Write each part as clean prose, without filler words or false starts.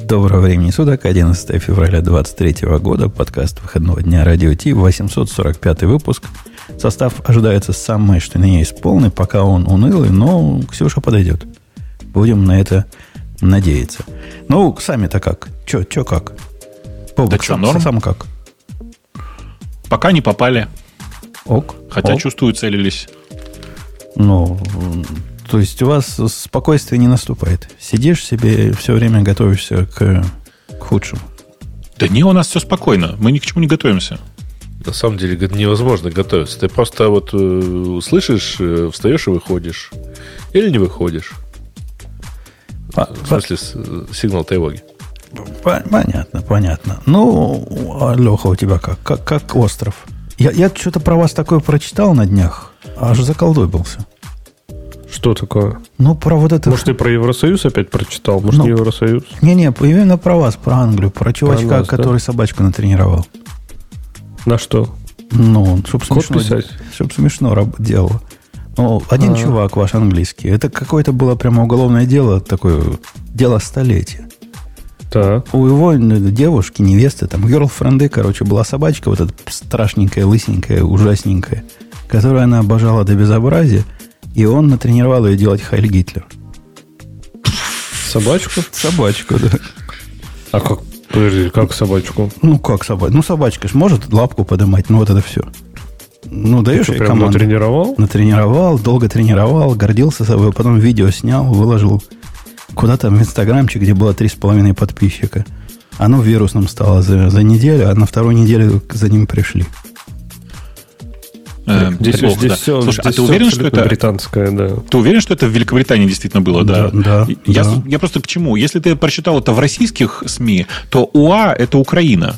Доброго времени суток, 11 февраля 2023 года, подкаст выходного дня Радио Ти, 845 выпуск. Состав ожидается самый, что ни есть полный, пока он унылый, но Ксюша подойдет. Будем на это надеяться. Ну, сами-то как? Че как? Бобок, да норм? Сам как? Пока не попали. Ок. Хотя, чувствую, целились. Ну, то есть у вас спокойствие не наступает. Сидишь себе, все время готовишься к худшему. Да не, у нас все спокойно. Мы ни к чему не готовимся. На самом деле невозможно готовиться. Ты просто вот слышишь, встаешь и выходишь. Или не выходишь. В смысле, сигнал тревоги. Понятно. Ну, а Леха, у тебя как остров? Я что-то про вас такое прочитал на днях, аж заколдобился. Что такое? Ну, про вот это... Может, ты про Евросоюз опять прочитал? Может, не Евросоюз? Не, именно про вас, про Англию, про чувачка, про нас, который собачку натренировал. На что? Ну, чтобы смешно делал. Ну, один чувак ваш английский. Это какое-то было прямо уголовное дело, такое дело столетия. Так. У его девушки, невесты, там, герлфренды, была собачка, вот эта страшненькая, лысенькая, ужасненькая, которую она обожала до безобразия, и он натренировал ее делать Хайль Гитлер. Собачку? Собачку, да. А как? Подожди, как собачку? Ну, как собачка? Ну, собачка ж может лапку поднимать, ну, вот это все. Ну, даешь ей команду. Натренировал? Натренировал, долго тренировал, гордился собой, потом видео снял, выложил куда-то в Инстаграмчик, где было 3,5 подписчика. Оно вирусным стало за неделю, а на вторую неделю за ним пришли. Здесь все, слушай, а ты уверен, что это британское, да? Ты уверен, что это в Великобритании действительно было, да? Да. Я просто к чему? Если ты прочитал это в российских СМИ, то УА – это Украина.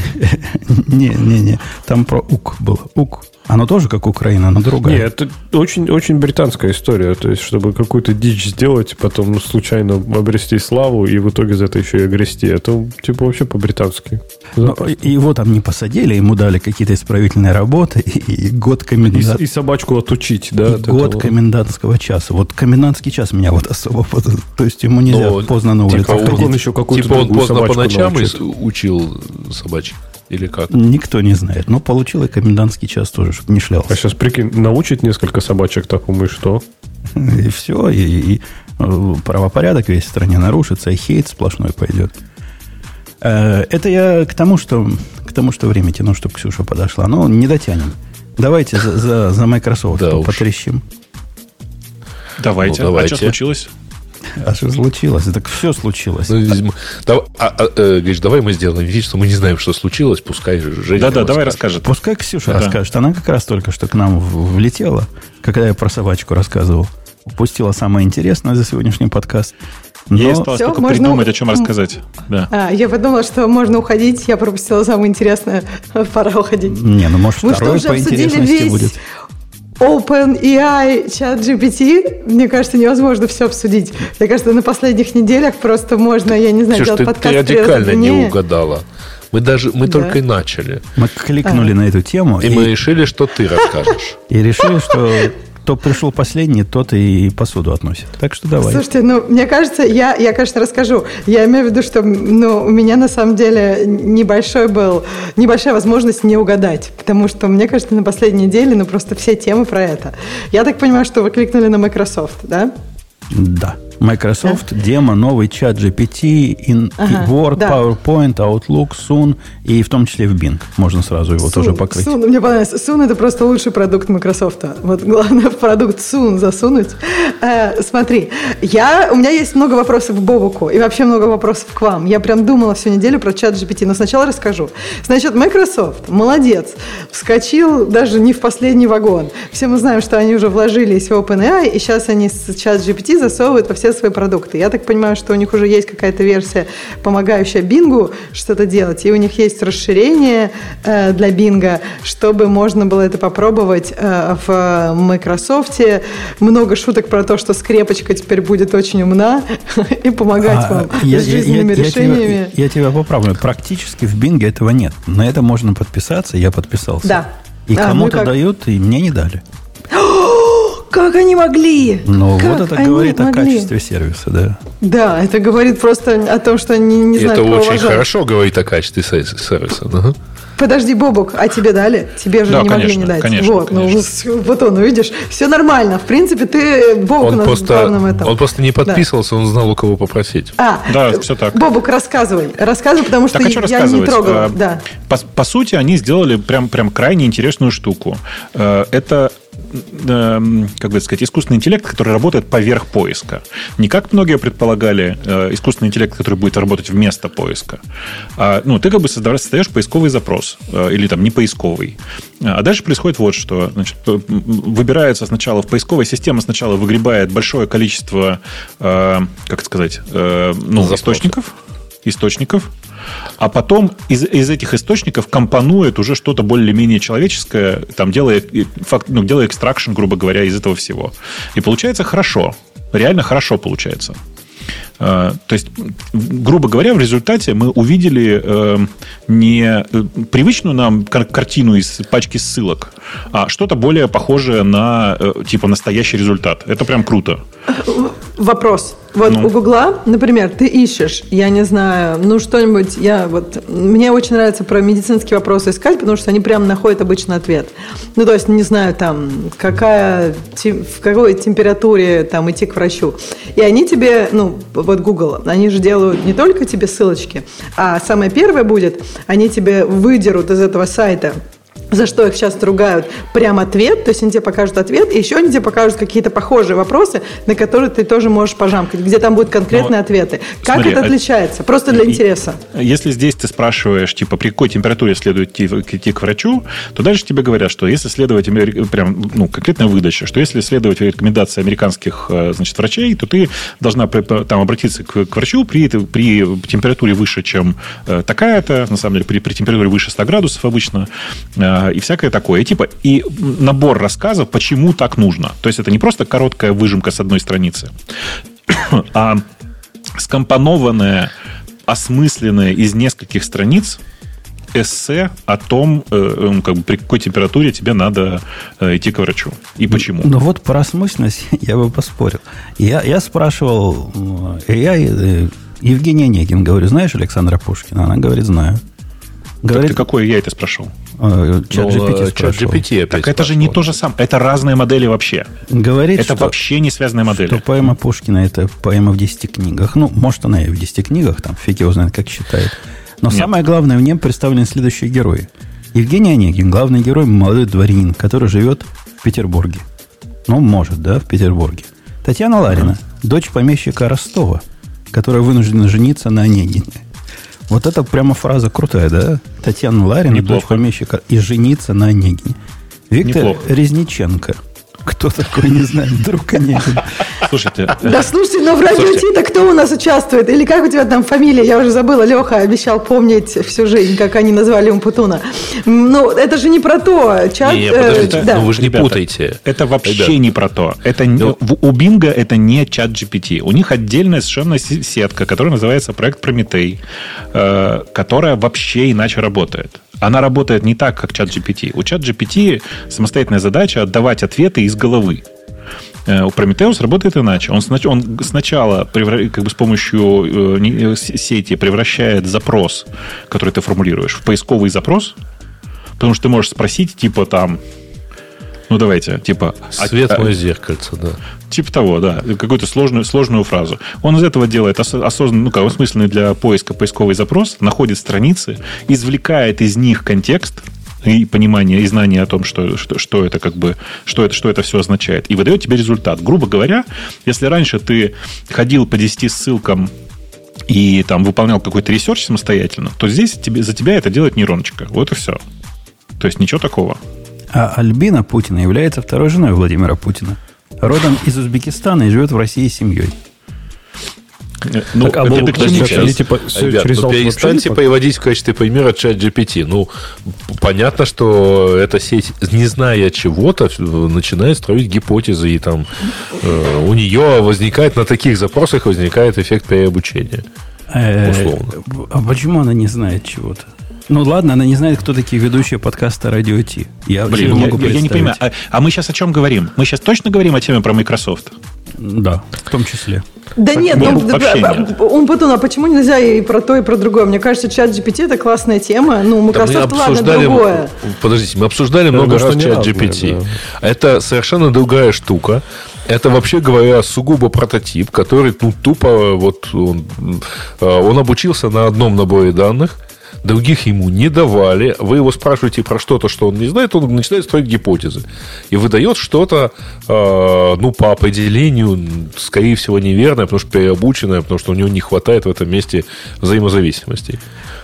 Не. Там про УК было. УК. Оно тоже как Украина, но другая. Нет, это очень британская история. То есть, чтобы какую-то дичь сделать, потом случайно обрести славу и в итоге за это еще и огрести. Это типа вообще по-британски. Его там не посадили, ему дали какие-то исправительные работы и год комендантского... И собачку отучить, да? Год комендантского часа. Вот комендантский час меня вот особо... То есть, ему нельзя поздно на улице ходить. Он еще какую-то он поздно по ночам научит. учил собачек? Или как? Никто не знает. Но получил и комендантский час тоже, чтобы не шлялся. А сейчас, прикинь, научит несколько собачек такому, и что? И все, и правопорядок весь в стране нарушится, и хейт сплошной пойдет. Это я к тому, что время тяну, чтобы Ксюша подошла. Но не дотянем. Давайте за Microsoft потрещим. Давайте. А что случилось? А что случилось? Так все случилось. Говоришь, давай мы сделаем вид, что мы не знаем, что случилось. Пускай Женя давай расскажет. Пускай Ксюша расскажет. Она как раз только что к нам влетела, когда я про собачку рассказывал. Упустила самое интересное за сегодняшний подкаст. Ей осталось только придумать, о чем рассказать. Да. Я подумала, что можно уходить. Я пропустила самое интересное. Пора уходить. Не, может, второе по интересности будет. OpenAI, ChatGPT, мне кажется, невозможно все обсудить. Мне кажется, на последних неделях просто можно, я не знаю, делать подкаст. Ты радикально не угадала. Мы только и начали. Мы кликнули на эту тему. И мы решили, что ты расскажешь. И решили, что кто пришел последний, тот и посуду относит. Так что давай. Слушайте, мне кажется, я, конечно, расскажу. Я имею в виду, что у меня на самом деле небольшая возможность не угадать. Потому что, мне кажется, на последней неделе просто все темы про это. Я так понимаю, что вы кликнули на Microsoft, да? Да. Microsoft, демо, новый чат GPT, Word, PowerPoint, Outlook, Soon, и в том числе в Bing. Можно сразу его тоже покрыть. Soon, мне понравилось. Soon – это просто лучший продукт Microsoft. Вот главное в продукт Soon засунуть. Смотри, у меня есть много вопросов к Бобуку и вообще много вопросов к вам. Я прям думала всю неделю про чат GPT, но сначала расскажу. Значит, Microsoft, молодец, вскочил даже не в последний вагон. Все мы знаем, что они уже вложились в OpenAI, и сейчас они с чат GPT засовывают во все свои продукты. Я так понимаю, что у них уже есть какая-то версия, помогающая Bing что-то делать, и у них есть расширение для Bing, чтобы можно было это попробовать в Microsoft. Много шуток про то, что скрепочка теперь будет очень умна и помогать вам с жизненными решениями. Я тебя поправлю. Практически в Bing этого нет. На это можно подписаться, я подписался. Да. И кому-то дают, и мне не дали. Как они могли? Ну, как вот это они говорит могли? о качестве сервиса, да. Да, это говорит просто о том, что они не знают, Это кого очень уважать. хорошо говорит о качестве сервиса. Ага. Подожди, Бобук, а тебе дали? Тебе же Да, не могли конечно, не дать. конечно, вот, конечно. ну вот он, видишь, все нормально. В принципе, ты Бобук у нас в главном этом. Он просто не подписывался, он знал, у кого попросить. Да, все так. Бобук, рассказывай, потому что Так, а что я не рассказывать? трогала. Да. По сути, они сделали прям крайне интересную штуку. Это, как бы сказать, искусственный интеллект, который работает поверх поиска. Не как многие предполагали, искусственный интеллект, который будет работать вместо поиска. Ты как бы создаешь поисковый запрос, или там не поисковый. А дальше происходит вот что. Значит, выбирается сначала в поисковой системе, сначала выгребает большое количество, источников, а потом из этих источников компонует уже что-то более-менее человеческое, там, делая экстракшн, грубо говоря, из этого всего. И получается хорошо. Реально хорошо получается. То есть, грубо говоря, в результате мы увидели не привычную нам картину из пачки ссылок, а что-то более похожее на типа настоящий результат. Это прям круто. Вопрос. Вот у Гугла, например, ты ищешь, я не знаю, что-нибудь, мне очень нравится про медицинские вопросы искать, потому что они прямо находят обычный ответ. То есть, не знаю, там, в какой температуре там идти к врачу. И они тебе, Google, они же делают не только тебе ссылочки, а самое первое будет, они тебе выдерут из этого сайта, за что их часто ругают, прям ответ, то есть они тебе покажут ответ, и еще они тебе покажут какие-то похожие вопросы, на которые ты тоже можешь пожамкать, где там будут конкретные ответы. Как смотри, это отличается? Просто для интереса. Если здесь ты спрашиваешь, типа, при какой температуре следует идти к врачу, то дальше тебе говорят, что если следовать конкретная выдача, что если следовать рекомендации американских, врачей, то ты должна там обратиться к врачу при температуре выше, чем такая-то, на самом деле, при температуре выше 100 градусов обычно, и всякое такое. И набор рассказов, почему так нужно. То есть это не просто короткая выжимка с одной страницы, а скомпонованная, осмысленная из нескольких страниц эссе о том, при какой температуре тебе надо идти к врачу и почему. Вот про осмысленность я бы поспорил. Я спрашивал Евгения Онегин, говорю, знаешь Александра Пушкина? Она говорит, знаю. Говорит, ты какой я это спрашивал? ChatGPT. Так это же не то же самое. Это разные модели вообще. Говорит, это вообще не связанные модели. Что поэма Пушкина – это поэма в 10 книгах. Может, она и в 10 книгах, там фиг его знает, как считает. Но самое главное, в нем представлены следующие герои. Евгений Онегин, главный герой, молодой дворянин, который живет в Петербурге. Может, да, в Петербурге. Татьяна Ларина, дочь помещика Ростова, которая вынуждена жениться на Онегине. Вот это прямо фраза крутая, да? Татьяна Ларина, дочь помещика, и жениться на Онегине. Виктор Резниченко. Кто такой, не знаю, друг Онегин. Слушайте. Да слушайте, но в радио Ти-то кто у нас участвует? Или как у тебя там фамилия? Я уже забыла. Леха обещал помнить всю жизнь, как они назвали Умпутуна. Это же не про то. Подождите, вы же не путайте. Это вообще не про то. У Бинга это не чат GPT. У них отдельная совершенно сетка, которая называется проект Прометей, которая вообще иначе работает. Она работает не так, как чат GPT. У чат GPT самостоятельная задача отдавать ответы из головы. У Prometheus работает иначе. Он сначала с помощью сети превращает запрос, который ты формулируешь, в поисковый запрос, потому что ты можешь спросить, типа там, давайте, типа... Свет мое зеркальце, да. Типа того, да. Какую-то сложную фразу. Он из этого делает осознанный, осмысленный для поиска поисковый запрос, находит страницы, извлекает из них контекст и понимание, и знание о том, что это все означает, и выдает тебе результат. Грубо говоря, если раньше ты ходил по 10 ссылкам и там выполнял какой-то ресерч самостоятельно, то здесь за тебя это делает нейроночка. Вот и все. То есть ничего такого. А Альбина Путина является второй женой Владимира Путина. Родом из Узбекистана и живет в России с семьей. Перестаньте приводить в качестве примера ChatGPT. Понятно, что эта сеть, не зная чего-то, начинает строить гипотезы, и там у нее возникает, на таких запросах возникает эффект переобучения. Условно. А почему она не знает чего-то? Ну ладно, она не знает, кто такие ведущие подкаста Радио Ти. Я не понимаю. А мы сейчас о чем говорим? Мы сейчас точно говорим о теме про Microsoft? Да, в том числе. Да нет, Умпутун, а почему нельзя и про то, и про другое? Мне кажется, ChatGPT это классная тема. Ну, Microsoft, ладно, другое. Подождите, мы обсуждали много раз ChatGPT. Это совершенно другая штука. Это, вообще говоря, сугубо прототип, который тупо он обучился на одном наборе данных, других ему не давали. Вы его спрашиваете про что-то, что он не знает, он начинает строить гипотезы. И выдает что-то, по определению, скорее всего, неверное, потому что переобученное, потому что у него не хватает в этом месте взаимозависимостей.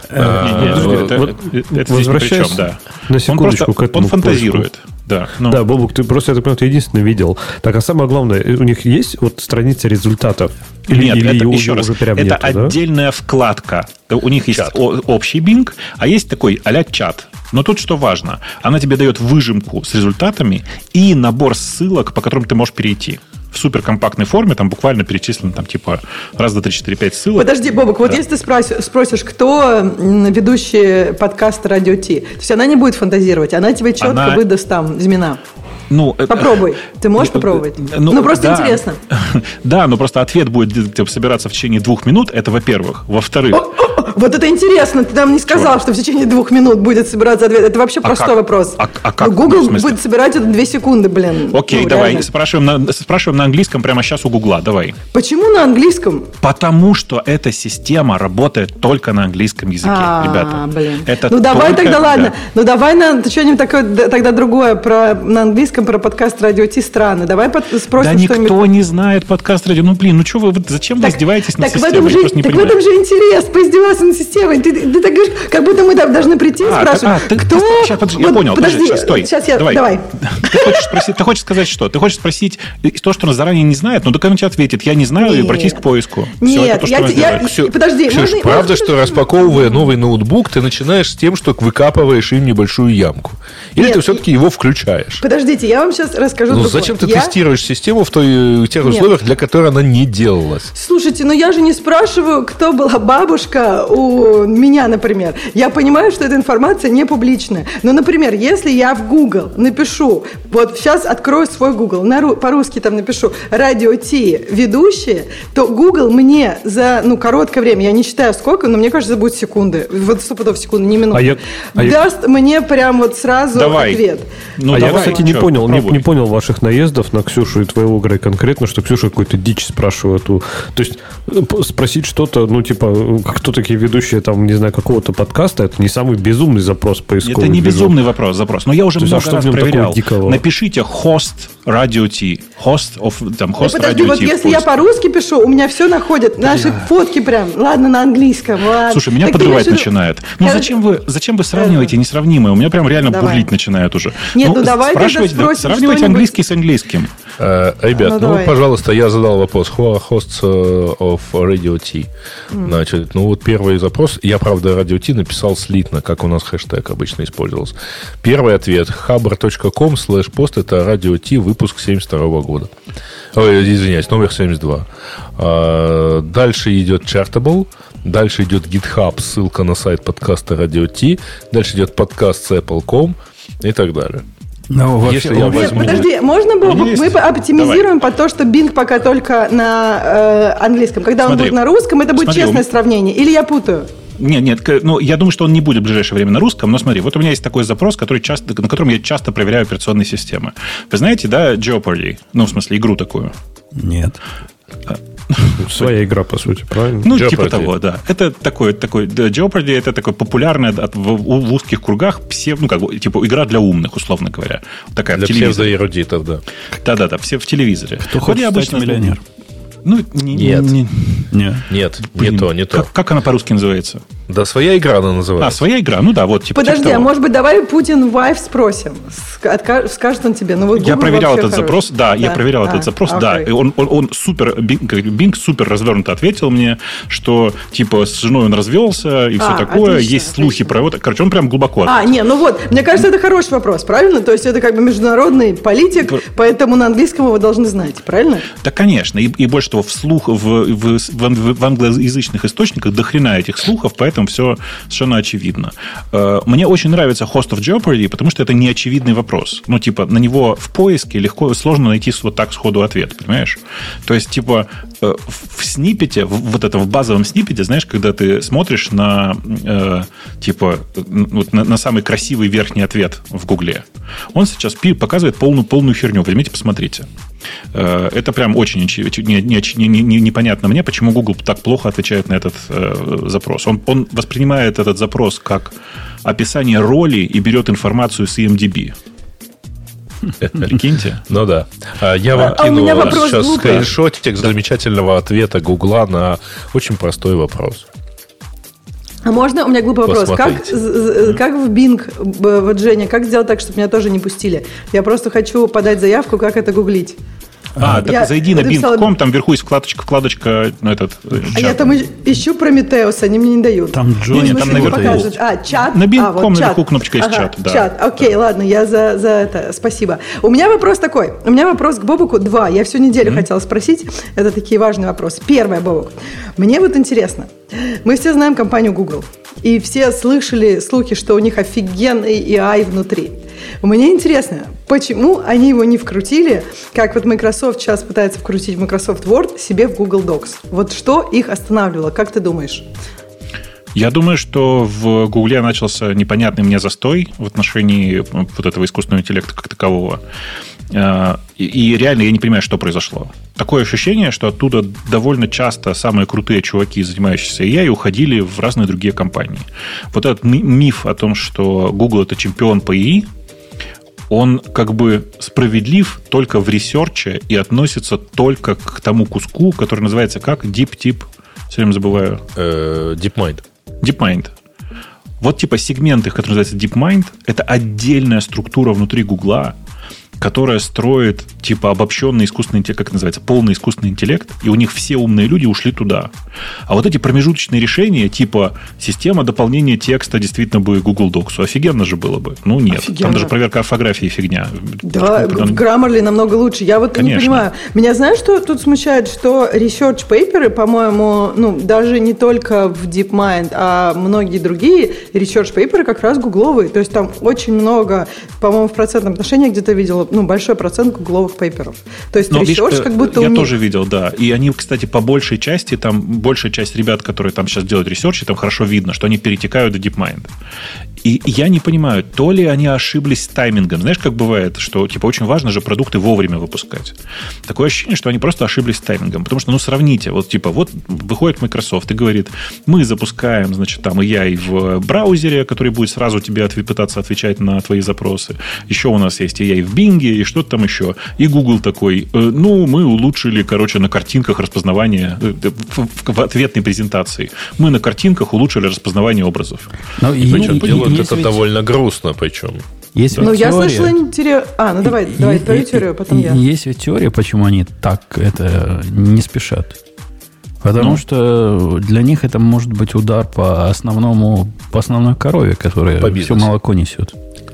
Это возвращаясь на секундочку к этому. Он фантазирует. Да, Бобук, ты просто, я так понимаю, ты единственный видел. Так, а самое главное, у них есть страница результатов? Нет, еще раз, это отдельная вкладка. У них есть общий Bing, а есть такой а-ля чат. Но тут что важно, она тебе дает выжимку с результатами и набор ссылок, по которым ты можешь перейти. В суперкомпактной форме, там буквально перечислено, там, типа, 1, 2, 3, 4, 5 ссылок. Подожди, Бобок, вот если ты спросишь, кто ведущий подкаста Радио Ти, то есть она не будет фантазировать, она тебе четко выдаст там змена. Попробуй. Ты можешь попробовать? Просто интересно. Да, но просто ответ будет собираться в течение 2 минут, это во-первых. Во-вторых... Вот это интересно, ты нам не сказал, что в течение 2 минут будет собираться ответ. Это вообще простой вопрос. А как? Google будет собирать это 2 секунды, блин. Окей, давай, спрашиваем на английском прямо сейчас у Гугла, давай. Почему на английском? Потому что эта система работает только на английском языке, ребята. Блин. Давай тогда, ладно. Давай что-нибудь такое, тогда другое на английском, про подкаст Радио Ти странно. Давай спросим что-нибудь. Да никто не знает подкаст Радио. Что вы, зачем вы издеваетесь над системой? Так в этом же интерес, поиздеваться над системой. Ты так говоришь, как будто мы должны прийти и спрашивать, кто... Я понял. Подожди, стой. Давай. Ты хочешь сказать что? Ты хочешь спросить то, что он заранее не знает, но он тебе ответит, я не знаю, и обратись к поиску. Нет, подожди. Ксюш, правда, что распаковывая новый ноутбук, ты начинаешь с тем, что выкапываешь им небольшую ямку? Или ты все-таки его включаешь? Подождите, я вам сейчас расскажу другое. Зачем ты тестируешь систему в тех условиях, для которой она не делалась? Слушайте, я же не спрашиваю, кто была бабушка у меня, например. Я понимаю, что эта информация не публичная. Но, например, если я в Google напишу, вот сейчас открою свой Google, по-русски там напишу «Радио Ти ведущие», то Google мне за короткое время, я не считаю сколько, но мне кажется, это будет секунды. Вот 100 секунд, не минуты. Даст мне прям вот сразу ответ. Я, кстати, не понял ваших наездов на Ксюшу и твоего Грея конкретно, что Ксюша какую-то дичь спрашивает. То есть спросить что-то, кто такие ведущие, там, не знаю, какого-то подкаста, это не самый безумный запрос поисковый. Это не безумный запрос. Но я уже много раз проверял. Напишите host Radio Ti. Host подожди, вот если я по-русски пишу, у меня все находят. Наши фотки прям. Ладно, на английском. Ладно. Слушай, меня подрывать начинает. Зачем вы сравниваете несравнимое? У меня прям реально бурлить начинает уже. Нет, давай тогда спросим. Сравнивайте английский с английским. Ребят, пожалуйста, я задал вопрос. Who are hosts of Radio Ti? Значит, первый запрос. Я, правда, Radio Ti написал слитно, как у нас хэштег обычно использовался. Первый ответ. Hubber.com/post это Radio Ti, выпуск 72 года. Извиняюсь, номер 72. Дальше идет Chartable. Дальше идет GitHub, ссылка на сайт подкаста Radio Ti. Дальше идет подкаст с Apple.com и так далее. Подожди, можно было мы оптимизируем под то, что Bing пока только на английском. Когда он будет на русском, это будет честное сравнение. Или я путаю? Нет, я думаю, что он не будет в ближайшее время на русском, но смотри, вот у меня есть такой запрос, на котором я часто проверяю операционные системы. Вы знаете, да, Jeopardy? В смысле, игру такую? Нет. Своя игра, по сути, правильно? Jeopardy. Типа того, да. Это такой Jeopardy, это такой популярная в узких кругах игра для умных, условно говоря. Такая для псевдоэрудитов, да. Да, все в телевизоре. Кто хочет стать миллионер? Нет, не то. Как она по-русски называется? Да, своя игра она называется. Своя игра, Подожди, а может быть, давай Путин Вайф спросим? Скажет он тебе. Я проверял этот запрос, я проверял этот запрос, да. И он супер, Bing супер развернуто ответил мне, что, с женой он развелся, и все такое, есть слухи про его... Короче, он прям глубоко ответил. Мне кажется, это хороший вопрос, правильно? То есть, это как бы международный политик, поэтому на английском его должны знать, правильно? Да, конечно. И больше того, вслух в в англоязычных источниках дохрена этих слухов, поэтому все совершенно очевидно. Мне очень нравится Host of Jeopardy, потому что это неочевидный вопрос. Ну, типа, на него в поиске сложно найти вот так сходу ответ, понимаешь? То есть, типа, в сниппете, в базовом сниппете, знаешь, когда ты смотришь на, типа, на самый красивый верхний ответ в Гугле, он сейчас показывает полную херню. Возьмите, посмотрите. Это прям очень непонятно мне, почему Google так плохо отвечает на этот запрос. Он воспринимает этот запрос как описание роли и берет информацию с IMDb. Прикиньте. Ну да. Я вам кину сейчас скриншотик замечательного ответа Гугла на очень простой вопрос. А можно? У меня глупый вопрос. Как в Bing, вот Женя, как сделать так, чтобы меня тоже не пустили? Я просто хочу подать заявку, как это гуглить. Так зайди на Bing.com, там вверху есть вкладочка чат. Я там ищу Прометеус, они мне не дают. Там Джонни, там наверху есть. Чат? На Bing.com наверху кнопочка есть чат. Да. Чат, окей, ладно, я за это, спасибо. У меня вопрос такой, у меня вопрос к Бобуку 2. Я всю неделю хотела спросить, это такие важные вопросы. Первое, Бобук, мне вот интересно, мы все знаем компанию Google, и все слышали слухи, что у них офигенный AI внутри. Мне интересно, почему они его не вкрутили, как вот Microsoft сейчас пытается вкрутить в Microsoft Word себе в Google Docs. Вот что их останавливало, как ты думаешь? Я думаю, что в Гугле начался непонятный мне застой в отношении вот этого искусственного интеллекта как такового. И реально я не понимаю, что произошло. Такое ощущение, что оттуда довольно часто самые крутые чуваки, занимающиеся AI, уходили в разные другие компании. Вот этот миф о том, что Google – это чемпион по AI, он как бы справедлив только в ресерче и относится только к тому куску, который называется как? Deep, все время забываю. DeepMind. DeepMind. Вот типа сегменты, которые называются DeepMind, это отдельная структура внутри Гугла, которая строит типа обобщенный искусственный интеллект, как это называется, полный искусственный интеллект, и у них все умные люди ушли туда. А вот эти промежуточные решения, типа система дополнения текста действительно бы Google Docs, офигенно же было бы. Ну нет, офигенно. Там даже проверка орфографии фигня. Да, в Grammarly намного лучше. Я вот не понимаю. Меня знаешь, что тут смущает, что research paper'ы, по-моему, даже не только в DeepMind, а многие другие research paper'ы как раз гугловые. То есть там очень много, по-моему, в процентном отношении где-то видела, большой процент гугловых пейперов. То есть research как будто я тоже видел, да. И они, кстати, по большей части, там большая часть ребят, которые там сейчас делают research, там хорошо видно, что они перетекают до DeepMind. И я не понимаю, то ли они ошиблись с таймингом. Знаешь, как бывает, что типа очень важно же продукты вовремя выпускать. Такое ощущение, что они просто ошиблись с таймингом. Потому что, сравните, вот выходит Microsoft и говорит, мы запускаем, значит, там AI в браузере, который будет сразу тебе пытаться отвечать на твои запросы. Еще у нас есть AI в Bing и что-то там еще. И Google такой, мы улучшили, на картинках распознавание в ответной презентации. Мы на картинках улучшили распознавание образов. Это довольно грустно, причем. Есть я слышала интересно. Давай твою теорию, потом я. Есть ведь теория, почему они так это не спешат. Потому что для них это может быть удар по основной корове, которая все молоко несет.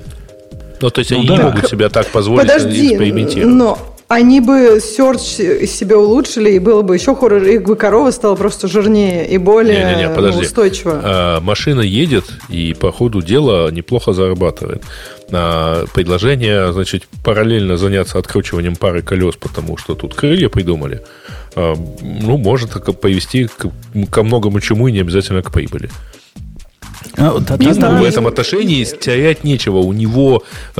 То есть они не могут себе так позволить экспериментировать. Но они бы search себе улучшили, и было бы еще хуже, их бы корова стала просто жирнее и более устойчивая. Машина едет и по ходу дела неплохо зарабатывает. Предложение, параллельно заняться откручиванием пары колес, потому что тут крылья придумали, может привести ко многому чему и не обязательно к прибыли. В этом отношении терять нечего. У него,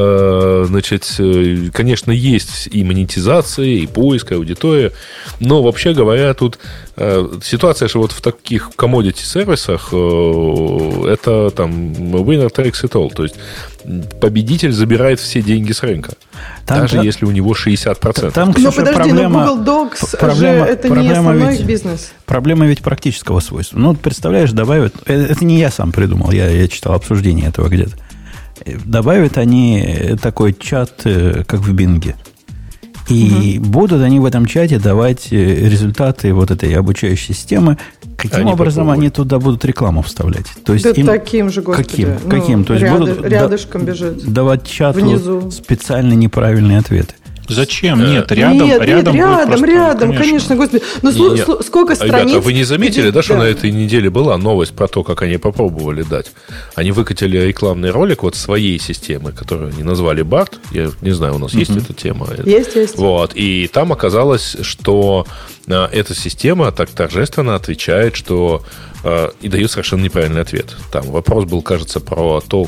конечно, есть и монетизация, и поиск, и аудитория. Но, вообще говоря, тут ситуация, что вот в таких commodity-сервисах это там winner takes it all. То есть победитель забирает все деньги с рынка. Даже если у него 60%. Но подожди, Google Docs же это не основной бизнес. Проблема ведь практического свойства. Представляешь, добавят... Это не я сам придумал, я читал обсуждение этого где-то. Добавят они такой чат, как в Бинге. И будут они в этом чате давать результаты вот этой обучающей системы. Каким образом они туда будут рекламу вставлять? То есть таким же, господи. Каким? То есть будут рядышком бежит. Давать чату внизу специально неправильные ответы. Зачем? Нет, рядом, конечно, господи. Ну, сколько страниц... Ребята, вы не заметили, да, что на этой неделе была новость про то, как они попробовали дать? Они выкатили рекламный ролик вот своей системы, которую они назвали BART. Я не знаю, у нас есть эта тема? Есть. Вот. И там оказалось, что эта система так торжественно отвечает, что и дает совершенно неправильный ответ. Там вопрос был, кажется, про то,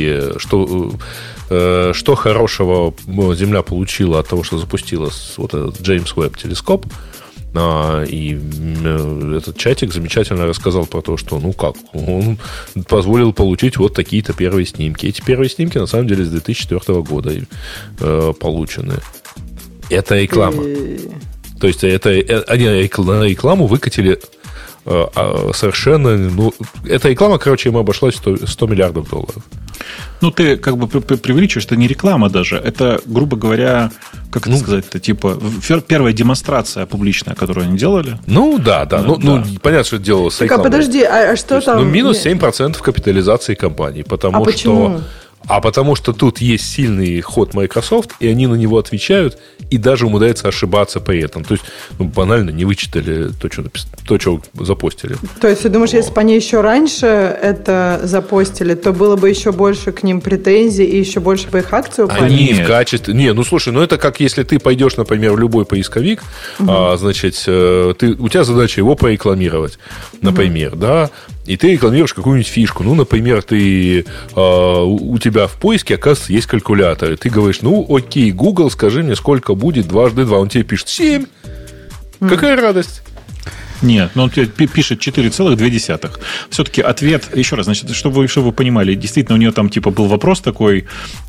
что хорошего Земля получила от того, что запустила вот этот Джеймс Уэбб телескоп. И этот чатик замечательно рассказал про то, что, он позволил получить вот такие-то первые снимки. Эти первые снимки, на самом деле, с 2004 года получены. Это реклама. То есть, они на рекламу выкатили совершенно... эта реклама, короче, им обошлась $100 миллиардов. Ты как бы преувеличиваешь, это не реклама даже. Это, грубо говоря, как это сказать-то, типа первая демонстрация публичная, которую они делали. Да. Понятно, что это делалось с рекламой. Подожди, а что там? Минус 7% капитализации компании. Почему? Потому что тут есть сильный ход Microsoft, и они на него отвечают, и даже умудряются ошибаться при этом. То есть, банально не вычитали то, что запостили. То есть, ты думаешь, если бы они еще раньше это запостили, то было бы еще больше к ним претензий, и еще больше бы их акций упали? Они в качестве... слушай, это как если ты пойдешь, например, в любой поисковик, значит, у тебя задача его порекламировать, например, да, и ты рекламируешь какую-нибудь фишку. Например, у тебя в поиске, оказывается, есть калькулятор. И ты говоришь, окей, Google, скажи мне, сколько будет 2 × 2. Он тебе пишет 7. Какая радость. Нет, он тебе пишет 4,2. Все-таки ответ, еще раз, значит, чтобы вы понимали, действительно, у нее там типа был вопрос такой,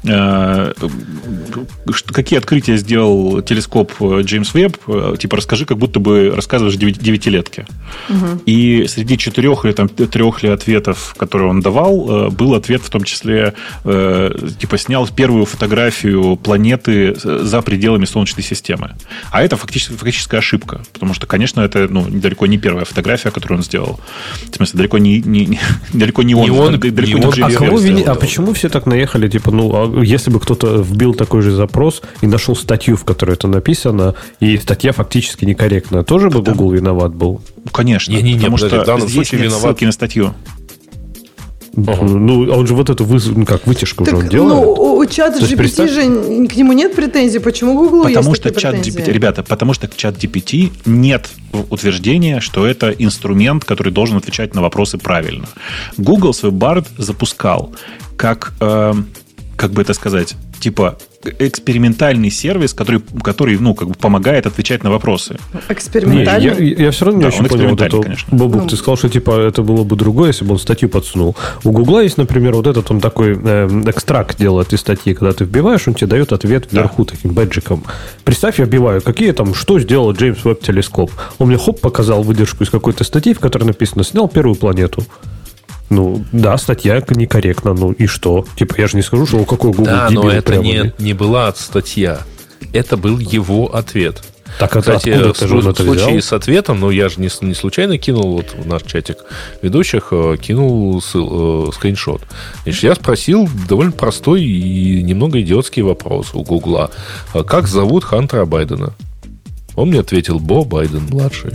какие открытия сделал телескоп Джеймс Уэбб, типа расскажи, как будто бы рассказываешь девятилетке. И среди 4 или 3 ответов, которые он давал, был ответ в том числе, типа снял первую фотографию планеты за пределами Солнечной системы. А это фактическая ошибка, потому что, конечно, это далеко не первая фотография, которую он сделал. В смысле, далеко не он. А почему все так наехали? Типа, если бы кто-то вбил такой же запрос и нашел статью, в которой это написано, и статья фактически некорректная, тоже бы Google виноват был? Конечно. Потому что в данном случае нет ссылки на статью. Он же вот эту вытяжку уже он делает. У чата GPT же к нему нет претензий. Почему Google есть такие претензии? Ребята, потому что к чат GPT нет утверждения, что это инструмент, который должен отвечать на вопросы правильно. Google свой BART запускал как бы это сказать, типа экспериментальный сервис, который помогает отвечать на вопросы. Экспериментальный? Я все равно не очень понял вот это. Бобук, ты сказал, что это было бы другое, если бы он статью подсунул. У Гугла есть, например, вот этот, он такой экстракт делает из статьи, когда ты вбиваешь, он тебе дает ответ вверху таким бэджиком. Представь, я вбиваю, что сделал Джеймс Уэбб телескоп. Он мне показал выдержку из какой-то статьи, в которой написано, снял первую планету. Статья некорректна, и что? Типа, я же не скажу, что какой Google дебил. Но это не была статья. Это был его ответ. Так, кстати, в случае с ответом, я же не случайно кинул в наш чатик ведущих, кинул скриншот. Значит, я спросил довольно простой и немного идиотский вопрос у Гугла. Как зовут Хантера Байдена? Он мне ответил, Бо Байден-младший.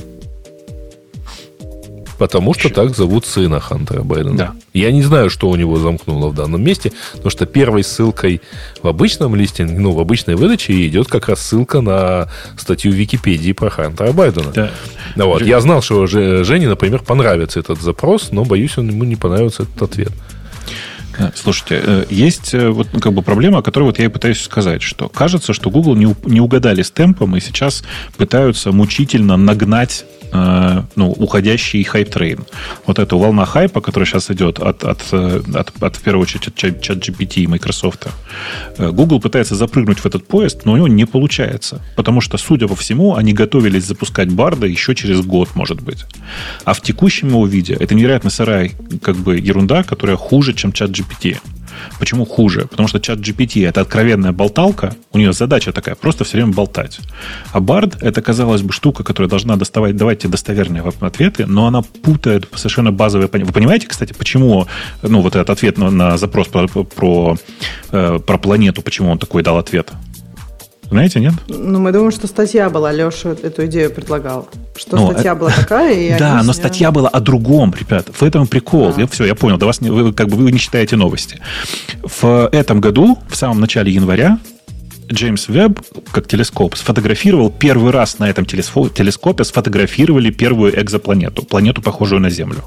Потому что так зовут сына Хантера Байдена. Да. Я не знаю, что у него замкнуло в данном месте, потому что первой ссылкой в обычном листинге, в обычной выдаче идет как раз ссылка на статью в Википедии про Хантера Байдена. Да. Я знал, что Жене, например, понравится этот запрос, но, боюсь, ему не понравится этот ответ. Слушайте, есть проблема, о которой я и пытаюсь сказать, что кажется, что Google не угадали с темпом и сейчас пытаются мучительно нагнать уходящий хайп-трейн. Вот эта волна хайпа, которая сейчас идет от в первую очередь, чат GPT и Microsoft. Google пытается запрыгнуть в этот поезд, но у него не получается. Потому что, судя по всему, они готовились запускать Барда еще через год, может быть. А в текущем его виде это невероятно сырая ерунда, которая хуже, чем чат GPT. Почему хуже? Потому что чат GPT это откровенная болталка, у нее задача такая, просто все время болтать. А Bard это, казалось бы, штука, которая должна давать тебе достоверные ответы, но она путает совершенно базовые понятия. Вы понимаете, кстати, почему вот этот ответ на запрос про планету, почему он такой дал ответ? Знаете, нет? Ну, мы думаем, что статья была. Леша эту идею предлагал. Что статья была такая. И да, но статья была о другом, ребят. В этом прикол. Я понял. Да вас вы не читаете новости. В этом году, в самом начале января, Джеймс Вебб, как телескоп, сфотографировал первый раз на этом телескопе, сфотографировали первую экзопланету. Планету, похожую на Землю.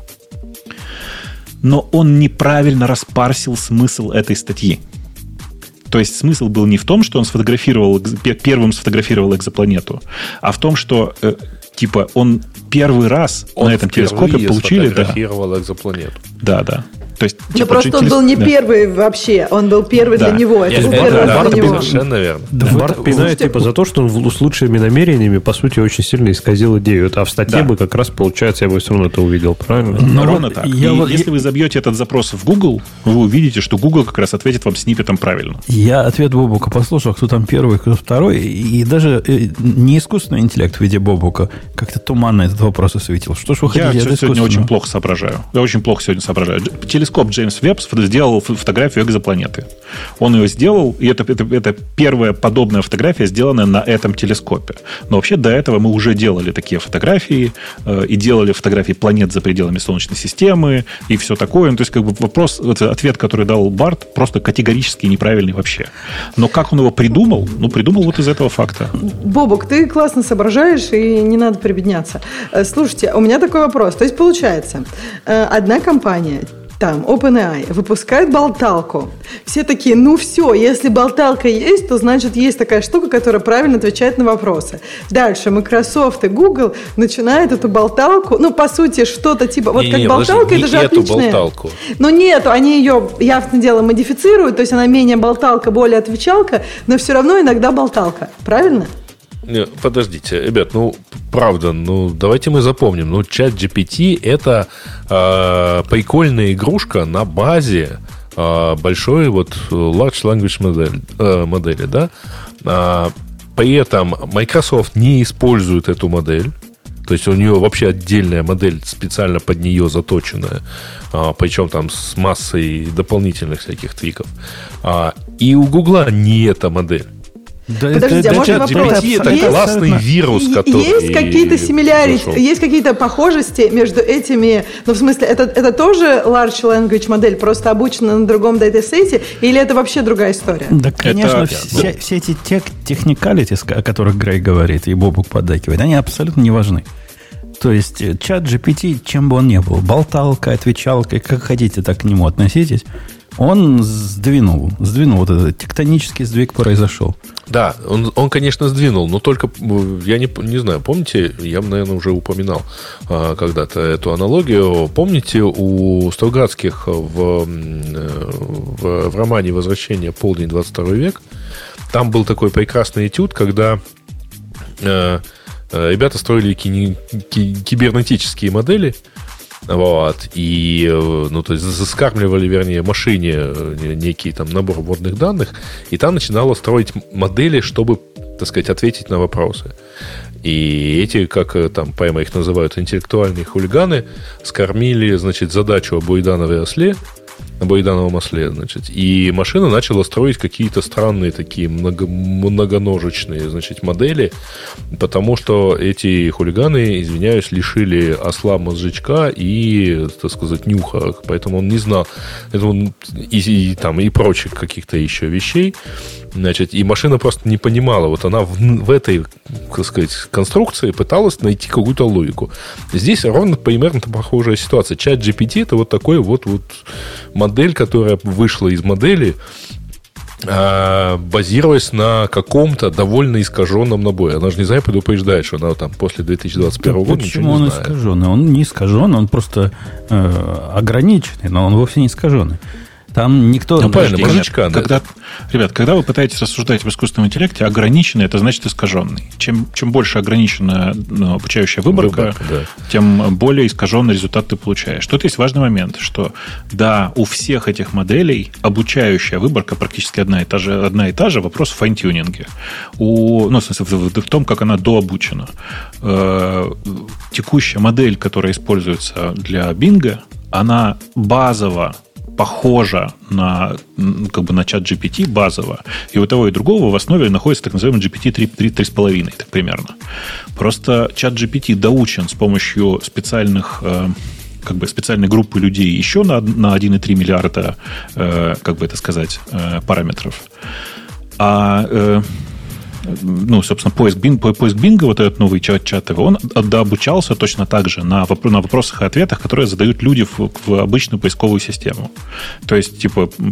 Но он неправильно распарсил смысл этой статьи. То есть смысл был не в том, что он первым сфотографировал экзопланету, а в том, что типа он первый раз на этом телескопе получили... Он сфотографировал экзопланету. Да. То есть, ну, просто он был не первый вообще, он был первый для него. Это был первый раз для него. Совершенно верно. Барт пинает за то, что он с лучшими намерениями, по сути, очень сильно исказил идею. А в статье бы как раз, получается, я бы все равно это увидел, правильно? Ровно так. Если вы забьете этот запрос в Google, вы увидите, что Google как раз ответит вам сниппетом правильно. Я ответ Бобука послушал, кто там первый, кто второй, и даже не искусственный интеллект в виде Бобука как-то туманно этот вопрос осветил. Что ж вы хотите от искусственного? Я сегодня очень плохо соображаю. Телескоп Джеймс Вебб сделал фотографию экзопланеты. Он ее сделал, и это первая подобная фотография, сделанная на этом телескопе. Но вообще до этого мы уже делали такие фотографии, и делали фотографии планет за пределами Солнечной системы, и все такое. Ну, то есть, как бы вопрос, ответ, который дал Барт, просто категорически неправильный вообще. Но как он его придумал? Ну, придумал вот из этого факта. Бобок, ты классно соображаешь, и не надо прибедняться. Слушайте, у меня такой вопрос. То есть, получается, одна компания... Там, OpenAI, выпускает болталку. Все такие, ну все, если болталка есть, то значит есть такая штука, которая правильно отвечает на вопросы. Дальше Microsoft и Google начинают эту болталку, ну, по сути, что-то типа, вот как болталка, это же отличная. Болталку. Но нет, они ее, явное дело, модифицируют, то есть она менее болталка, более отвечалка, но все равно иногда болталка. Правильно? Подождите, ребят, правда, давайте мы запомним. ChatGPT – это прикольная игрушка на базе большой large language модели, да? При этом Microsoft не использует эту модель. То есть у нее вообще отдельная модель, специально под нее заточенная, причем там с массой дополнительных всяких твиков. И у Гугла не эта модель. Подождите, а можно вопрос? Это классный вирус, который... Есть какие-то similarity, есть какие-то похожести между этими... Ну, в смысле, это тоже large language модель, просто обучена на другом датасете, или это вообще другая история? Да, конечно, все эти техникалитис, о которых Грей говорит, и Бобук поддакивает, они абсолютно не важны. То есть, чат GPT, чем бы он ни был, болталкой, отвечалкой, как хотите, так к нему относитесь, он сдвинул, вот этот тектонический сдвиг произошел. Да, он, конечно, сдвинул, но только, я не знаю, помните, я, наверное, уже упоминал когда-то эту аналогию, помните, у Стругацких в романе «Возвращение. Полдень. 22 век» там был такой прекрасный этюд, когда ребята строили кибернетические модели, и, то есть, заскармливали, вернее, машине некий там набор вводных данных, и там начинала строить модели, чтобы, так сказать, ответить на вопросы. И эти, как там прямо их называют, интеллектуальные хулиганы, скормили, значит, задачу о Буйдановом осле, значит, и машина начала строить какие-то странные такие многоножечные, значит, модели, потому что эти хулиганы, извиняюсь, лишили осла мозжечка и, так сказать, нюха, поэтому он не знал, и прочих каких-то еще вещей, значит, и машина просто не понимала, вот она в этой, так сказать, конструкции пыталась найти какую-то логику. Здесь ровно примерно похожая ситуация. ChatGPT – это вот такой вот модель, которая вышла из модели, базируясь на каком-то довольно искаженном наборе. Она же не знаю, предупреждает, что она там после 2021 года почему он искаженный? Он не искаженный, он просто ограниченный, но он вовсе не искаженный. Там никто... Ребят, когда вы пытаетесь рассуждать об искусственном интеллекте, ограниченный – это значит искаженный. Чем больше ограничена обучающая выборка, тем более искаженный результат ты получаешь. Тут есть важный момент, что да, у всех этих моделей обучающая выборка практически одна и та же, вопрос в файн-тюнинге. В смысле, в том, как она дообучена. Текущая модель, которая используется для Bing, она базово похожа на ChatGPT базово. И у того и другого в основе находится так называемый GPT 3.5, так примерно. Просто ChatGPT доучен с помощью специальной группы людей еще на 1,3 миллиарда, параметров. Собственно, поиск Bing, вот этот новый чат, он дообучался точно так же на вопросах и ответах, которые задают люди в обычную поисковую систему. То есть,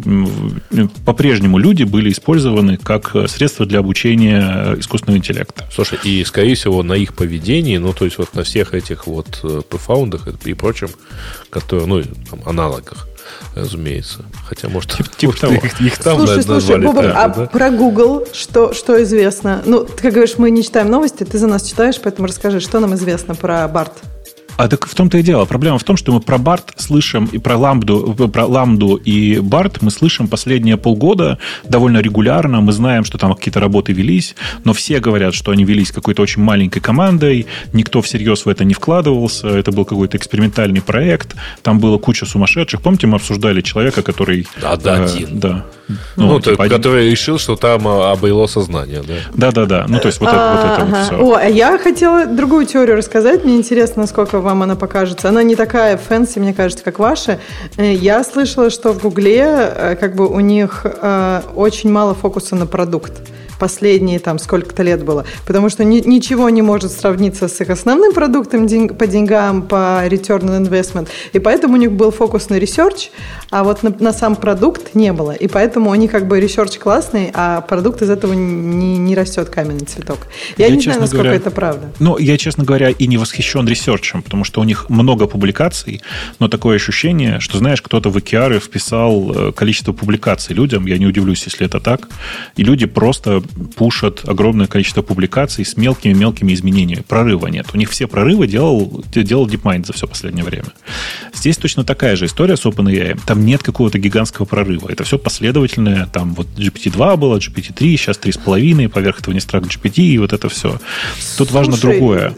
по-прежнему люди были использованы как средство для обучения искусственного интеллекта. Слушай, и, скорее всего, на их поведении, на всех этих профаундах и прочем, которые, аналогах, разумеется. Хотя, может, их там Слушай, Бобок, про Google что известно? Ты как говоришь, мы не читаем новости, ты за нас читаешь, поэтому расскажи, что нам известно про Bard? Так в том-то и дело. Проблема в том, что мы про Bard слышим, и про Ламду и Bard мы слышим последние полгода довольно регулярно. Мы знаем, что там какие-то работы велись, но все говорят, что они велись какой-то очень маленькой командой, никто всерьез в это не вкладывался, это был какой-то экспериментальный проект, там было куча сумасшедших. Помните, мы обсуждали человека, который... один. Да. Который решил, что там обрело сознание, да? Да. Это все. А я хотела другую теорию рассказать. Мне интересно, насколько вам она покажется. Она не такая фэнси, мне кажется, как ваша. Я слышала, что в Гугле у них очень мало фокуса на продукт. Последние сколько-то лет было. Потому что ничего не может сравниться с их основным продуктом по деньгам, по return on investment. И поэтому у них был фокус на research, а вот на сам продукт не было. И поэтому у них research классный, а продукт из этого не растет каменный цветок. Я не знаю, насколько это правда. Я, честно говоря, и не восхищен ресерчем, потому что у них много публикаций, но такое ощущение, что, знаешь, кто-то в OKR вписал количество публикаций людям, я не удивлюсь, если это так, и люди просто пушат огромное количество публикаций с мелкими изменениями. Прорыва нет. У них все прорывы делал DeepMind за все последнее время. Здесь точно такая же история с OpenAI. Там нет какого-то гигантского прорыва. Это все последовательное. Там GPT-2 было, GPT-3, сейчас 3,5, поверх этого Nextract GPT, и вот это все. Тут важно другое.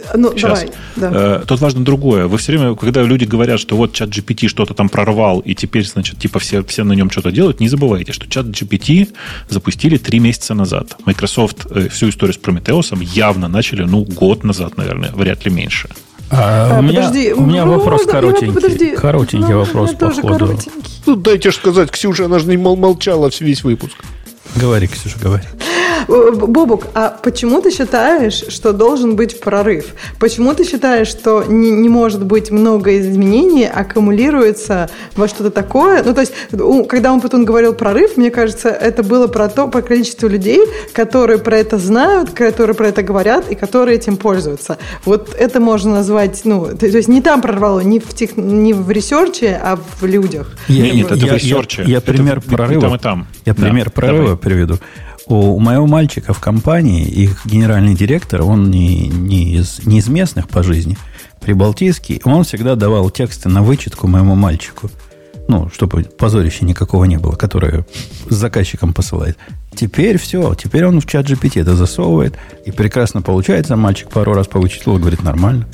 Тут важно другое. Вы все время, когда люди говорят, что вот чат GPT что-то там прорвал, и теперь, все на нем что-то делают, не забывайте, что чат GPT запустили 3 месяца назад. Microsoft всю историю с Прометеусом явно начали, год назад, наверное, вряд ли меньше. У меня вопрос коротенький. Коротенький вопрос, походу. Дайте же сказать, Ксюша, она же не молчала весь выпуск. Говори, Ксюша, говори. Бобук, а почему ты считаешь, что должен быть прорыв? Почему ты считаешь, что не может быть много изменений, аккумулируется во что-то такое? То есть, когда он потом говорил прорыв, мне кажется, это было про количество людей, которые про это знают, которые про это говорят и которые этим пользуются. Вот это можно назвать, то есть не там прорвало, не в ресерче, а в людях. Нет, это в ресерче. Я пример прорыва. Я пример прорыва приведу. У моего мальчика в компании их генеральный директор, он не из местных по жизни, прибалтийский, он всегда давал тексты на вычетку моему мальчику. Чтобы позорища никакого не было, которое с заказчиком посылает. Теперь все, теперь он в чат GPT это засовывает, и прекрасно получается. Мальчик пару раз повычислил и говорит, нормально.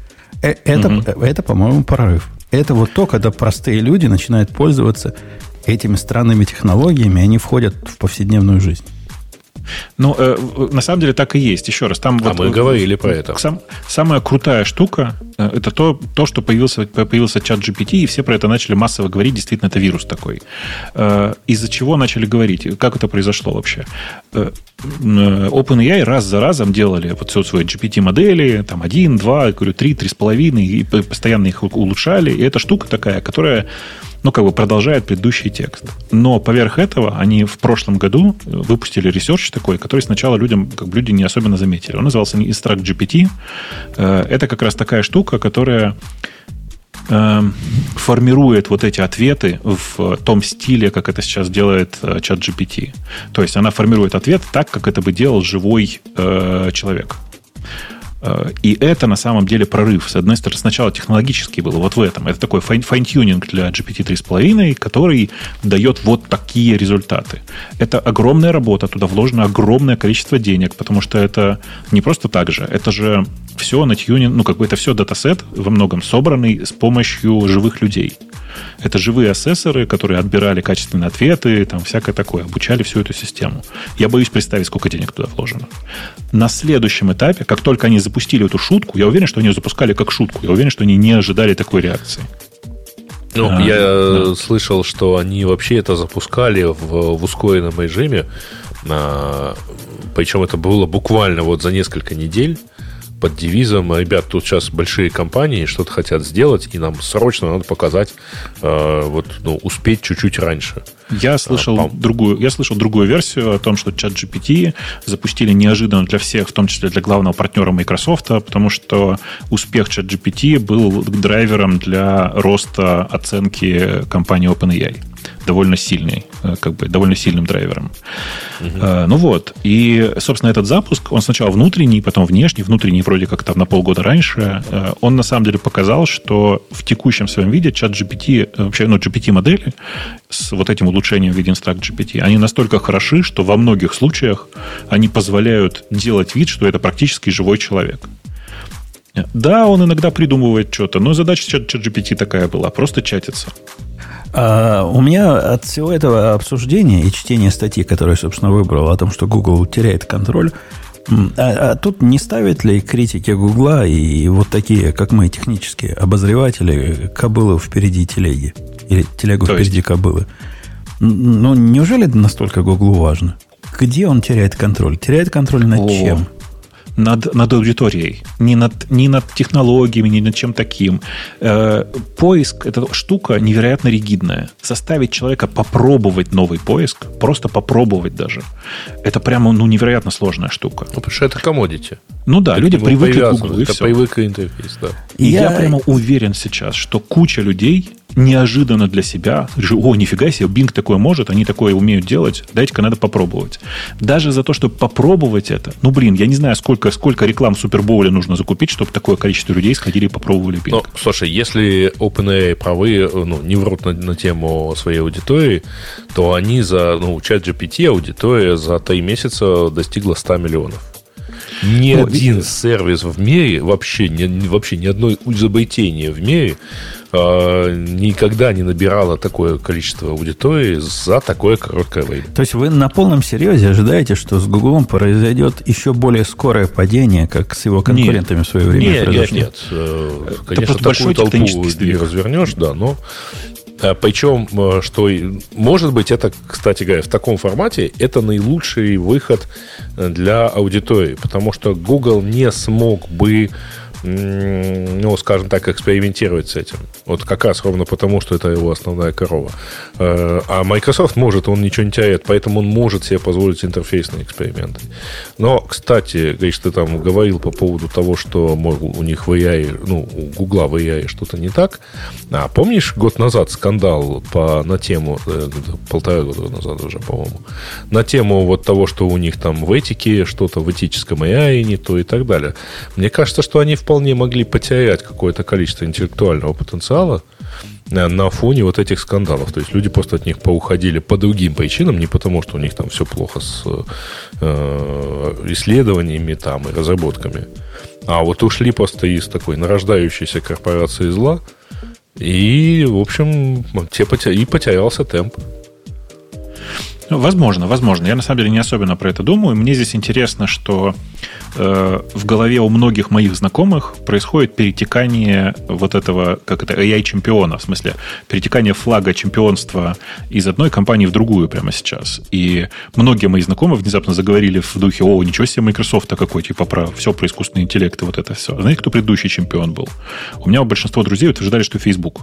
Это, по-моему, прорыв. Это вот то, когда простые люди начинают пользоваться этими странными технологиями, они входят в повседневную жизнь. На самом деле так и есть. Еще раз, там мы говорили про это. Самая крутая штука это то, что появился чат GPT, и все про это начали массово говорить. Действительно, это вирус такой. Из-за чего начали говорить? Как это произошло вообще? OpenAI раз за разом делали вот все свои GPT-модели, там 1, 2, 3, 3,5, и постоянно их улучшали. И эта штука такая, которая продолжает предыдущий текст. Но поверх этого они в прошлом году выпустили ресерч такой, который сначала люди не особенно заметили. Он назывался Nextract GPT. Это как раз такая штука, которая формирует вот эти ответы в том стиле, как это сейчас делает чат GPT. То есть она формирует ответ так, как это бы делал живой человек. И это на самом деле прорыв. С одной стороны, сначала технологический был вот в этом. Это такой файн-тюнинг для GPT 3,5, который дает вот такие результаты. Это огромная работа, туда вложено огромное количество денег, потому что это не просто так же. Это же все на тюнинг, это все датасет во многом собранный с помощью живых людей. Это живые ассессоры, которые отбирали качественные ответы, там всякое такое, обучали всю эту систему. Я боюсь представить, сколько денег туда вложено. На следующем этапе, как только они запустили эту шутку, я уверен, что они ее запускали как шутку. Я уверен, что они не ожидали такой реакции. Я слышал, что они вообще это запускали в ускоренном режиме. Причем это было буквально вот за несколько недель под девизом: ребят, тут сейчас большие компании что-то хотят сделать, и нам срочно надо показать, успеть чуть-чуть раньше. Я слышал другую версию о том, что ChatGPT запустили неожиданно для всех, в том числе для главного партнера Microsoft, потому что успех ChatGPT был драйвером для роста оценки компании OpenAI. Довольно сильный, довольно сильным драйвером. И, собственно, этот запуск, он сначала внутренний, потом внешний. Внутренний вроде как там на полгода раньше. Он, на самом деле, показал, что в текущем своем виде ChatGPT, вообще, GPT-модели с вот этим улучшением в виде Instruct-GPT, они настолько хороши, что во многих случаях они позволяют делать вид, что это практически живой человек. Да, он иногда придумывает что-то, но задача ChatGPT такая была, просто чатиться. У меня от всего этого обсуждения и чтения статьи, которую я, собственно, выбрал, о том, что Google теряет контроль, тут не ставят ли критики Гугла и вот такие, как мы, технические обозреватели, кобылу впереди телеги? Или телегу впереди кобылы? Неужели это настолько Гуглу важно? Где он теряет контроль? Теряет контроль над чем? Над аудиторией. Не над технологиями, не над чем таким. Поиск – это штука невероятно ригидная. Заставить человека попробовать новый поиск, просто попробовать даже, это прямо невероятно сложная штука. Потому что это commodity. Люди привыкли к Google, и это все. привыкли интерфейс, да. И я прямо уверен сейчас, что куча людей неожиданно для себя решили: о, нифига себе, Bing такое может, они такое умеют делать, дайте-ка надо попробовать. Даже за то, чтобы попробовать это, я не знаю, сколько реклам в Супербоуле нужно закупить, чтобы такое количество людей сходили и попробовали Bing. Слушай, если OpenAI правы, не врут на тему своей аудитории, то они за ChatGPT аудитория за 3 месяца достигла 100 миллионов. Ни один сервис в мире, вообще ни одно изобретение в мире никогда не набирало такое количество аудитории за такое короткое время. То есть вы на полном серьезе ожидаете, что с Гуглом произойдет еще более скорое падение, как с его конкурентами в свое время произошло? Нет. Конечно, такую толпу не развернешь, да, но... Причем, что может быть, это, кстати говоря, в таком формате это наилучший выход для аудитории, потому что Google не смог бы, скажем так, экспериментировать с этим. Вот как раз ровно потому, что это его основная корова. А Microsoft может, он ничего не теряет, поэтому он может себе позволить интерфейсные эксперименты. Но, кстати, Гриш, ты там говорил по поводу того, что у них в AI, у Гугла в AI что-то не так. А помнишь, год назад скандал на тему, 1,5 года назад уже, по-моему, на тему вот того, что у них там в этике что-то в этическом AI не то и так далее. Мне кажется, что они вполне могли потерять какое-то количество интеллектуального потенциала на фоне вот этих скандалов. То есть люди просто от них поуходили по другим причинам, не потому, что у них там все плохо с исследованиями там и разработками, а вот ушли просто из такой нарождающейся корпорации зла, и, в общем, и потерялся темп. Возможно. Я, на самом деле, не особенно про это думаю. Мне здесь интересно, что в голове у многих моих знакомых происходит перетекание вот этого, AI-чемпиона, в смысле, перетекание флага чемпионства из одной компании в другую прямо сейчас. И многие мои знакомые внезапно заговорили в духе: о, ничего себе, Microsoft какой, про искусственный интеллект и вот это все. Знаете, кто предыдущий чемпион был? У меня большинство друзей утверждали, что Facebook.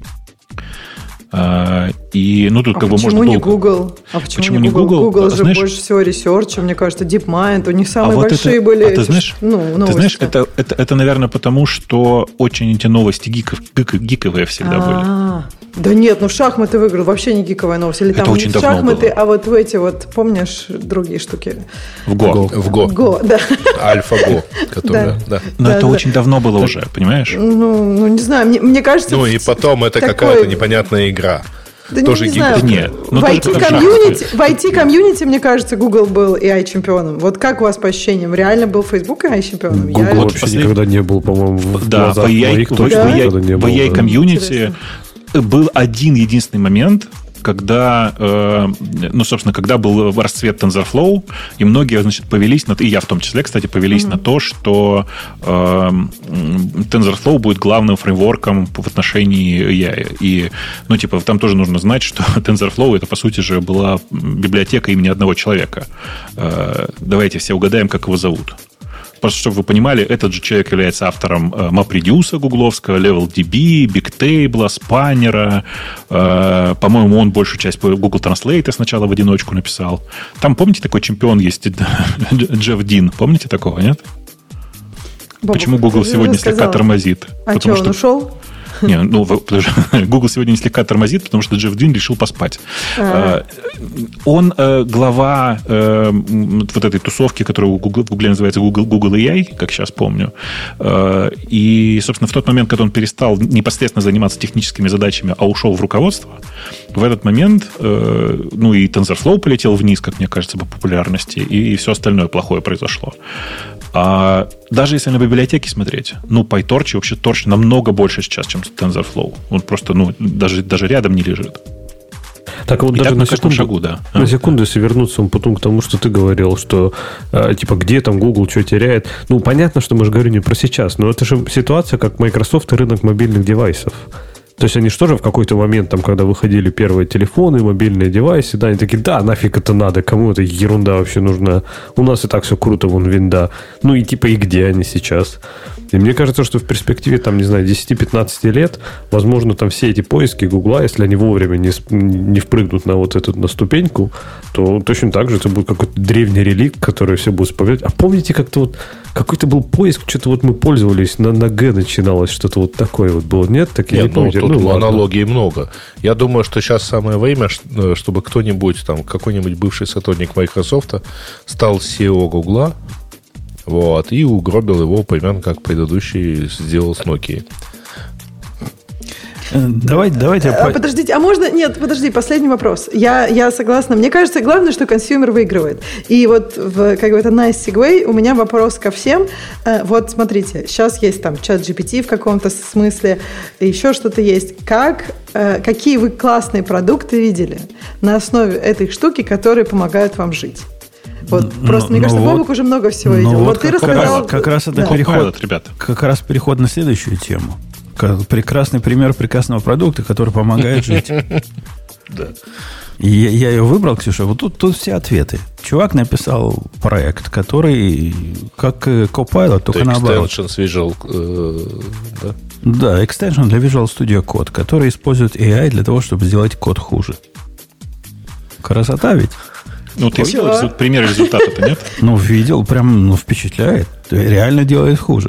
И, тут почему можно не долго... Google? Почему не Google? Google же больше всего ресерча, мне кажется, DeepMind, у них самые большие были. Ты знаешь, это, наверное, потому, что очень эти новости гиковые всегда были. Да нет, шахматы выиграл, вообще не гиковая новость. Или там не шахматы, а вот в эти помнишь, другие штуки? В Го, да. Альфа-Го, которая, да. Но это очень давно было уже, понимаешь? Не знаю, мне кажется... и потом это какая-то непонятная игра. Да тоже не знаю. Нет. В IT-комьюнити, мне кажется, Google был AI-чемпионом. Вот как у вас по ощущениям? Реально был Facebook AI-чемпионом? Google вообще никогда не был, по-моему, в глазах моих точно никогда не был. В AI-комьюнити был один единственный момент, когда, собственно, когда был расцвет TensorFlow, и многие, значит, повелись, и я в том числе, кстати, повелись на то, что TensorFlow будет главным фреймворком в отношении AI. И, там тоже нужно знать, что TensorFlow это, по сути же, была библиотека имени одного человека. Давайте все угадаем, как его зовут. Просто, чтобы вы понимали, этот же человек является автором MapReduce гугловского, LevelDB, Bigtable, Spanner. По-моему, он большую часть по Google Translate сначала в одиночку написал. Там, помните, такой чемпион есть, Джефф Дин? Помните такого, нет? Почему Google сегодня слегка тормозит? А что, он ушел? Не, Google сегодня не слегка тормозит, потому что Джефф Дин решил поспать. Он глава вот этой тусовки, которая в Google называется Google AI, как сейчас помню. И, собственно, в тот момент, когда он перестал непосредственно заниматься техническими задачами, а ушел в руководство, в этот момент, и TensorFlow полетел вниз, как мне кажется, по популярности, и все остальное плохое произошло. А даже если на библиотеки смотреть, PyTorch, вообще Torch намного больше сейчас, чем TensorFlow. Он просто, даже рядом не лежит. Так вот, даже на секунду, если вернуться потом к тому, что ты говорил, что где там Google что теряет. Понятно, что мы же говорим не про сейчас, но это же ситуация, как Microsoft и рынок мобильных девайсов. То есть они же тоже в какой-то момент, когда выходили первые телефоны, мобильные девайсы, они такие, да, нафиг это надо, кому эта ерунда вообще нужна? У нас и так все круто, вон винда. И где они сейчас? И мне кажется, что в перспективе, 10-15 лет, возможно, все эти поиски Гугла, если они вовремя не впрыгнут на эту ступеньку, то точно так же это будет какой-то древний реликт, который все будут вспоминать. А помните, как-то какой-то был поиск, что-то мы пользовались, на Г начиналось, что-то такое было, нет? Так я не помню. Тут аналогий много. Я думаю, что сейчас самое время, чтобы кто-нибудь, какой-нибудь бывший сотрудник Microsoft стал SEO Гугла, и угробил его примерно как предыдущий сделал с Nokia. Давайте. Подождите, а можно... Нет, подожди, последний вопрос. Я согласна. Мне кажется, главное, что консюмер выигрывает. И это nice segue. У меня вопрос ко всем. Смотрите, сейчас есть чат GPT в каком-то смысле, еще что-то есть. Какие вы классные продукты видели на основе этой штуки, которые помогают вам жить? Просто, мне кажется, Бобок уже много всего видел. Ты рассказал... Как раз это переход на следующую тему. Прекрасный пример прекрасного продукта, который помогает жить. Да. И я ее выбрал, Ксюша. Тут все ответы. Чувак написал проект, который как Copilot, только наоборот. Extensions Visual, да? Да, extension для Visual Studio Code, который использует AI для того, чтобы сделать код хуже. Красота ведь? Ты видел пример результата-то, нет? Видел, прям впечатляет. Реально делает хуже.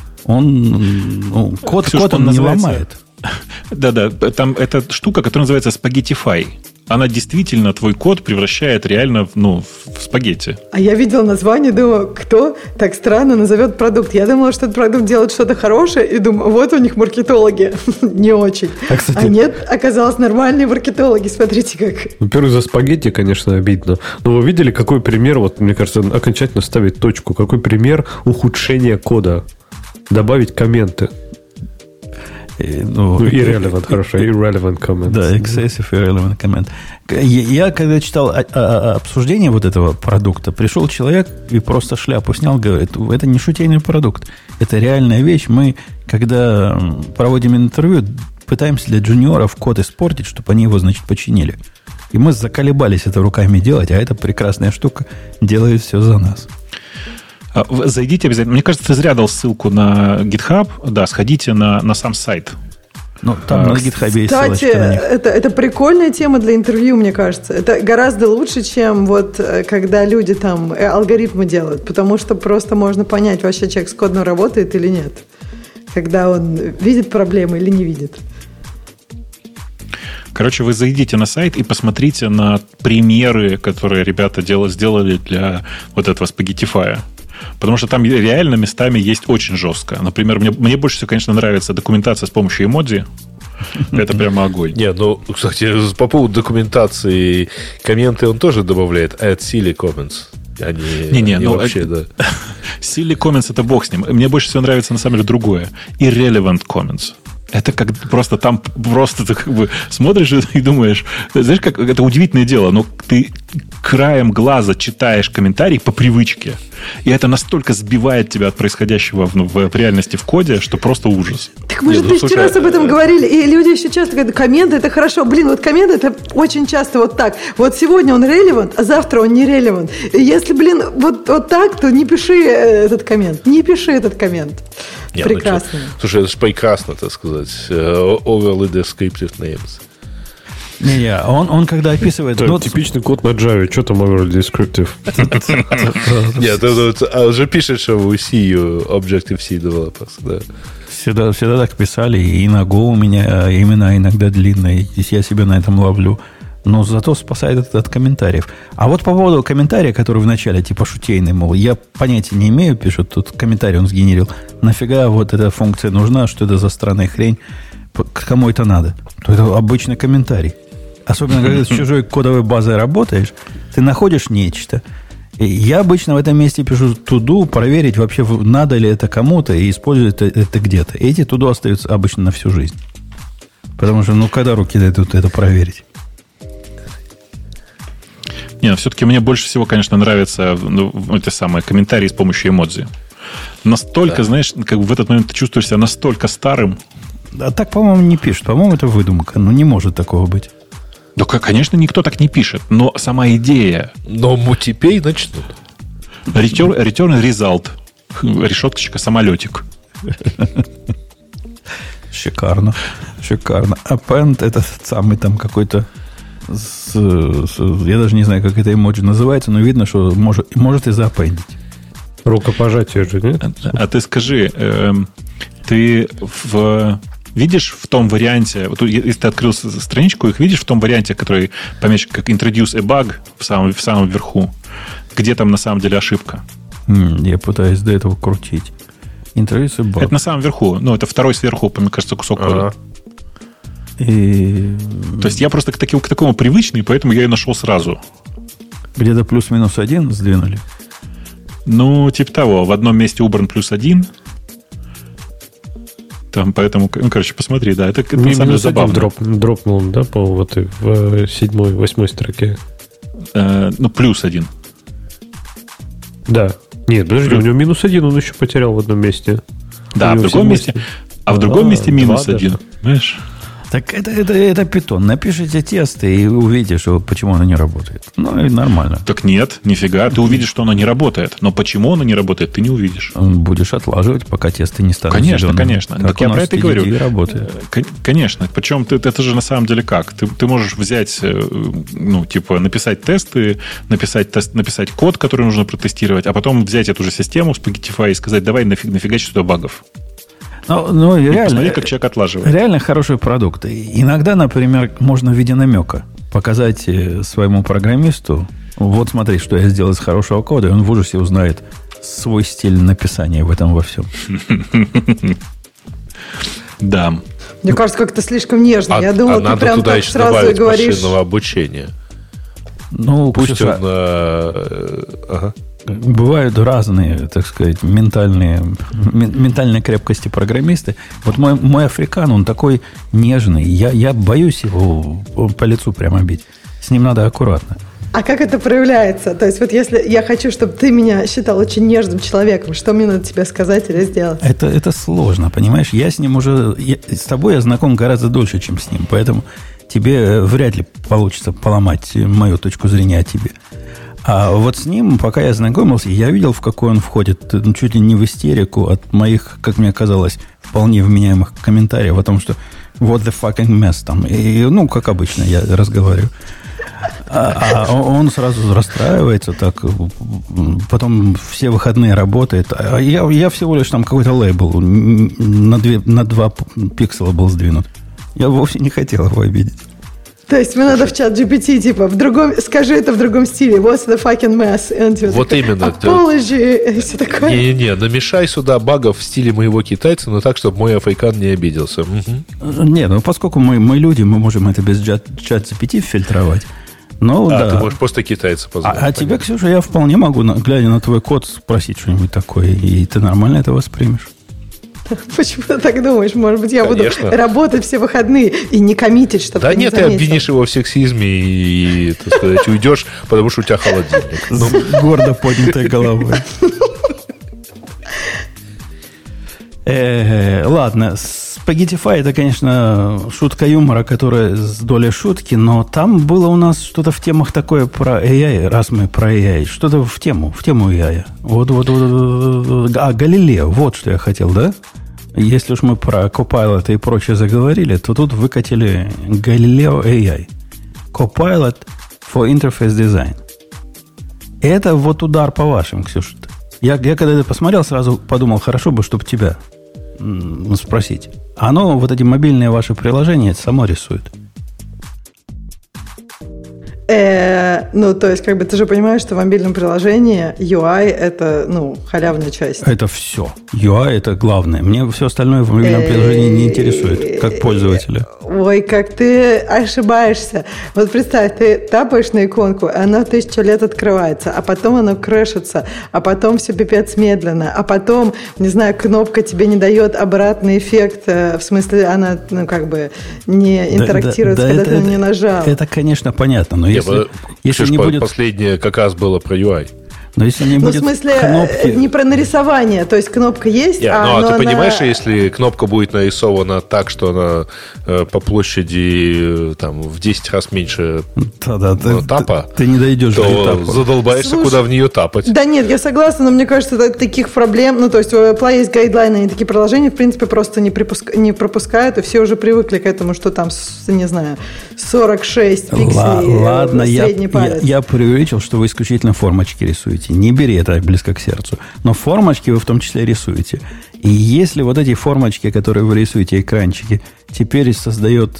Он код он не ломает. Да-да, там эта штука, которая называется Spaghettify. Она действительно твой код превращает реально в спагетти. А я видела название, думаю, кто так странно назовет продукт? Я думала, что этот продукт делает что-то хорошее, и думаю, вот у них маркетологи. Не очень. А нет, оказалось, нормальные маркетологи. Смотрите как. Во-первых, за спагетти, конечно, обидно. Но вы видели, какой пример, мне кажется, окончательно ставить точку, какой пример ухудшения кода? Добавить комменты. Irrelevant, хорошо. Irrelevant comment. Да, excessive irrelevant comment. Я когда читал обсуждение этого продукта, пришел человек и просто шляпу снял, говорит, это не шутейный продукт, это реальная вещь. Мы, когда проводим интервью, пытаемся для джуниоров код испортить, чтобы они его, починили. И мы заколебались это руками делать, а эта прекрасная штука делает все за нас. Зайдите обязательно. Мне кажется, ты зря дал ссылку на GitHub. Да, сходите на сам сайт. Там на GitHub есть ссылочка на них. Это прикольная тема для интервью, мне кажется. Это гораздо лучше, чем когда люди алгоритмы делают. Потому что просто можно понять, вообще человек с кодом работает или нет. Когда он видит проблемы или не видит. Короче, вы зайдите на сайт и посмотрите на примеры, которые ребята сделали для этого Spaghettify. Потому что там реально местами есть очень жестко. Например, мне больше всего, конечно, нравится документация с помощью эмодзи. Это прямо огонь. Нет, кстати, по поводу документации комменты он тоже добавляет add silly comments. Вообще, да. Silly comments — это бог с ним. Мне больше всего нравится, на самом деле, другое. Irrelevant comments. Это как просто там просто ты как бы смотришь и думаешь, знаешь, как это удивительное дело, но ты краем глаза читаешь комментарий по привычке, и это настолько сбивает тебя от происходящего в реальности в коде, что просто ужас. Так мы же тысячу раз об этом говорили, и люди еще часто говорят, комменты это хорошо. Блин, вот комменты это очень часто вот так. Вот сегодня он relevant, а завтра он не relevant. Если, вот так, то не пиши этот коммент. Не пиши этот коммент. Прекрасно. Слушай, это же прекрасно, так сказать. Overly descriptive names. Не, он когда описывает... Типичный код на Java. Что там overly descriptive? Нет, уже пишет, что we see you Objective-C developers. Да. Всегда так писали. И на Go у меня имена иногда длинные. Я себя на этом ловлю. Но зато спасает это от комментариев. А вот по поводу комментария, который в начале типа шутейный, мол, я понятия не имею, пишут, тут комментарий он сгенерил. Нафига вот эта функция нужна, что это за странная хрень, кому это надо? То это обычный комментарий. Особенно, когда ты с чужой кодовой базой работаешь, ты находишь нечто. И я обычно в этом месте пишу to-do, проверить вообще, надо ли это кому-то, и использовать это где-то. И эти to-do остаются обычно на всю жизнь. Потому что, когда руки дойдут это проверить? Не, все-таки мне больше всего, конечно, нравятся эти самые комментарии с помощью эмодзи. Настолько, знаешь, как бы в этот момент ты чувствуешь себя настолько старым. А так, по-моему, не пишут. По-моему, это выдумка. Не может такого быть. Да, конечно, никто так не пишет. Но сама идея... Но теперь начнут. Return result. Решеточка, самолетик. Шикарно. Шикарно. Append это самый там какой-то... я даже не знаю, как это эмоджи называется, но видно, что может и зааппендить. Рукопожатие же, нет? А ты скажи, ты видишь в том варианте, вот если ты открыл страничку, их видишь в том варианте, который помечен как introduce a bug в самом верху, где там на самом деле ошибка? Я пытаюсь до этого крутить. Introduce a bug. Это на самом верху. Это второй сверху, мне кажется, кусок кода. То есть я просто к такому привычный, поэтому я и нашел сразу. Где-то плюс-минус 1 сдвинули? Типа того. В одном месте убран +1. Там, поэтому, посмотри, да, это на самом деле забавно. Дропнул, да, в 7-8 строке? +1. Да. Нет, подожди, у него -1 он еще потерял в одном месте. Да, в другом месте. А в другом месте -1. Знаешь? Так это питон. Напишите тесты и увидите, почему оно не работает. И нормально. Так нет, нифига. Ты увидишь, что оно не работает. Но почему оно не работает, ты не увидишь. Будешь отлаживать, пока тесты не станут зелеными. Конечно. Так я про это и говорю. Работает. Конечно. Причем это же на самом деле как? Ты можешь взять, написать тесты, написать код, который нужно протестировать, а потом взять эту же систему Spaghettify и сказать, давай нафигачь сюда багов. Реально, посмотри, как человек отлаживает. Реально хороший продукт. Иногда, например, можно в виде намека показать своему программисту, вот смотри, что я сделал из хорошего кода, и он в ужасе узнает свой стиль написания в этом во всем. Да. Мне кажется, как-то слишком нежно. Я думал, ты прям туда так еще сразу и говоришь. Машинного обучения. Пусть он... Бывают разные, так сказать, ментальной крепкости программисты. Вот мой африкан, он такой нежный. Я боюсь его по лицу прямо бить. С ним надо аккуратно. А как это проявляется? То есть, вот если я хочу, чтобы ты меня считал очень нежным человеком, что мне надо тебе сказать или сделать? Это сложно, понимаешь? Я с ним уже... с тобой я знаком гораздо дольше, чем с ним. Поэтому тебе вряд ли получится поломать мою точку зрения о тебе. А вот с ним, пока я знакомился, я видел, в какой он входит, чуть ли не в истерику от моих, как мне казалось, вполне вменяемых комментариев о том, что what the fucking mess там. И, как обычно я разговариваю. А он сразу расстраивается так, потом все выходные работает. А я всего лишь там какой-то лейбл на 2 пикселя был сдвинут. Я вовсе не хотел его обидеть. То есть мне надо в чат GPT, скажи это в другом стиле. What's the fucking mess? Вот такая, именно. Apology, и все такое. Не, намешай сюда багов в стиле моего китайца, но так, чтобы мой африкан не обиделся. Угу. Не, поскольку мы люди, мы можем это без чат GPT фильтровать. Да. Ты можешь просто китайца позвать. А тебе, Ксюша, я вполне могу, глядя на твой код, спросить что-нибудь такое, и ты нормально это воспримешь. Почему ты так думаешь? Может быть, я буду работать все выходные и не коммитить, чтобы ты не заметил. Ты обвинишь его в сексизме и, так сказать, уйдешь, потому что у тебя холодильник. С гордо поднятой головой. Ладно, Spaghettify это, конечно, шутка юмора, которая с долей шутки, но там было у нас что-то в темах такое про AI, раз мы про AI, что-то в тему AI. Вот. Галилео, вот что я хотел, да? Если уж мы про Copilot и прочее заговорили, то тут выкатили Галилео AI. Copilot for Interface Design. Это вот удар по вашим, Ксюша. Я когда это посмотрел, сразу подумал, хорошо бы, чтобы тебя спросить. Оно, вот эти мобильные ваши приложения, само рисует. Ну, то есть, как бы ты же понимаешь, что в мобильном приложении UI это, халявная часть. Это все. UI это главное. Мне все остальное в мобильном приложении не интересует, как пользователя. Ой, как ты ошибаешься. Вот представь, ты тапаешь на иконку, она 1000 лет открывается, а потом она крэшится, а потом все пипец медленно, а потом, не знаю, кнопка тебе не дает обратный эффект, в смысле, она, не интерактирует, когда ты на нее нажал. Это, конечно, понятно, но если не будет... Последнее как раз было про UI. Но если не будет в смысле, кнопки... не про нарисование, то есть кнопка есть, ты понимаешь, если кнопка будет нарисована так, что она по площади в 10 раз меньше тапа, ты не дойдешь до этапа. Задолбаешься, куда в нее тапать. Да нет, я согласна, но мне кажется, таких проблем, то есть у Apple есть гайдлайны, они такие приложения, в принципе, просто не пропускают, и все уже привыкли к этому, что там, не знаю, 46 пикселей средний палец. Я преувеличил, что вы исключительно формочки рисуете. Не бери это близко к сердцу. Но формочки вы в том числе рисуете. И если вот эти формочки, которые вы рисуете, экранчики, теперь создает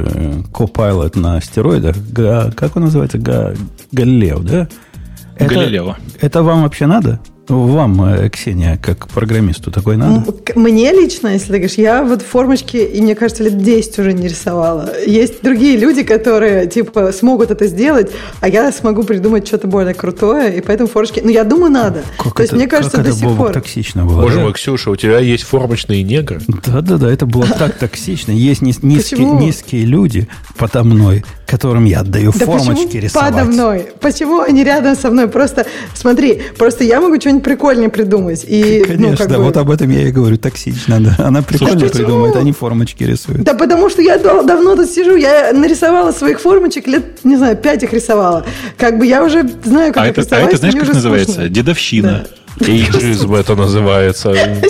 Copilot на стероидах, как он называется? Галилео, да? Галилео. Это вам вообще надо? Вам, Ксения, как программисту, такой надо? Мне лично, если ты говоришь, я вот формочки, и мне кажется, лет 10 уже не рисовала. Есть другие люди, которые, смогут это сделать, а я смогу придумать что-то более крутое, и поэтому формочки... я думаю, надо. То есть, мне кажется, до сих пор... токсично было. Боже мой, Ксюша, у тебя есть формочные негры? Да, это было так токсично. Есть низкие люди подо мной, которым я отдаю формочки рисовать. Подо мной? Почему они рядом со мной? Просто, смотри, я могу что-нибудь прикольнее придумать. И, конечно, вот об этом я и говорю, токсично, да. Она прикольно придумает, они формочки рисуют. Да потому что я давно тут сижу, я нарисовала своих формочек, лет, не знаю, 5 их рисовала. Я уже знаю, как их рисовать. А это знаешь, как называется? Дедовщина. Эйджизм это называется.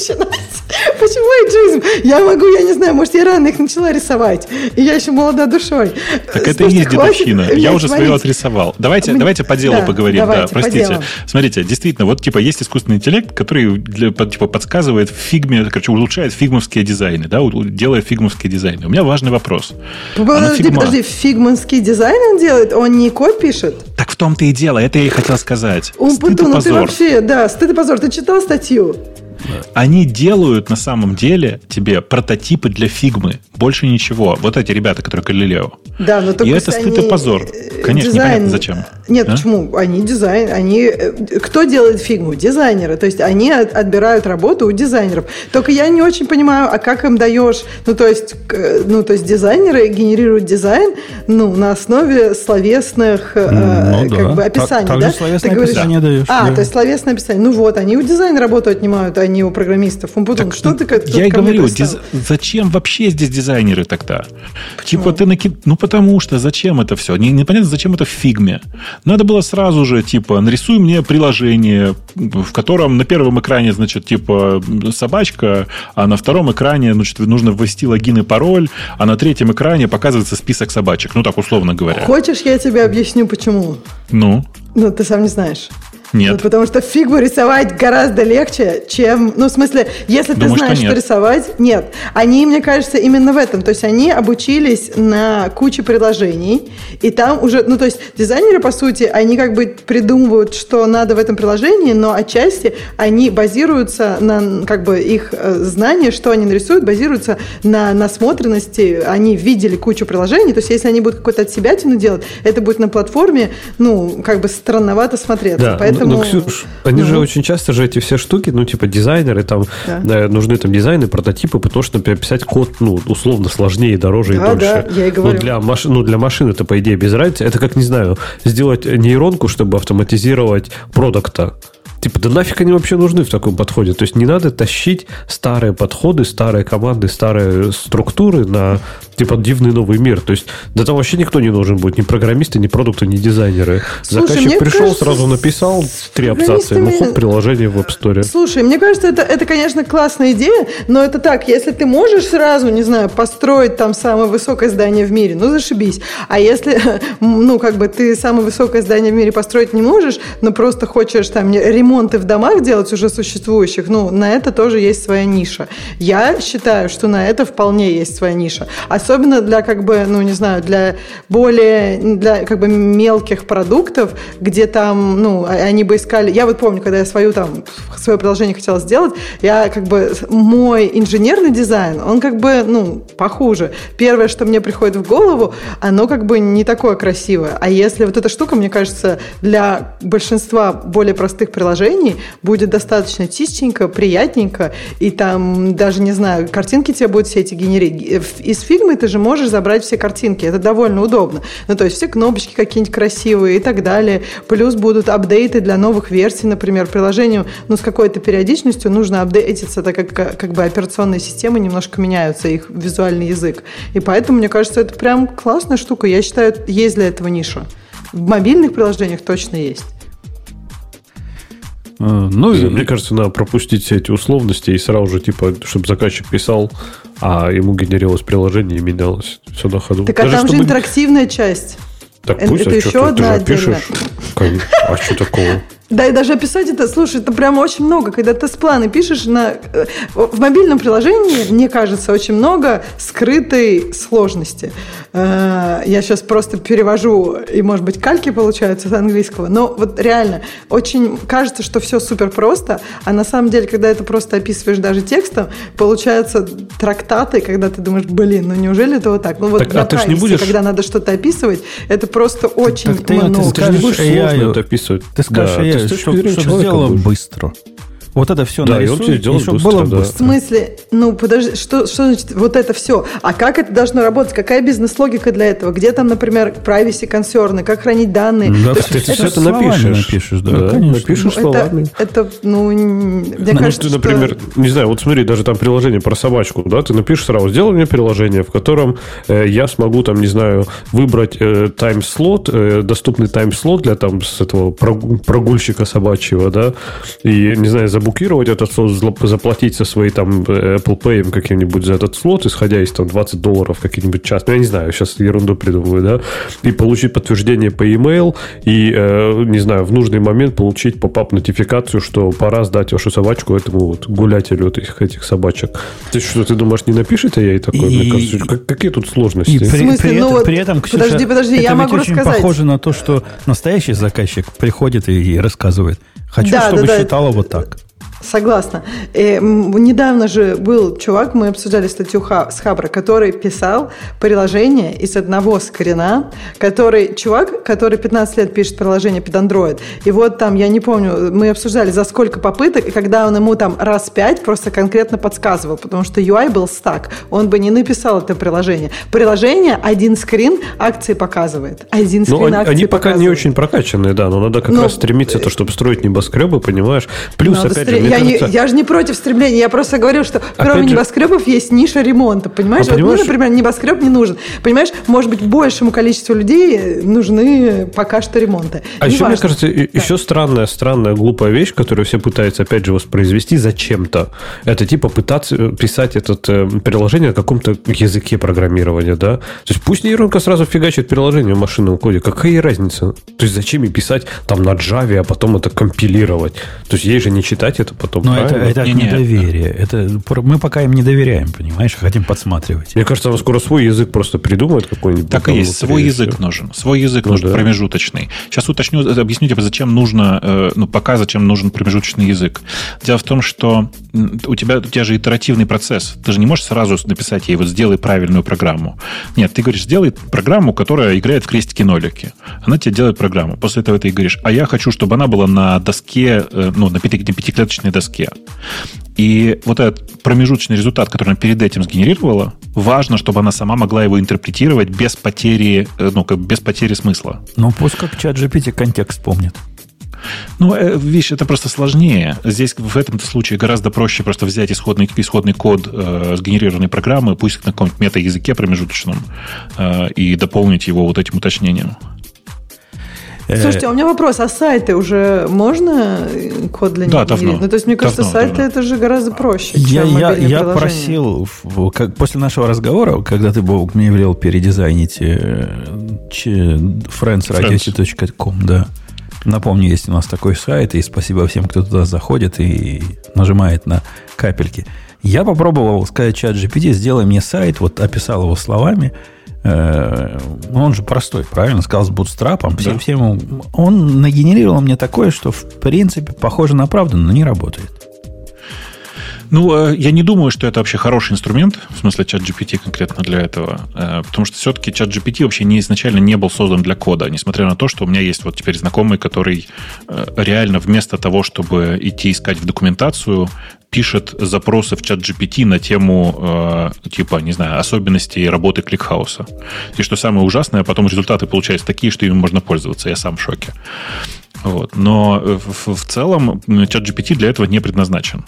Почему эйджизм? Я могу, я не знаю, может, я рано их начала рисовать. И я еще молода душой. Так это и есть дедовщина. Я уже свое отрисовал. Давайте по делу поговорим. Да, простите. Смотрите, действительно, вот есть искусственный интеллект, который подсказывает в фигме, улучшает фигмовские дизайны, да, делает фигмовские дизайны. У меня важный вопрос. Подожди, фигмовский дизайн он делает? Он не код пишет? Так в том-то и дело, это я и хотел сказать. Стыд и позор. Ты вообще, да, стыд и позор. Ты читал статью? Они делают на самом деле тебе прототипы для фигмы. Больше ничего. Вот эти ребята, которые Галилео. Да, но только и это стыд и позор. Конечно, непонятно зачем. Нет, почему? Они дизайн. Кто делает фигму? Дизайнеры. То есть они отбирают работу у дизайнеров. Только я не очень понимаю, а как им даешь... То есть дизайнеры генерируют дизайн на основе словесных описаний. Так же словесное описание даешь. То есть словесное описание. Они у дизайна работу отнимают, а не у программистов. Что ты я и говорю, зачем вообще здесь дизайнеры тогда? Почему? Потому что зачем это все? Непонятно, зачем это в фигме. Надо было сразу же, нарисуй мне приложение, в котором на первом экране, собачка, а на втором экране, нужно ввести логин и пароль, а на третьем экране показывается список собачек. Так условно говоря. Хочешь, я тебе объясню, почему? Ты сам не знаешь. Нет. Потому что фигму рисовать гораздо легче, чем... если ты знаешь, что рисовать... Нет. Они, мне кажется, именно в этом. То есть, они обучились на куче приложений, и там уже... дизайнеры, по сути, они придумывают, что надо в этом приложении, но отчасти они базируются на... их знания, что они нарисуют, базируются на насмотренности. Они видели кучу приложений. То есть, если они будут какой-то от себя делать, это будет на платформе, странновато смотреться. Да. Поэтому поэтому... Ксюш, они же очень часто же эти все штуки, типа дизайнеры, там нужны там дизайны, прототипы, потому что, например, писать код, условно, сложнее, дороже и дольше. Да, я и говорю. Для машин это, по идее, без разницы. Это как, не знаю, сделать нейронку, чтобы автоматизировать продукта. Типа, да нафиг они вообще нужны в таком подходе? То есть не надо тащить старые подходы, старые команды, старые структуры на типа дивный новый мир. То есть да там вообще никто не нужен будет. Ни программисты, ни продукты, ни дизайнеры. Слушай, заказчик пришел, кажется, сразу написал 3 абзаца, ему хоп, приложение в App Store. Слушай, мне кажется, это, конечно, классная идея, но это так, если ты можешь сразу, не знаю, построить там самое высокое здание в мире, зашибись. А если, ты самое высокое здание в мире построить не можешь, но просто хочешь там ремонты в домах делать уже существующих, на это тоже есть своя ниша. Я считаю, что на это вполне есть своя ниша. Особенно для, для более, мелких продуктов, где там, они бы искали... Я вот помню, когда я свое приложение хотела сделать, мой инженерный дизайн, он похуже. Первое, что мне приходит в голову, оно не такое красивое. А если вот эта штука, мне кажется, для большинства более простых приложений будет достаточно чистенько, приятненько, и там даже, не знаю, картинки тебе будут все эти генерить. Из фигмы ты же можешь забрать все картинки, это довольно удобно. То есть все кнопочки какие-нибудь красивые и так далее. Плюс будут апдейты для новых версий, например, приложению, с какой-то периодичностью нужно апдейтиться, так как операционные системы немножко меняются, их визуальный язык. И поэтому, мне кажется, это прям классная штука. Я считаю, есть для этого ниша. В мобильных приложениях точно есть. Мне кажется, надо пропустить все эти условности и сразу же, чтобы заказчик писал, а ему генерировалось приложение и менялось все на ходу. Так, даже там же интерактивная часть. Так пусть, это еще одна отдельная. А что такого? Да, и даже описать это, слушай, это прямо очень много. Когда тест-планы пишешь в мобильном приложении, мне кажется, очень много скрытой сложности. Я сейчас просто перевожу, и, может быть, кальки получаются с английского, но вот реально, очень кажется, что все супер просто, а на самом деле, когда это просто описываешь даже текстом, получаются трактаты, когда ты думаешь, неужели это вот так? На прайваси, когда надо что-то описывать, это просто очень много. Ты же не будешь сложно это описывать. Ты скажешь, чтобы сделала быстро. Вот это все нарисует, и чтобы было быстро. В смысле? Подожди, что значит вот это все? А как это должно работать? Какая бизнес-логика для этого? Где там, например, privacy консерны? Как хранить данные? Да, ты все это напишешь. Да, напишешь словами. Мне кажется, ты, например, не знаю, вот смотри, даже там приложение про собачку, да, ты напишешь сразу, сделай мне приложение, в котором я смогу, там, не знаю, выбрать тайм-слот, доступный тайм-слот для там с этого прогульщика собачьего, да, и, не знаю, заблокировать этот слот, заплатить со своей там Apple Pay каким-нибудь за этот слот, исходя из там $20 какие-нибудь час. Я не знаю, сейчас ерунду придумываю, да, и получить подтверждение по e-mail и, не знаю, в нужный момент получить поп-ап-нотификацию, что пора сдать вашу собачку этому вот гулятелю этих собачек. Ты что, ты думаешь, не напишет ей такое? Мне кажется, какие тут сложности? При этом, Ксюша, подожди, это я могу очень рассказать. Похоже на то, что настоящий заказчик приходит и рассказывает. Хочу, чтобы считала вот так. Согласна. Недавно же был чувак, мы обсуждали статью с Хабра, который писал приложение из одного скрина, чувак, который 15 лет пишет приложение под Android. И вот там, я не помню, мы обсуждали, за сколько попыток, и когда он ему там раз 5 просто конкретно подсказывал, потому что UI был стак, он бы не написал это приложение. Приложение, один скрин акции показывает. Один скрин акции они пока не очень прокачанные, да, но надо как раз стремиться, чтобы строить небоскребы, понимаешь? Плюс, опять же, я же не против стремления, я просто говорю, что кроме небоскребов есть ниша ремонта, понимаешь? Вот мне, например, небоскреб не нужен. Понимаешь, может быть, большему количеству людей нужны пока что ремонты. А еще, мне кажется, еще странная, глупая вещь, которую все пытаются, опять же, воспроизвести зачем-то. Это типа пытаться писать это приложение на каком-то языке программирования, да? То есть пусть нейронка сразу фигачит приложение в машинном коде. Какая разница? То есть зачем ей писать там на Java, а потом это компилировать? То есть ей же не читать это потом. Но это недоверие. Мы пока им не доверяем, понимаешь, хотим подсматривать. Мне кажется, он скоро свой язык просто придумает какой-нибудь. Так и есть, свой язык нужен. Свой язык нужен промежуточный. Сейчас объясню тебе, зачем нужен промежуточный язык. Дело в том, что у тебя же итеративный процесс. Ты же не можешь сразу написать ей, вот сделай правильную программу. Нет, ты говоришь, сделай программу, которая играет в крестики-нолики. она тебе делает программу. После этого ты ей говоришь, а я хочу, чтобы она была на доске, на пятиклеточной доске. И вот этот промежуточный результат, который она перед этим сгенерировала, важно, чтобы она сама могла его интерпретировать без потери смысла. Пусть как ChatGPT контекст помнит. Видишь, это просто сложнее. Здесь в этом случае гораздо проще просто взять исходный код сгенерированной программы, пусть на каком-нибудь мета-языке промежуточном, и дополнить его вот этим уточнением. Слушайте, у меня вопрос, а сайты уже можно код для них генерировать? Давно. То есть, мне кажется, сайты это же гораздо проще, чем мобильное приложение. Я просил, после нашего разговора, когда ты, Бог, мне велел передизайнить friendsradiosy.com, да. Напомню, есть у нас такой сайт, и спасибо всем, кто туда заходит и нажимает на капельки. Я попробовал сказать ChatGPT, сделай мне сайт, описал его словами. Он же простой, правильно? Сказал с бутстрапом. Да. Он нагенерировал мне такое, что в принципе похоже на правду, но не работает. Я не думаю, что это вообще хороший инструмент, в смысле ChatGPT конкретно для этого, потому что все-таки ChatGPT вообще изначально не был создан для кода, несмотря на то, что у меня есть теперь знакомый, который реально вместо того, чтобы идти искать в документацию, пишет запросы в ChatGPT на тему, особенностей работы кликхауса. И что самое ужасное, потом результаты получаются такие, что ими можно пользоваться. Я сам в шоке. Но в целом ChatGPT для этого не предназначен.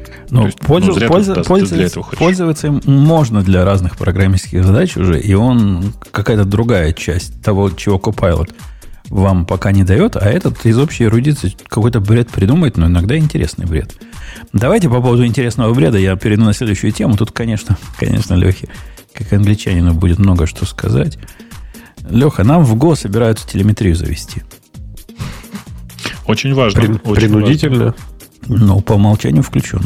Пользоваться им можно для разных программистских задач уже, и он какая-то другая часть того, чего Copilot вам пока не дает, а этот из общей эрудиции какой-то бред придумает, но иногда интересный бред. Давайте по поводу интересного бреда я перейду на следующую тему. Тут, конечно, Лехе, как англичанину, будет много что сказать. Леха, нам в Go собираются телеметрию завести. Очень важно. Принудительно? По умолчанию включен.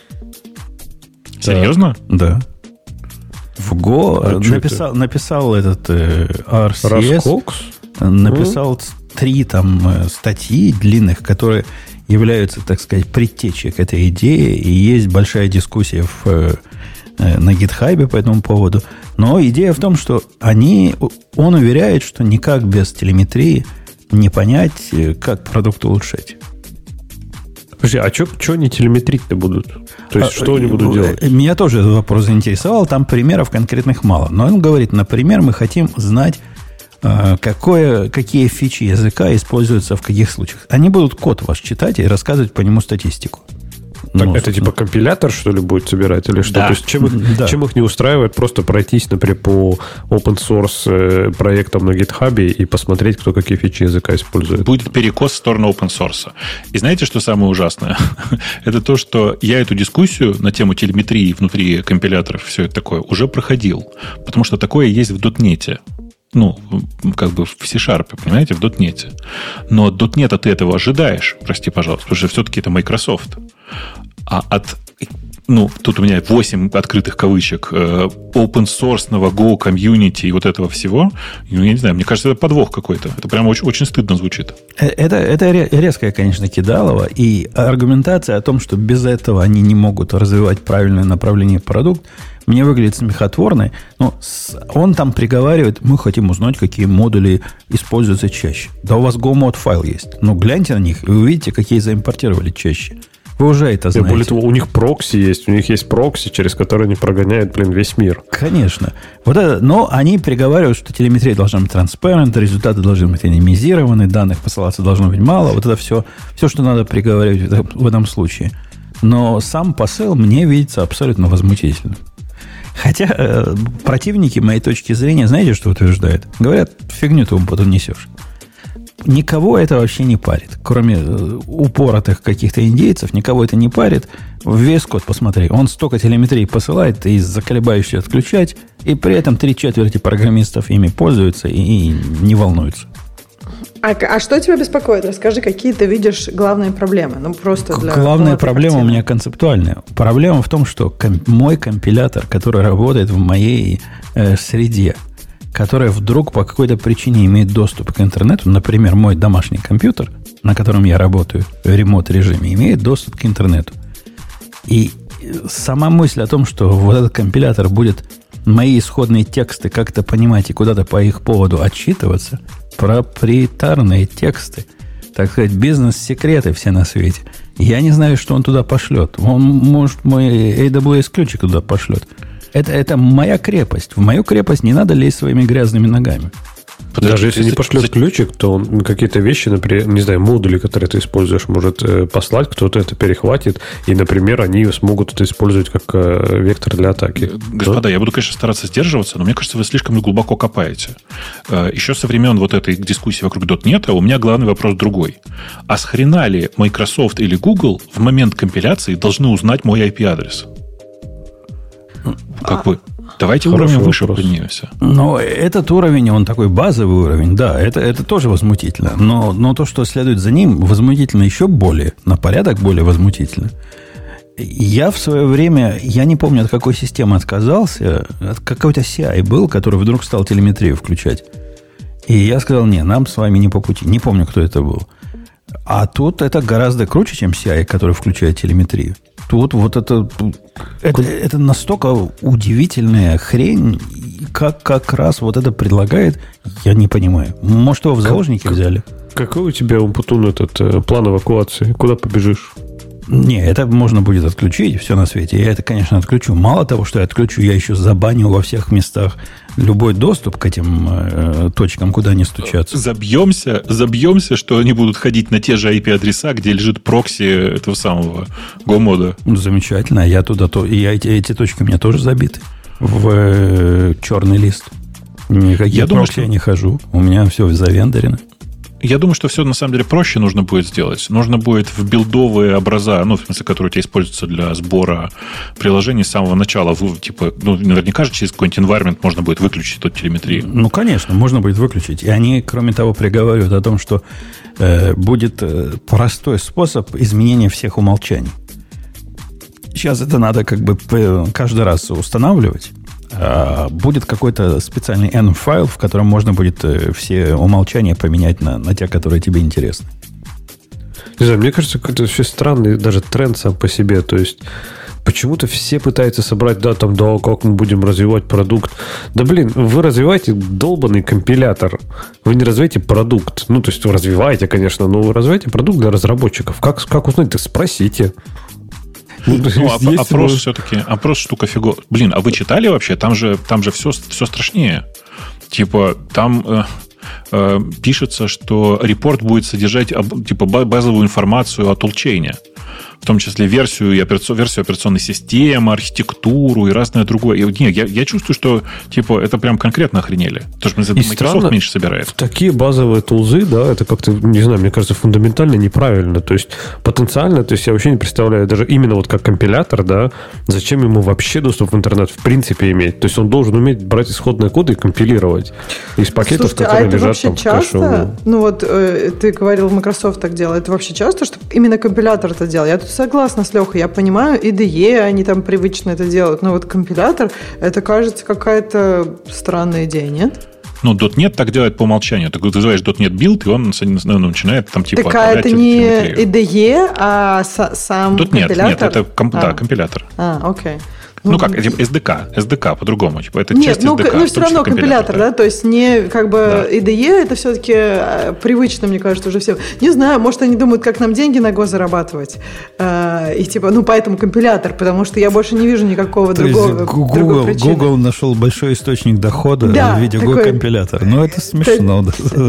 Серьезно? Да. В Go написал этот RCS. Написал 3 статьи длинных, которые являются, так сказать, предтечей к этой идее. И есть большая дискуссия на GitHub по этому поводу. Но идея в том, что он уверяет, что никак без телеметрии не понять, как продукт улучшать. Подожди, а что они телеметрить-то будут? То есть, что они будут делать? Меня тоже этот вопрос заинтересовал. Там примеров конкретных мало. Но он говорит, например, мы хотим знать, какие фичи языка используются в каких случаях. Они будут код ваш читать и рассказывать по нему статистику. Это типа компилятор, что ли, будет собирать? Или что? Да. То есть, чем их не устраивает, просто пройтись, например, по open source проектам на GitHub и посмотреть, кто какие фичи языка использует. Будет перекос в сторону open source. И знаете, что самое ужасное? Это то, что я эту дискуссию на тему телеметрии внутри компиляторов, все это такое, уже проходил. Потому что такое есть в .NET. В C-Sharp, понимаете, в .NET. Но от .NET ты этого ожидаешь, прости, пожалуйста, потому что все-таки это Microsoft. А тут у меня 8 открытых кавычек open-source-ного Go комьюнити и вот этого всего, я не знаю, мне кажется, это подвох какой-то. Это прямо очень, очень стыдно звучит. Это резкое, конечно, кидалово. И аргументация о том, что без этого они не могут развивать правильное направление в продукт, мне выглядит смехотворной. Но он там приговаривает, мы хотим узнать, какие модули используются чаще. Да у вас Go-мод файл есть. Гляньте на них, и вы увидите, какие заимпортировали чаще. Вы уже это знаете. Более того, у них прокси есть. У них есть прокси, через которые они прогоняют, весь мир. Конечно. Но они приговаривают, что телеметрия должна быть transparent, результаты должны быть анонимизированы, данных посылаться должно быть мало. Вот это все, что надо приговаривать в этом случае. Но сам посыл мне видится абсолютно возмутительным. Хотя противники моей точки зрения, знаете, что утверждают? Говорят, фигню ты потом несешь. Никого это вообще не парит. Кроме упоротых каких-то индейцев, никого это не парит. Весь код, посмотри, он столько телеметрии посылает, ты заколебаешься отключать, и при этом 3/4 программистов ими пользуются и не волнуются. А что тебя беспокоит? Расскажи, какие ты видишь главные проблемы. Главная проблема у меня концептуальная. Проблема в том, что мой компилятор, который работает в моей среде, которая вдруг по какой-то причине имеет доступ к интернету, например, мой домашний компьютер, на котором я работаю в ремонт-режиме, имеет доступ к интернету. И сама мысль о том, что вот этот компилятор будет мои исходные тексты как-то понимать и куда-то по их поводу отчитываться, проприетарные тексты, так сказать, бизнес-секреты все на свете. Я не знаю, что он туда пошлет. Он, может, мой AWS-ключик туда пошлет. Это моя крепость. В мою крепость не надо лезть своими грязными ногами. Даже если не пошлет ключик, то он какие-то вещи, например, не знаю, модули, которые ты используешь, может послать, кто-то это перехватит, и, например, они смогут это использовать как вектор для атаки. Господа, я буду, конечно, стараться сдерживаться, но мне кажется, вы слишком глубоко копаете. Еще со времен вот этой дискуссии вокруг .NET у меня главный вопрос другой. А с хрена ли Microsoft или Google в момент компиляции должны узнать мой IP-адрес? Как бы... Давайте уровень выше поднимемся. Но этот уровень, он такой базовый уровень, да, это тоже возмутительно. Но то, что следует за ним, возмутительно еще более, на порядок более возмутительно. Я в свое время, я не помню, от какой системы отказался, от какой-то CI был, который вдруг стал телеметрию включать. И я сказал, не, нам с вами не по пути. Не помню, кто это был. А тут это гораздо круче, чем CI, который включает телеметрию. Тут вот это настолько удивительная хрень, как раз вот это предлагает, я не понимаю. Может, его в заложники взяли? Какой у тебя, Умпутун, этот план эвакуации? Куда побежишь? Не, это можно будет отключить, все на свете. Я это, конечно, отключу. Мало того, что я отключу, я еще забаню во всех местах любой доступ к этим точкам, куда они стучатся. Забьемся, что они будут ходить на те же IP-адреса, где лежит прокси этого самого Go-мода. Ну, замечательно. Я туда эти точки у меня тоже забиты в черный лист. Никаких прокси я не хожу. У меня все завендорено. Я думаю, что все на самом деле проще нужно будет сделать. Нужно будет в билдовые образа, в смысле, которые у тебя используются для сбора приложений с самого начала, наверняка же через какой-нибудь environment можно будет выключить эту телеметрию. Ну, конечно, можно будет выключить. И они, кроме того, приговаривают о том, что будет простой способ изменения всех умолчаний. Сейчас это надо как бы каждый раз устанавливать. Будет какой-то специальный N-файл, в котором можно будет все умолчания поменять на те, которые тебе интересны. Не знаю, мне кажется, какой-то вообще странный даже тренд сам по себе. То есть, почему-то все пытаются собрать, как мы будем развивать продукт. Да, блин, вы развиваете долбанный компилятор. Вы не развиваете продукт. То есть, вы развиваете, конечно, но вы развиваете продукт для разработчиков. Как узнать? Так спросите. Опрос все-таки, опрос штука фиго. Блин, а вы читали вообще? Там же все страшнее. Типа, там пишется, что репорт будет содержать базовую информацию о тулчейне. В том числе версию операционной системы, архитектуру и разное другое. Я чувствую, что это прям конкретно охренели. Потому что Microsoft странно, меньше собирает. Такие базовые тулзы, да, это как-то, не знаю, мне кажется, фундаментально неправильно. То есть, потенциально, я вообще не представляю, даже именно вот как компилятор, да, зачем ему вообще доступ в интернет в принципе иметь. То есть, он должен уметь брать исходные коды и компилировать из пакетов, которые лежат там в кэше. Ты говорил, Microsoft так делает. Это вообще часто, что именно компилятор это делает? Я тут согласна с Лехой. Я понимаю, IDE, они там привычно это делают. Но вот компилятор, это, кажется, какая-то странная идея, нет? .NET так делает по умолчанию. Ты называешь .NET build, и он начинает там Так это не IDE, а сам компилятор? Нет, это компилятор. Окей. SDK по-другому. Это часть SDK. Но все равно компилятор, да? То есть не как бы IDE, это все-таки привычно, мне кажется, уже всем. Не знаю, может, они думают, как нам деньги на Go зарабатывать. И поэтому компилятор, потому что я больше не вижу никакого другой причины. Google нашел большой источник дохода в виде Go-компилятора. Это смешно.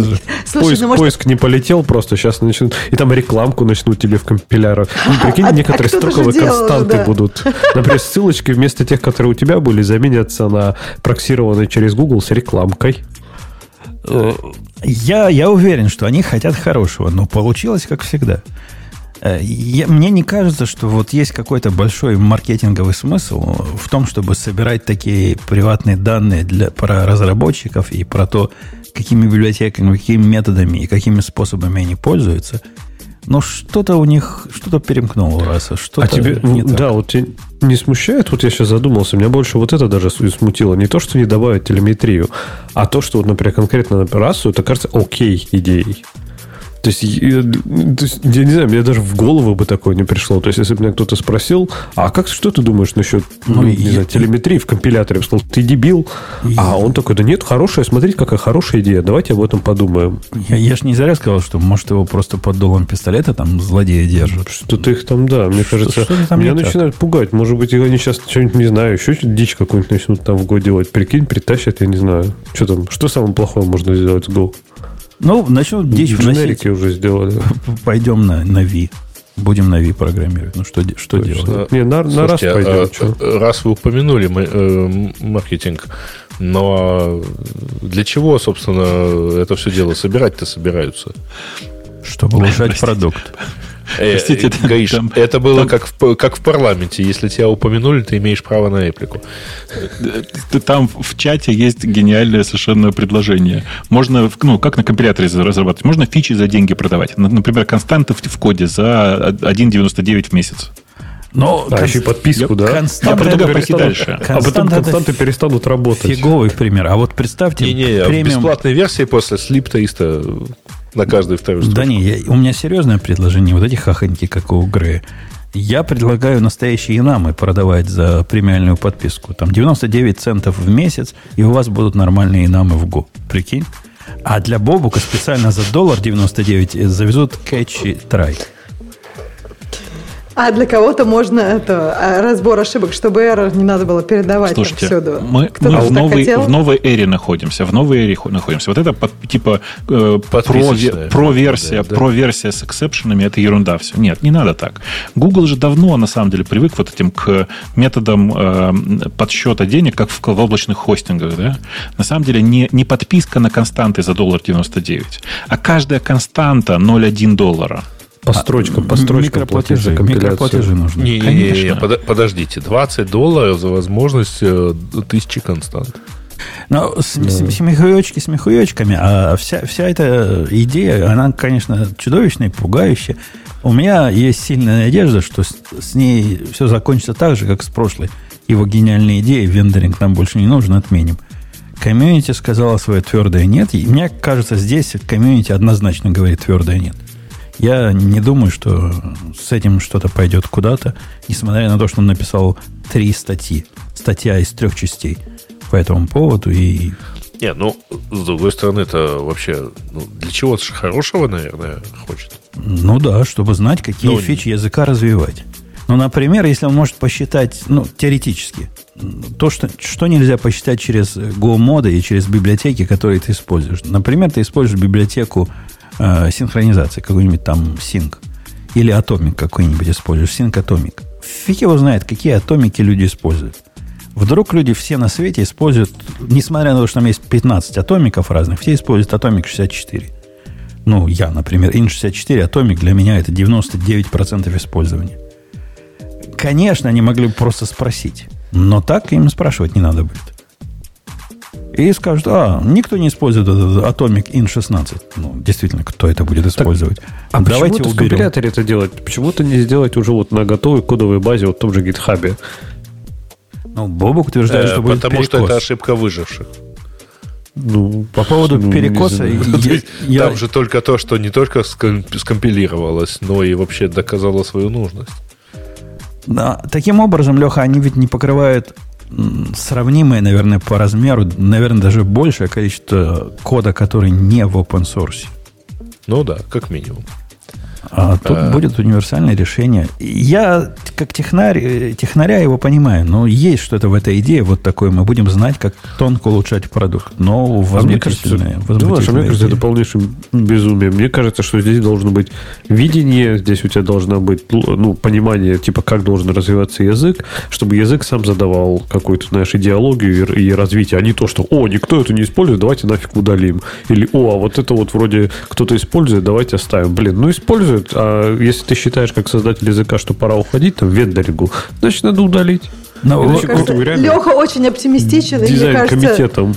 Поиск не полетел просто, сейчас начнут. И там рекламку начнут тебе в компиляторах. Прикинь, некоторые строковые константы будут. Например, ссылочки вместо тех, которые у тебя были, заменятся на проксированные через Google с рекламкой. Я уверен, что они хотят хорошего, но получилось как всегда. Мне не кажется, что вот есть какой-то большой маркетинговый смысл в том, чтобы собирать такие приватные данные про разработчиков и про то, какими библиотеками, какими методами и какими способами они пользуются. Но что-то у них, что-то перемкнуло раз, что-то тебе, не так. Да, вот тебя не смущает, вот я сейчас задумался, меня больше вот это даже смутило. Не то, что не добавят телеметрию, а то, что, вот, например, конкретно на расу, это кажется окей идеей. То То есть, я не знаю, мне даже в голову бы такое не пришло. То есть, если бы меня кто-то спросил, а что ты думаешь насчет телеметрии в компиляторе? Я бы сказал, ты дебил. А он такой, да нет, хорошая, смотрите, какая хорошая идея. Давайте об этом подумаем. Я ж не зря сказал, что, может, его просто под дулом пистолета там злодеи держат. Что-то их там, да, мне кажется, меня начинают пугать. Может быть, они сейчас что-нибудь, не знаю, еще дичь какую-нибудь начнут там в Go делать. Прикинь, притащат, я не знаю. Что там, что самое плохое можно сделать с Go? Ну, начнут дичь вносить. Дженерики уже сделали. Пойдем на V. Будем на V программировать. Ну, что делать? Не, на раз пойдем. Раз вы упомянули маркетинг, но для чего, собственно, это все дело собирать-то собираются? Чтобы улучшать продукт. Простите, Гаиш, это было как в парламенте. Если тебя упомянули, ты имеешь право на реплику. Там в чате есть гениальное совершенно предложение. Можно, как на компиляторе разрабатывать, можно фичи за деньги продавать. Например, константы в коде за 1,99 в месяц. Но еще и подписку, да? Я предлагаю пойти дальше. А потом константы перестанут работать. Фиговый пример. А вот представьте... В бесплатной версии после Sleep 300 на каждый второй строчку. Да не, у меня серьезное предложение. Вот эти хахоньки, как у Грея. Я предлагаю настоящие инамы продавать за премиальную подписку. Там 99 центов в месяц, и у вас будут нормальные инамы в Go. Прикинь? А для Бобука специально за $1.99 завезут catchy try. А для кого-то можно разбор ошибок, чтобы error не надо было передавать. Слушайте, всюду. Мы в новой эре находимся. Вот это типа про-версия с эксепшенами, это ерунда все. Нет, не надо так. Google же давно, на самом деле, привык вот этим к методам подсчета денег, как в облачных хостингах. Да? На самом деле не подписка на константы за $1.99, а каждая константа $0.1. По строчкам микроплатежи нужны. Не, подождите. $20 за возможность 1000 констант. Но смехуёчками, а вся эта идея, она, конечно, чудовищная и пугающая. У меня есть сильная надежда, что с ней все закончится так же, как с прошлой. Его гениальной идеей, вендоринг нам больше не нужен, отменим. Комьюнити сказала свое твердое нет. И мне кажется, здесь комьюнити однозначно говорит твердое нет. Я не думаю, что с этим что-то пойдет куда-то, несмотря на то, что он написал 3 статьи. Статья из 3 частей по этому поводу. И... Не, с другой стороны, это вообще для чего-то же хорошего, наверное, хочет. Ну да, чтобы знать, какие фичи языка развивать. Например, если он может посчитать, теоретически, то, что нельзя посчитать через Go-моды и через библиотеки, которые ты используешь. Например, ты используешь библиотеку синхронизации, какой-нибудь там Sync. Или Atomic какой-нибудь используешь. Sync Atomic. Фиг его знает, какие атомики люди используют. Вдруг люди все на свете используют, несмотря на то, что там есть 15 атомиков разных, все используют Atomic 64. Я, например, IN64 Atomic для меня это 99% использования. Конечно, они могли бы просто спросить. Но так им спрашивать не надо будет. И скажут, никто не использует Atomic IN16. Действительно, кто это будет использовать? А давайте почему-то в компиляторе это делать? Почему-то не сделать уже на готовой кодовой базе, в том же GitHub? Бобук утверждает, что будет потому что это ошибка выживших. По поводу перекоса... Там же только то, что не только скомпилировалось, но и вообще доказало свою нужность. Да, таким образом, Леха, они ведь не покрывают сравнимое, наверное, по размеру, наверное, даже большее количество кода, который не в open source. Да, как минимум. А тут будет универсальное решение. Я, как технаря его понимаю, но есть что-то в этой идее, вот такое. Мы будем знать, как тонко улучшать продукт. Но возмутительное. Мне кажется, это полнейшее безумие. Мне кажется, что здесь должно быть видение, здесь у тебя должно быть понимание, как должен развиваться язык, чтобы язык сам задавал какую-то, идеологию и развитие, а не то, что никто это не использует, давайте нафиг удалим. Или, а вот это вот вроде кто-то использует, давайте оставим. Используют. А если ты считаешь, как создатель языка, что пора уходить, в вендорингу, значит, надо удалить. Леха очень оптимистичен. Дизайн-комитетом.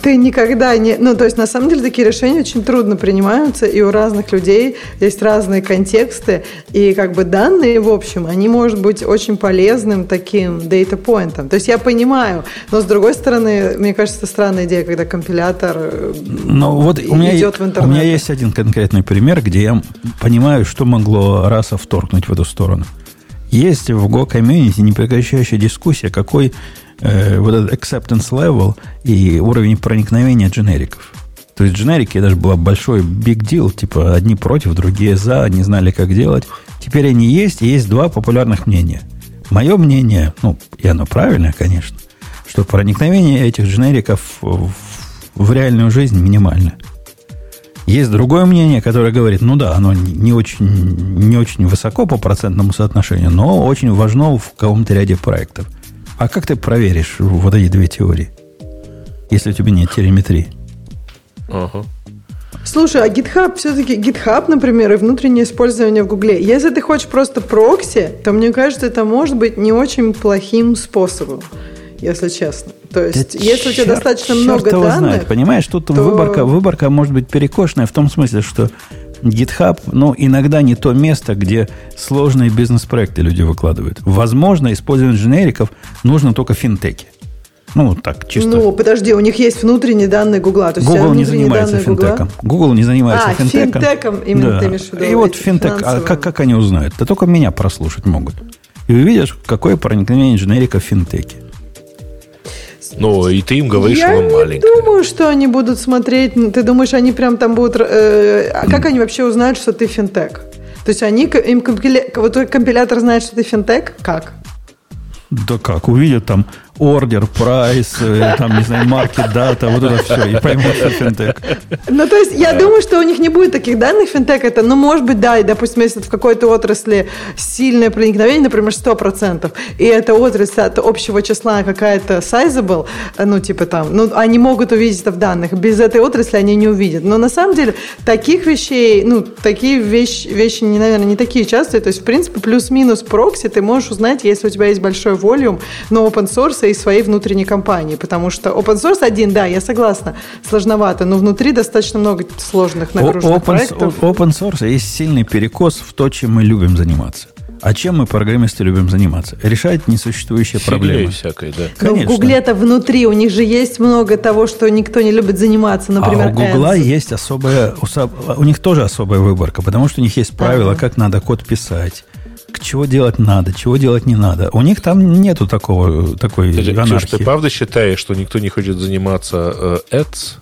ты никогда не... Ну, то есть, на самом деле, такие решения очень трудно принимаются, и у разных людей есть разные контексты, и как бы данные, в общем, они могут быть очень полезным таким data-поинтом. То есть, я понимаю, но, с другой стороны, мне кажется, это странная идея, когда компилятор вот идет в интернет. У меня есть один конкретный пример, где я понимаю, что могло Rasa вторгнуть в эту сторону. Есть в Go Community непрекращающая дискуссия, какой вот этот acceptance level и уровень проникновения дженериков. То есть дженерики, это же был большой big deal, типа одни против, другие за, не знали, как делать. Теперь они есть, и есть два популярных мнения. Мое мнение, и оно правильное, конечно, что проникновение этих дженериков в реальную жизнь минимальное. Есть другое мнение, которое говорит, оно не очень высоко по процентному соотношению, но очень важно в каком-то ряде проектов. А как ты проверишь вот эти две теории, если у тебя нет телеметрии? Ага. Слушай, а GitHub, все-таки GitHub, например, и внутреннее использование в Гугле. Если ты хочешь просто прокси, то, мне кажется, это может быть не очень плохим способом, если честно. То есть, если у тебя достаточно много данных... Знает, понимаешь, тут выборка может быть перекошенная в том смысле, что GitHub, иногда не то место, где сложные бизнес-проекты люди выкладывают. Возможно, использование дженериков нужно только в финтеке. Так, чисто. Подожди, у них есть внутренние данные Гугла. То есть Google не занимается финтеком. Google не занимается финтеком. Финтеком именно ты имеешь в виду. И вот финтек, как они узнают? Да только меня прослушать могут. И увидишь, какое проникновение дженерика в финтеке. И ты им говоришь, что он маленький. Я не думаю, что они будут смотреть. Ты думаешь, они прям там будут... как они вообще узнают, что ты финтек? То есть компилятор знает, что ты финтек? Как? Да как? Увидят там ордер, прайс, там, не знаю, маркет, дата, вот это все, и поймут, что финтек. То есть, я думаю, что у них не будет таких данных финтек. Это, может быть, да, и, допустим, если в какой-то отрасли сильное проникновение, например, 100%, и эта отрасль от общего числа какая-то sizable, они могут увидеть это в данных. Без этой отрасли они не увидят. Но, на самом деле, таких вещей, такие вещи, наверное, не такие частые. То есть, в принципе, плюс-минус прокси ты можешь узнать, если у тебя есть большой волюм на open source и своей внутренней компании, потому что open source один, да, я согласна, сложновато, но внутри достаточно много сложных нагруженных проектов. Open source есть сильный перекос в то, чем мы любим заниматься. А чем мы, программисты, любим заниматься? Решать несуществующие проблемы. Всякой, да. Конечно. Но в Гугле-то внутри, у них же есть много того, что никто не любит заниматься, например, у Гугла есть у них тоже особая выборка, потому что у них есть правила, как надо код писать, чего делать надо, чего делать не надо. У них там нету такой анархии. Ксюш, ты правда считаешь, что никто не хочет заниматься ads?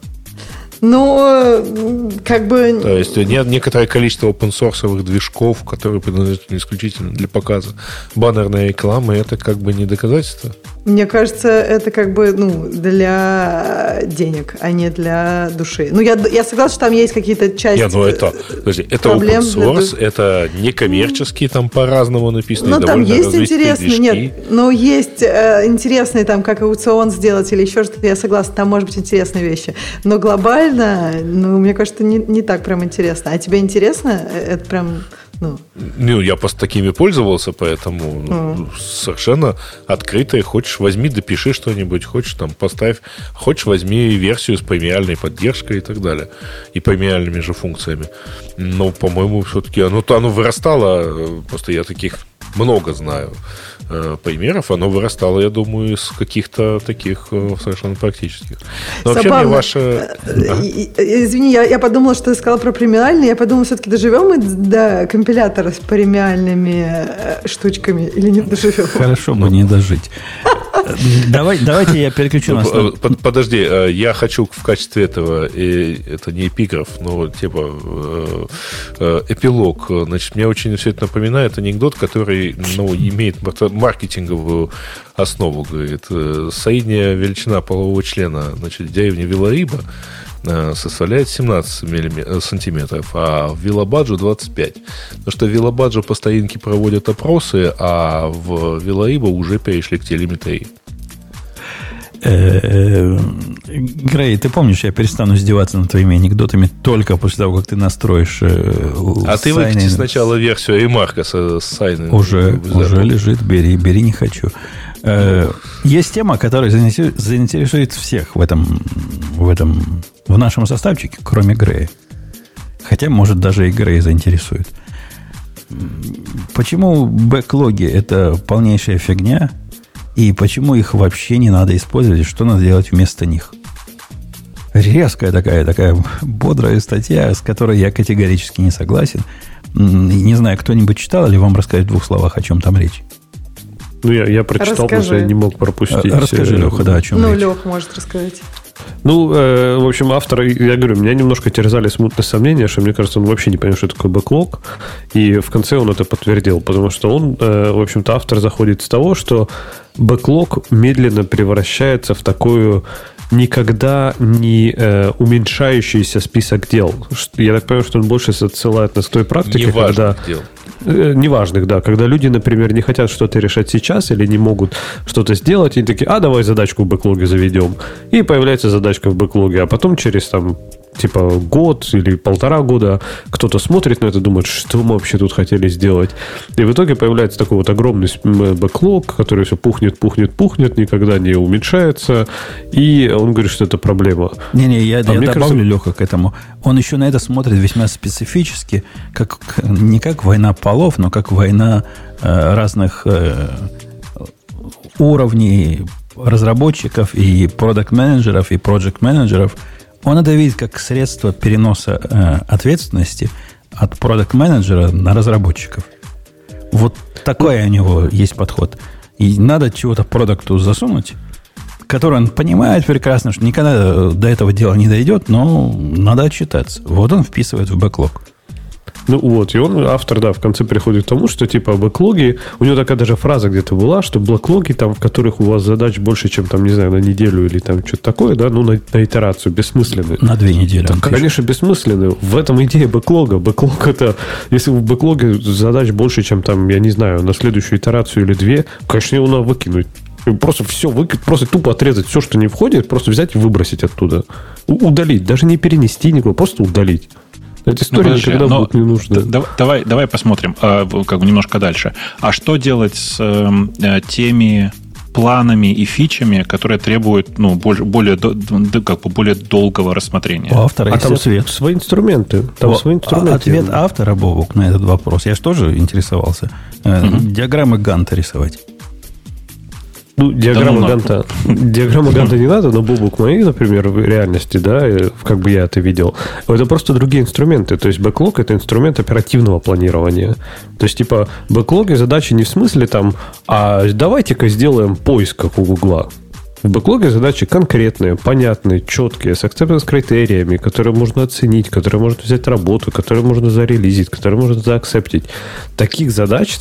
То есть нет некоторое количество open-source'овых движков, которые предназначены исключительно для показа баннерной рекламы, это как бы не доказательство? Мне кажется, это как бы для денег, а не для души. Я согласна, что там есть какие-то части это open source, это некоммерческие, там по-разному написано. Там есть интересные, есть интересные, там, как аукцион сделать или еще что-то, я согласна, там может быть интересные вещи. Но глобально, мне кажется, не так прям интересно. А тебе интересно? Это прям... Я просто такими пользовался, поэтому совершенно открыто. Хочешь, возьми, допиши что-нибудь, хочешь, там, поставь, хочешь, возьми версию с премиальной поддержкой и так далее. И премиальными же функциями. Но, по-моему, все-таки оно вырастало, просто я таких много знаю примеров, оно вырастало, я думаю, из каких-то таких совершенно практических. Но вообще мне ваше... Извини, я подумала, что ты сказал про премиальные, я подумала, все-таки доживем мы до компилятора с премиальными штучками или не доживем? Хорошо бы не дожить. Давайте я переключу нас. Подожди, я хочу в качестве этого, это не эпиграф, но типа эпилог. Значит, мне очень все это напоминает анекдот, который имеет маркетинговую основу. Говорит, средняя величина полового члена, значит, в деревне Вилариба составляет 17 сантиметров, а в Вилабаджо 25. Потому что в Вилабаджо по старинке проводят опросы, а в Вилариба уже перешли к телеметрии. Грей, ты помнишь, я перестану издеваться над твоими анекдотами только после того, как ты настроишь А ты выкати сначала версию ремарка с сайном. Уже лежит, бери, не хочу. Есть тема, которая заинтересует всех в в нашем составчике, кроме Грея. Хотя, может, даже и Грей заинтересует. Почему бэклоги – это полнейшая фигня, и почему их вообще не надо использовать, и что надо делать вместо них? Резкая такая бодрая статья, с которой я категорически не согласен. Не знаю, кто-нибудь читал, или вам рассказать в 2 словах, о чем там речь? Ну, я прочитал, потому что я не мог пропустить. Расскажи, Леха, о чем речь. Леха может рассказать. Ну, в общем, автор, я говорю, меня немножко терзали смутные сомнения, что, мне кажется, он вообще не понял, что такое бэклог, и в конце он это подтвердил, потому что он, в общем-то, автор заходит с того, что бэклог медленно превращается в такую никогда не уменьшающийся список дел. Я так понимаю, что он больше отсылает нас к той практике, когда... дел. Неважных, да. Когда люди, например, не хотят что-то решать сейчас или не могут что-то сделать, они такие, давай задачку в бэклоге заведем. И появляется задачка в бэклоге, а потом через год или 1,5 года кто-то смотрит на это и думает, что мы вообще тут хотели сделать. И в итоге появляется такой вот огромный бэклог, который все пухнет, никогда не уменьшается. И он говорит, что это проблема. Я добавлю, Леха, к этому. Он еще на это смотрит весьма специфически, не как война полов, но как война разных уровней разработчиков и продакт-менеджеров, и проект-менеджеров. Он это видит как средство переноса ответственности от продакт-менеджера на разработчиков. Вот такой у него есть подход. И надо чего-то продукту засунуть, который он понимает прекрасно, что никогда до этого дела не дойдет, но надо отчитаться. Вот он вписывает в бэклог. Ну вот, и он, автор, в конце приходит к тому, что бэклоги, у него такая даже фраза где-то была, что бэклоги, в которых у вас задач больше, чем, на неделю или что-то такое, на итерацию, бессмысленные. На 2 недели. Конечно, бессмысленные. В этом идея бэклога. Бэклог это, если в бэклоге задач больше, чем, на следующую итерацию или 2, конечно, его надо выкинуть. Просто все выкинуть, просто тупо отрезать все, что не входит, просто взять и выбросить оттуда. Удалить, даже не перенести никого, просто удалить. Эта история никогда будет не нужна. Давай посмотрим, немножко дальше. А что делать с теми планами и фичами, которые требуют более долгого рассмотрения? У автора есть там ответ. Свои инструменты. Ответ автора, Бобук, на этот вопрос. Я же тоже интересовался. Диаграммы Ганта рисовать. Диаграмма Ганта не надо, но Бобук мои, например, в реальности, как бы я это видел, это просто другие инструменты. То есть бэклог – это инструмент оперативного планирования. То есть, бэклоги задачи не в смысле а давайте-ка сделаем поиск, как у Гугла. В бэклоге задачи конкретные, понятные, четкие, с acceptance-критериями, которые можно оценить, которые можно взять работу, которые можно зарелизить, которые можно заакцептить. Таких задач,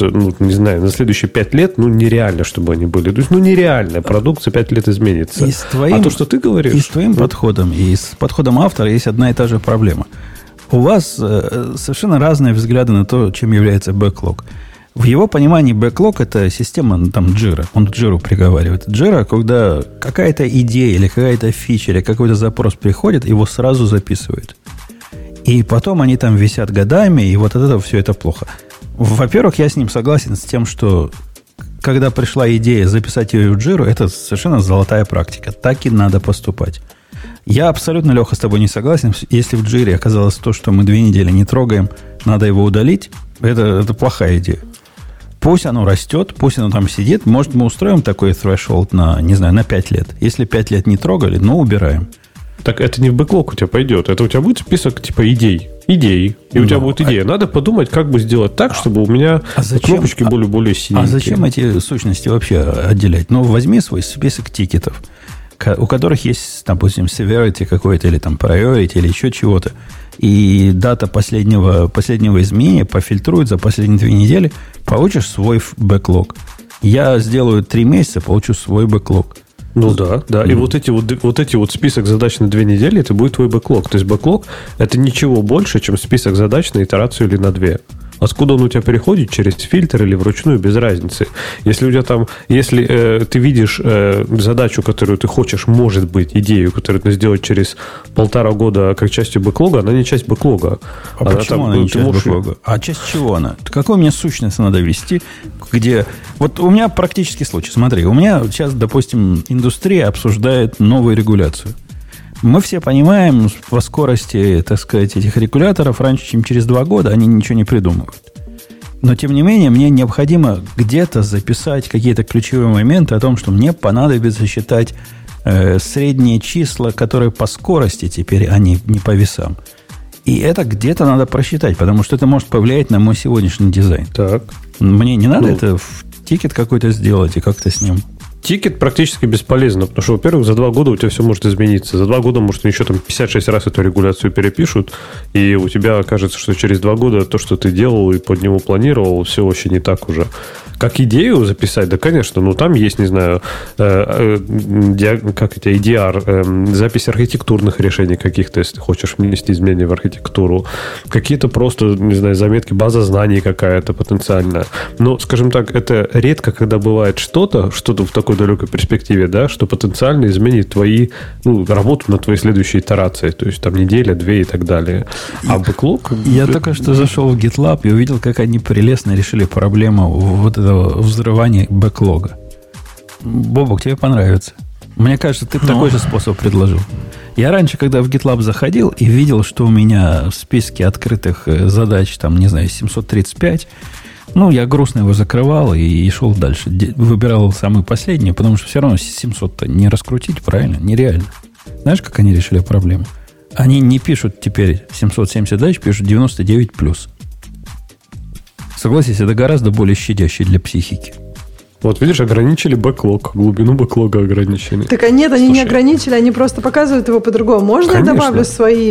на следующие 5 лет, нереально, чтобы они были. То есть, нереально. Продукт за 5 лет изменится. А то, что ты говоришь... И с твоим подходом, и с подходом автора есть одна и та же проблема. У вас совершенно разные взгляды на то, чем является бэклог. В его понимании бэклог – это система Jira. Он к Jira приговаривает. Jira, когда какая-то идея или какая-то фича или какой-то запрос приходит, его сразу записывают. И потом они там висят годами, и вот от этого все это плохо. Во-первых, я с ним согласен с тем, что когда пришла идея записать ее в Jira, это совершенно золотая практика. Так и надо поступать. Я абсолютно, Леха, с тобой не согласен. Если в Jira оказалось то, что мы 2 недели не трогаем, надо его удалить, это плохая идея. Пусть оно растет, пусть оно там сидит. Может, мы устроим такой threshold на 5 лет. Если 5 лет не трогали, убираем. Так это не в бэклог у тебя пойдет. Это у тебя будет список идей. И у тебя будет идея. Надо подумать, как бы сделать так, чтобы у меня кнопочки были более синенькие. А зачем эти сущности вообще отделять? Возьми свой список тикетов, у которых есть, допустим, severity какой-то, или priority, или еще чего-то. И дата последнего изменения пофильтрует за последние 2 недели, получишь свой бэклог. Я сделаю 3 месяца, получу свой бэклог. Да. И вот эти список задач на 2 недели, это будет твой бэклог. То есть бэклог – это ничего больше, чем список задач на итерацию или на 2. Откуда он у тебя переходит? Через фильтр или вручную, без разницы. Если у тебя если ты видишь задачу, которую ты хочешь, может быть, идею, которую ты сделать через 1,5 года как частью бэклога, она не часть бэклога. Почему она не часть бэклога? А часть чего она? Какую мне сущность надо ввести, где... Вот у меня практический случай. Смотри, у меня сейчас, допустим, индустрия обсуждает новую регуляцию. Мы все понимаем, по скорости, так сказать, этих регуляторов раньше, чем через 2 года, они ничего не придумывают. Но, тем не менее, мне необходимо где-то записать какие-то ключевые моменты о том, что мне понадобится считать средние числа, которые по скорости теперь, а не по весам. И это где-то надо просчитать, потому что это может повлиять на мой сегодняшний дизайн. Так. Мне не надо это в тикет какой-то сделать и как-то с ним... Тикет практически бесполезно, потому что, во-первых, за 2 года у тебя все может измениться. За 2 года, может, еще там 56 раз эту регуляцию перепишут, и у тебя окажется, что через 2 года то, что ты делал и под него планировал, все вообще не так уже. Как идею записать, да, конечно, но там есть, не знаю, EDR, запись архитектурных решений каких-то, если ты хочешь внести изменения в архитектуру, какие-то просто, не знаю, заметки, база знаний какая-то потенциальная. Но, скажем так, это редко, когда бывает что-то в такой далекой перспективе, да, что потенциально изменит работу на твоей следующей итерации, то есть там неделя, 2 и так далее. А бэклог... Я только что зашел в GitLab и увидел, как они прелестно решили проблему вот этого взрывания бэклога. Бобок, тебе понравится. Мне кажется, ты такой же способ предложил. Я раньше, когда в GitLab заходил и видел, что у меня в списке открытых задач, там, не знаю, 735, я грустно его закрывал и шел дальше. Выбирал самый последний, потому что все равно 700-то не раскрутить, правильно? Нереально. Знаешь, как они решили проблему? Они не пишут теперь 770 задач, пишут 99+. Согласись, это гораздо более щадящий для психики. Вот, видишь, ограничили бэклог, глубину бэклога ограничили. Так нет, они не ограничили, они просто показывают его по-другому. Можно я добавлю свои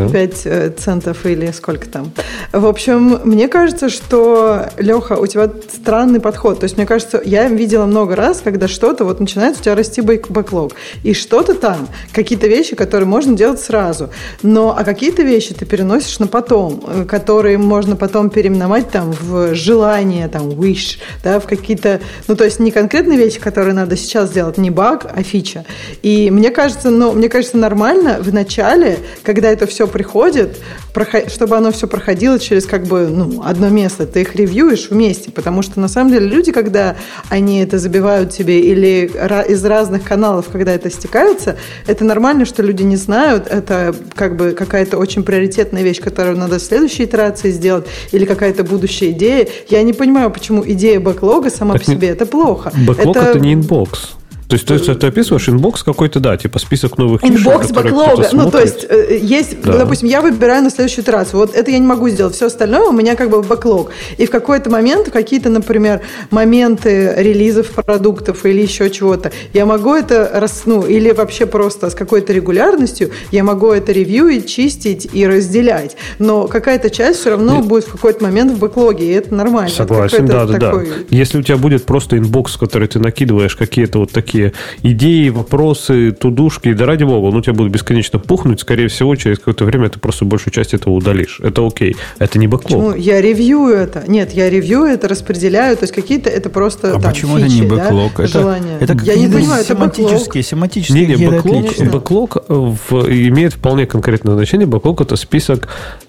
5 центов или сколько там? В общем, мне кажется, что, Леха, у тебя странный подход. То есть, мне кажется, я видела много раз, когда что-то начинается у тебя расти бэклог. И что-то там, какие-то вещи, которые можно делать сразу. А какие-то вещи ты переносишь на потом, которые можно потом переименовать там в желание, там, wish, да, в какие-то... то есть не конкретные вещи, которые надо сейчас сделать, не баг, а фича. И мне кажется, нормально в начале, когда это все приходит, чтобы оно все проходило через одно место, ты их ревьюешь вместе, потому что на самом деле люди, когда они это забивают себе или из разных каналов, когда это стекается, это нормально, что люди не знают, это какая-то очень приоритетная вещь, которую надо в следующей итерации сделать, или какая-то будущая идея. Я не понимаю, почему идея бэклога сама по себе это плохо. Бэклог это не инбокс. То есть ты описываешь инбокс какой-то, да, типа список новых фишек, инбокс бэклога. То есть есть, да. Допустим, я выбираю на следующую итерацию. Вот это я не могу сделать. Все остальное у меня бэклог. И в какой-то момент, какие-то, например, моменты релизов продуктов или еще чего-то, я могу это или вообще просто с какой-то регулярностью, я могу это ревьюить, чистить и разделять. Но какая-то часть все равно будет в какой-то момент в бэклоге, и это нормально. Согласен, да. Если у тебя будет просто инбокс, в который ты накидываешь какие-то вот такие идеи, вопросы, тудушки, да ради бога, у тебя будут бесконечно пухнуть, скорее всего, через какое-то время ты просто большую часть этого удалишь. Это окей. Это не бэклог. Почему? Я ревью это. Нет, я ревью это, распределяю, то есть какие-то это просто почему фичи, это не бэклог? Да? Желание. Это я не понимаю, это семантические. Бэклог имеет вполне конкретное значение. Бэклог это список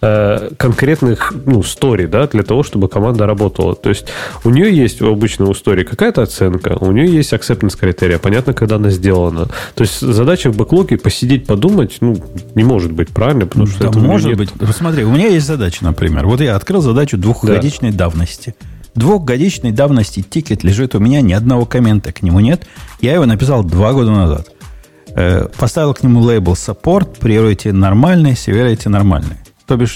конкретных стори, да, для того, чтобы команда работала. То есть у нее есть обычно у стори какая-то оценка, у нее есть acceptance критерия, понятно, когда она сделана. То есть задача в бэклоге посидеть, подумать, не может быть, правильно? Потому что это может быть. Смотри, у меня есть задача, например. Вот я открыл задачу 2-годичной давности. 2-годичной давности тикет лежит у меня, ни одного коммента к нему нет. Я его написал 2 года назад. Поставил к нему лейбл support, priority нормальный, severity нормальный. То бишь,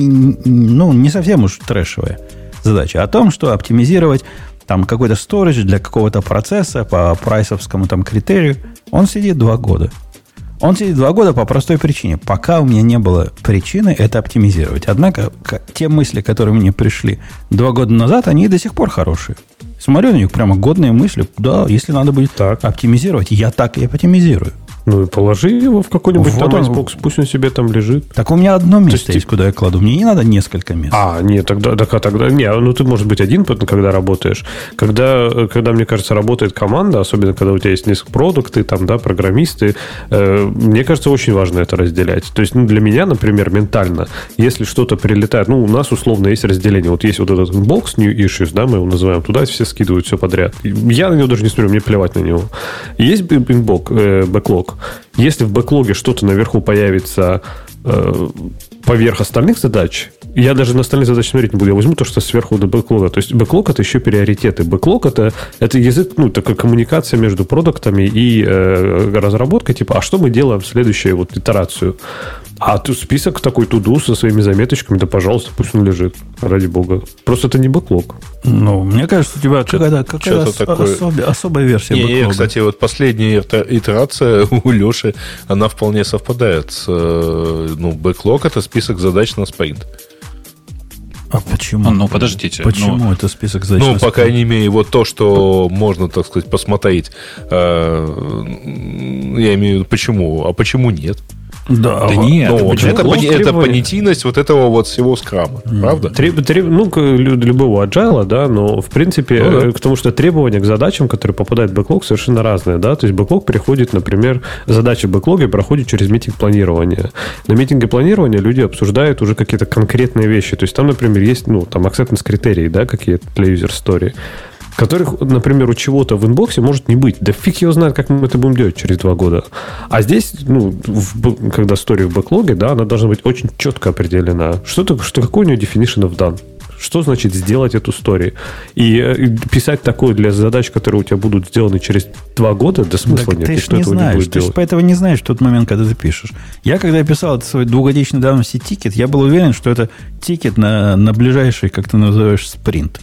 не совсем уж трэшевая задача. О том, что оптимизировать там какой-то storage для какого-то процесса по прайсовскому там критерию, он сидит 2 года. Он сидит 2 года по простой причине. Пока у меня не было причины это оптимизировать. Однако, те мысли, которые мне пришли 2 года назад, они до сих пор хорошие. Смотрю на них, прямо годные мысли. Да, если надо будет оптимизировать, я так и оптимизирую. И положи его в какой-нибудь там Xbox, пусть он себе там лежит. Так у меня одно место есть, куда я кладу. Мне не надо несколько мест. Нет, тогда ты, может быть, один, когда работаешь. Когда, мне кажется, работает команда, особенно когда у тебя есть несколько продукты, там, да, программисты, мне кажется, очень важно это разделять. То есть, для меня, например, ментально, если что-то прилетает, у нас условно есть разделение. Вот есть вот этот inbox new issues, да, мы его называем, туда все скидывают все подряд. Я на него даже не смотрю, мне плевать на него. Есть inbox, backlog, бэклог. Если в бэклоге что-то наверху появится поверх остальных задач, я даже на остальные задачи смотреть не буду. Я возьму то, что сверху до бэклога. То есть бэклог — это еще приоритеты. Бэклог — это язык, такая коммуникация между продуктами и разработкой. Типа, а что мы делаем в следующую вот итерацию? А тут список такой to-do со своими заметочками, да, пожалуйста, пусть он лежит. Ради бога. Просто это не бэклог. Мне кажется, у тебя какая-то особая версия бэклога. Кстати, вот последняя итерация у Леши, она вполне совпадает с... бэклог — это список задач на спринт. А почему? Подождите. Почему это список задач? По крайней мере, вот то, что можно, так сказать, посмотреть. Я имею в виду, почему? А почему нет? Да нет. Это понятийность вот этого вот всего скрама. Правда? Любого agile, да, но в принципе, потому что требования к задачам, которые попадают в бэклог, совершенно разные, да. То есть бэклог переходит, например, задача бэклога проходит через митинг планирования. На митинге планирования люди обсуждают уже какие-то конкретные вещи. То есть там, например, есть, там acceptance критерии, да, какие-то для user story, которых, например, у чего-то в инбоксе может не быть. Да фиг его знает, как мы это будем делать через 2 года. А здесь, когда story в бэклоге, да, она должна быть очень четко определена. Какой у нее definition of done? Что значит сделать эту story? И писать такое для задач, которые у тебя будут сделаны через 2 года, да смысла нет. Ты же не знаешь. Ты же поэтому не знаешь в тот момент, когда ты пишешь. Я, когда писал свой 2-годичной давности тикет, я был уверен, что это тикет на ближайший, как ты называешь, спринт.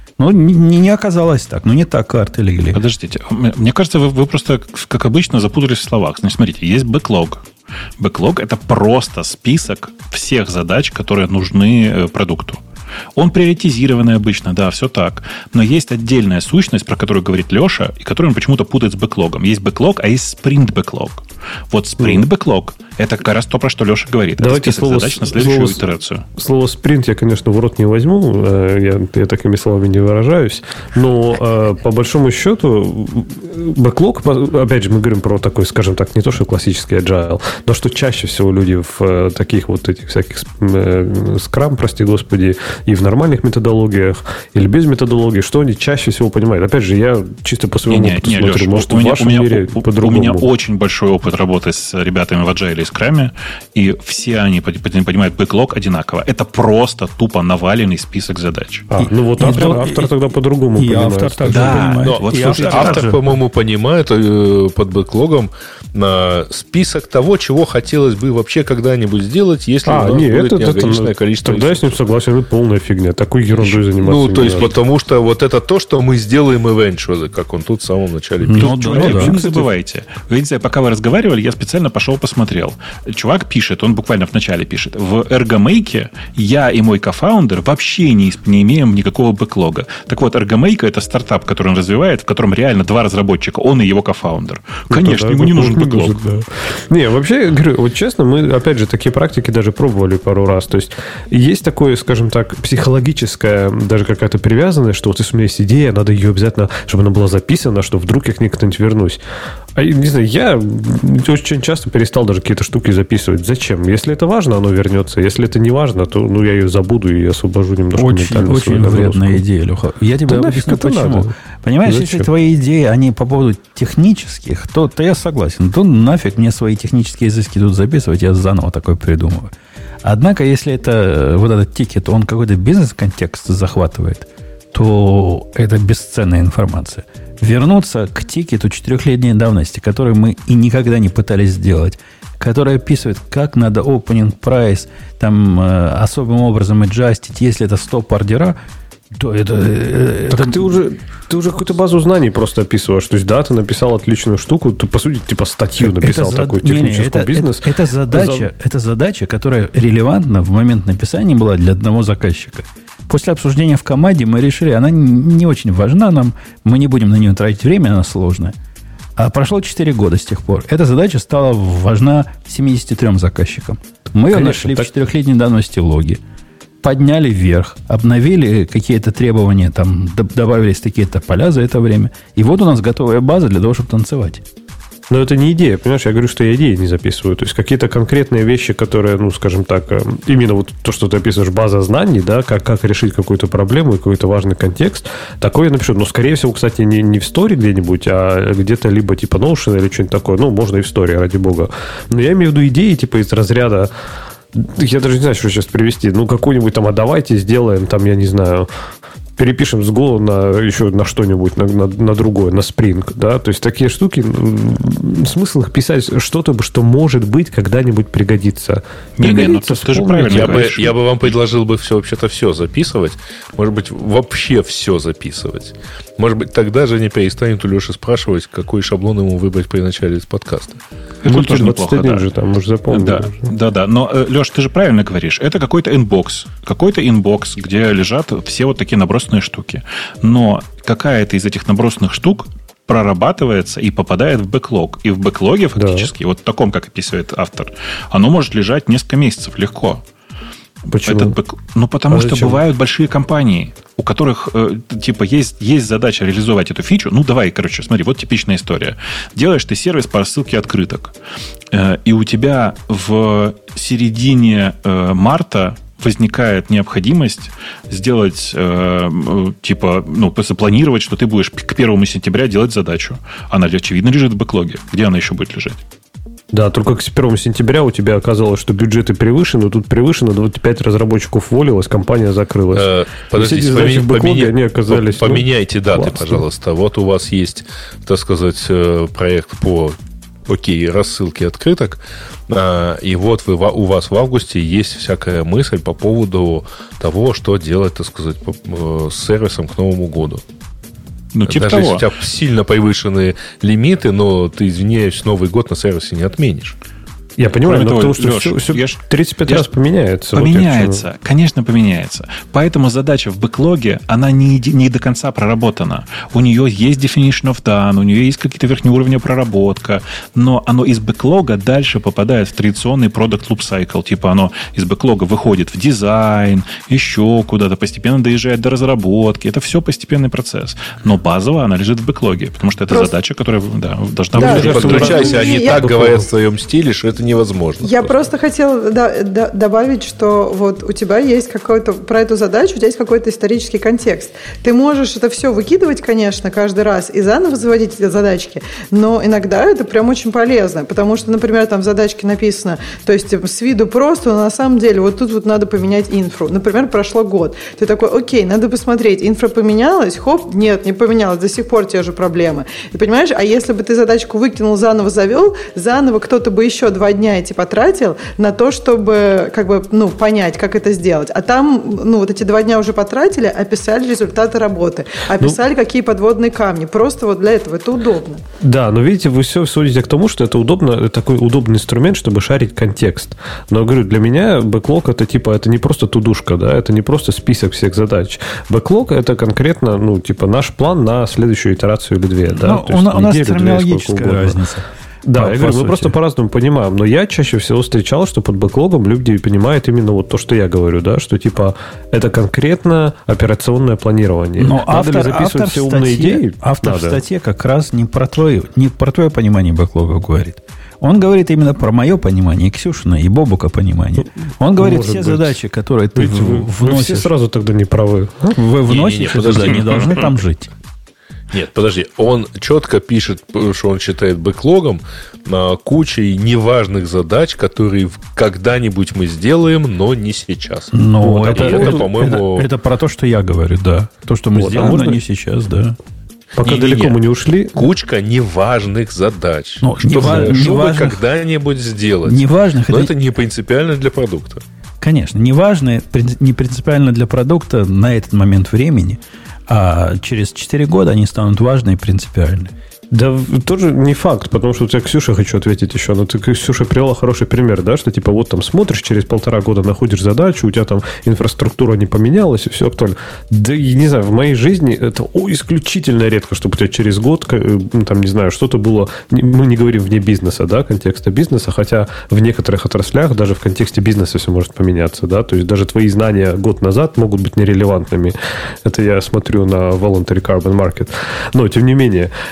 Не оказалось так. Не так карты легли. Подождите. Мне кажется, вы просто, как обычно, запутались в словах. Значит, смотрите, есть бэклог. Бэклог – это просто список всех задач, которые нужны продукту. Он приоритизированный обычно, да, все так. Но есть отдельная сущность, про которую говорит Леша, и которую он почему-то путает с бэклогом. Есть бэклог, а есть спринт-бэклог. Вот спринт-бэклог – это как раз то, про что Леша говорит. Давайте это список задач на следующую итерацию. Слово «спринт» я, конечно, в рот не возьму. Я такими словами не выражаюсь. Но по большому счету бэклог, опять же, мы говорим про такой, скажем так, не то, что классический agile, но что чаще всего люди в таких вот этих всяких скрам, прости господи, и в нормальных методологиях, или без методологии, что они чаще всего понимают. Опять же, я чисто по своему опыту смотрю. Леша, может, в вашем мире по-другому. У меня очень большой опыт работы с ребятами в Agile и Scrum, и все они понимают бэклог одинаково. Это просто тупо наваленный список задач. Автор тогда по-другому понимает. Автор также понимает. Автор, по-моему, понимает под бэклогом список того, чего хотелось бы вообще когда-нибудь сделать, если у нас будет неограниченное количество. Тогда я с ним согласен, это полная фигня. Такой ерундой заниматься. То есть, потому что вот это то, что мы сделаем eventually, как он тут в самом начале пишет. Не забывайте. Видите, пока вы разговаривали, я специально пошел посмотрел. Чувак пишет, он буквально в начале пишет: в ErgoMake я и мой кофаундер вообще не имеем никакого бэклога. Так вот, ErgoMake — это стартап, который он развивает, в котором реально 2 разработчика, он и его кофаундер. Конечно, ему не нужен бэклог. Не, вообще, говорю, вот честно, мы, опять же, такие практики даже пробовали пару раз. То есть, есть такое, скажем так, психологическая даже какая-то привязанность, что вот если у меня есть идея, надо ее обязательно, чтобы она была записана, что вдруг я к ней когда-нибудь вернусь. Не знаю, я очень часто перестал даже какие-то штуки записывать. Зачем? Если это важно, оно вернется. Если это не важно, то я ее забуду и освобожу немножко ментально. Очень вредная идея, Леха. Я тебе объясню, почему. Надо. Понимаешь, зачем? Если твои идеи, они по поводу технических, то я согласен. То нафиг мне свои технические изыски тут записывать, я заново такое придумываю. Однако, если это вот этот тикет, он какой-то бизнес-контекст захватывает, то это бесценная информация. Вернуться к тикету 4-летней давности, который мы и никогда не пытались сделать, который описывает, как надо opening price там особым образом аджастить, если это стоп-ордера, то так ты уже какую-то базу знаний просто описываешь. То есть, да, ты написал отличную штуку, ты, по сути, типа статью написал такую техническую бизнес. Это задача, которая релевантна в момент написания была для одного заказчика. После обсуждения в команде мы решили, она не очень важна нам, мы не будем на нее тратить время, она сложная. А прошло 4 года с тех пор. Эта задача стала важна 73 заказчикам. Мы ее нашли в 4-летней давности логи. Подняли вверх, обновили какие-то требования, там добавились какие-то поля за это время. И вот у нас готовая база для того, чтобы танцевать. Но это не идея, понимаешь? Я говорю, что я идеи не записываю. То есть какие-то конкретные вещи, которые, ну, скажем так, именно вот то, что ты описываешь, база знаний, да, как решить какую-то проблему и какой-то важный контекст, такое я напишу. Но, скорее всего, кстати, не в Story где-нибудь, а где-то либо типа Notion или что-нибудь такое. Ну, можно и в Story, ради бога. Но я имею в виду идеи типа из разряда, я даже не знаю, что сейчас привести. Ну, какую-нибудь там, а давайте сделаем, там, я не знаю, перепишем с Go еще на что-нибудь, на другое, на Spring, да, то есть такие штуки, смысл их писать что-то, что может быть когда-нибудь пригодится. Ну ты же правильно я бы вам предложил бы вообще-то все записывать, может быть, вообще все записывать. Может быть, тогда же не перестанет у Леши спрашивать, какой шаблон ему выбрать при начале подкаста. Это тоже неплохо, да. Же там, уже запомнил. Да. Но, Леш, ты же правильно говоришь. Это какой-то инбокс, где лежат все вот такие набросанные штуки. Но какая-то из этих набросанных штук прорабатывается и попадает в бэклог. И в бэклоге фактически, вот в таком, как описывает автор, оно может лежать несколько месяцев легко. Почему? Потому что бывают большие компании, у которых типа есть задача реализовать эту фичу. Ну, давай, смотри, вот типичная история. Делаешь ты сервис по рассылке открыток, и у тебя в середине марта возникает необходимость сделать, запланировать, что ты будешь к 1 сентября делать задачу. Она, очевидно, лежит в бэклоге. Где она еще будет лежать? Да, только к 1 сентября у тебя оказалось, что бюджеты превышены, тут превышено, 25 разработчиков уволилось, компания закрылась. Подождите, они оказались... Поменяйте даты, пожалуйста. Вот у вас есть, так сказать, проект по рассылке открыток, и вот у вас в августе есть всякая мысль по поводу того, что делать, так сказать, с сервисом к Новому году. Ну, типа даже того. если у тебя сильно повышенные лимиты, но ты, извиняюсь, Новый год на сервисе не отменишь. Я понимаю, но потому что все 35 раз поменяется. Поменяется, конечно, поменяется. Поэтому задача в бэклоге, она не до конца проработана. У нее есть definition of done, у нее есть какие-то верхнеуровневая проработка, но оно из бэклога дальше попадает в традиционный product loop cycle. Типа оно из бэклога выходит в дизайн, еще куда-то, постепенно доезжает до разработки. Это все постепенный процесс. Но базово она лежит в бэклоге, потому что это задача, которая должна быть. Не подключайся, они так говорят в своем стиле, что это невозможно. Я просто хотела добавить, что вот у тебя есть какой-то, про эту задачу у тебя есть какой-то исторический контекст. Ты можешь это все выкидывать, конечно, каждый раз и заново заводить эти задачки, но иногда это прям очень полезно, потому что, например, там в задачке написано, то есть с виду просто, но на самом деле вот тут вот надо поменять инфру. Например, прошло год. Ты такой, окей, надо посмотреть, инфра поменялась, хоп, нет, не поменялась, до сих пор те же проблемы. И понимаешь, а если бы ты задачку выкинул, заново завел, заново кто-то бы еще 2 дня эти потратил на то, чтобы понять, как это сделать. А там, вот эти 2 дня уже потратили, описали результаты работы, описали, какие подводные камни. Просто вот для этого это удобно. Да, но видите, вы все сводите к тому, что это удобно, это такой удобный инструмент, чтобы шарить контекст. Но, говорю, для меня бэклог это не просто тудушка, да, это не просто список всех задач. Бэклог это конкретно, наш план на следующую итерацию или 2. Да? У нас терминологическая разница. Да, я говорю, мы просто по-разному понимаем. Но я чаще всего встречал, что под бэклогом люди понимают именно вот то, что я говорю, да, что это конкретно операционное планирование. Но автор в статье как раз не про твое понимание бэклога говорит. Он говорит именно про мое понимание, и Ксюшина, и Бобука понимание. Он говорит, все задачи, которые ты вносишь... Вы все сразу тогда не правы. Вы вносите туда, не должны там жить. Нет, подожди, он четко пишет, что он считает бэклогом кучей неважных задач, которые когда-нибудь мы сделаем, но не сейчас. Но по-моему... Это про то, что я говорю, да. То, что мы сделаем, но не сейчас, да. Пока далеко мы не ушли. Кучка неважных задач. Что вы когда-нибудь сделать. Неважных. Но это не принципиально для продукта. Конечно, неважно, не принципиально для продукта на этот момент времени, а через 4 года они станут важны и принципиальны. Да, тоже не факт, потому что у тебя, Ксюша, хочу ответить еще. Но ты, Ксюша, привела хороший пример, да, что вот там смотришь, через 1,5 года находишь задачу, у тебя там инфраструктура не поменялась, и все актуально. Да, я не знаю, в моей жизни это исключительно редко, чтобы у тебя через год, там, не знаю, что-то было, мы не говорим вне бизнеса, да, контекста бизнеса, хотя в некоторых отраслях даже в контексте бизнеса все может поменяться, да, то есть даже твои знания год назад могут быть нерелевантными. Это я смотрю на Voluntary Carbon Market. Но, тем не менее, я к тому,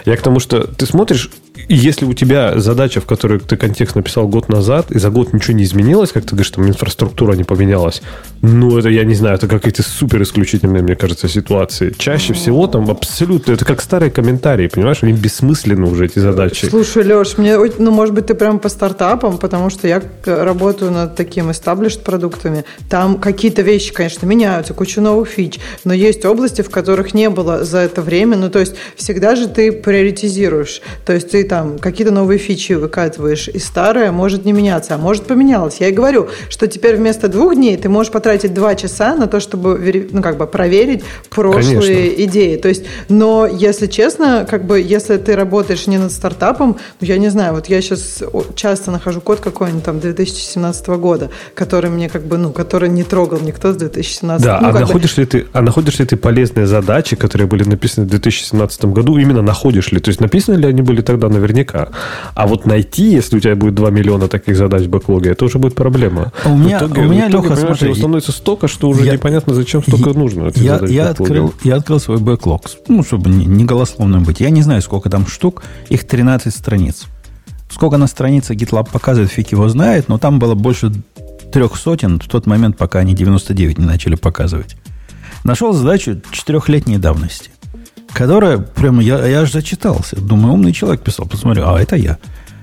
что ты смотришь, если у тебя задача, в которой ты контекст написал год назад, и за год ничего не изменилось, как ты говоришь, там инфраструктура не поменялась, ну, это, я не знаю, это какие-то супер исключительные, мне кажется, ситуации. Чаще всего там абсолютно, это как старые комментарии, понимаешь, они бессмысленны уже, эти задачи. Слушай, Леш, может быть, ты прям по стартапам, потому что я работаю над такими established продуктами, там какие-то вещи, конечно, меняются, куча новых фич, но есть области, в которых не было за это время, ну, то есть всегда же ты приоритизируешь, то есть ты там какие-то новые фичи выкатываешь, и старое может не меняться, а может поменялось. Я и говорю, что теперь вместо 2 дней ты можешь потратить 2 часа на то, чтобы, ну, как бы проверить прошлые Конечно. Идеи. То есть, но, если честно, как бы, если ты работаешь не над стартапом, ну, я не знаю, вот я сейчас часто нахожу код какой-нибудь там 2017 года, который мне как бы, ну, который не трогал никто с 2017. Да, ну, находишь ли ты полезные задачи, которые были написаны в 2017 году, именно находишь ли? То есть, написаны ли они были тогда наверняка? А вот найти, если у тебя будет 2 миллиона таких задач в бэклоге, это уже будет проблема. У меня Леха, смотри, его становится столько, что уже непонятно, зачем столько нужно. Я открыл свой бэклог, ну, чтобы не голословным быть. Я не знаю, сколько там штук, их 13 страниц. Сколько на странице GitLab показывает, фиг его знает, но там было больше 300 в тот момент, пока они 99 не начали показывать. Нашел задачу 4-летней давности, которая, прямо, я аж зачитался. Думаю, умный человек писал. Посмотрю, это я.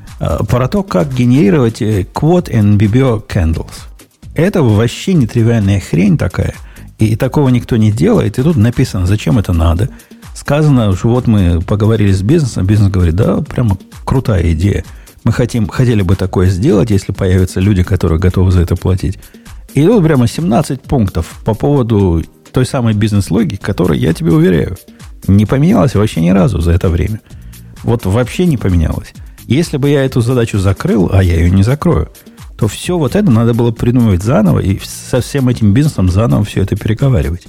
Про то, как генерировать quote and BBO candles. Это вообще нетривиальная хрень такая. И такого никто не делает. И тут написано, зачем это надо. Сказано, что вот мы поговорили с бизнесом. Бизнес говорит, да, прямо крутая идея. Мы хотели бы такое сделать, если появятся люди, которые готовы за это платить. И тут прямо 17 пунктов по поводу той самой бизнес-логики, которая, я тебе уверяю, не поменялась вообще ни разу за это время. Вот вообще не поменялась. Если бы я эту задачу закрыл, а я ее не закрою, то все вот это надо было придумывать заново и со всем этим бизнесом заново все это переговаривать.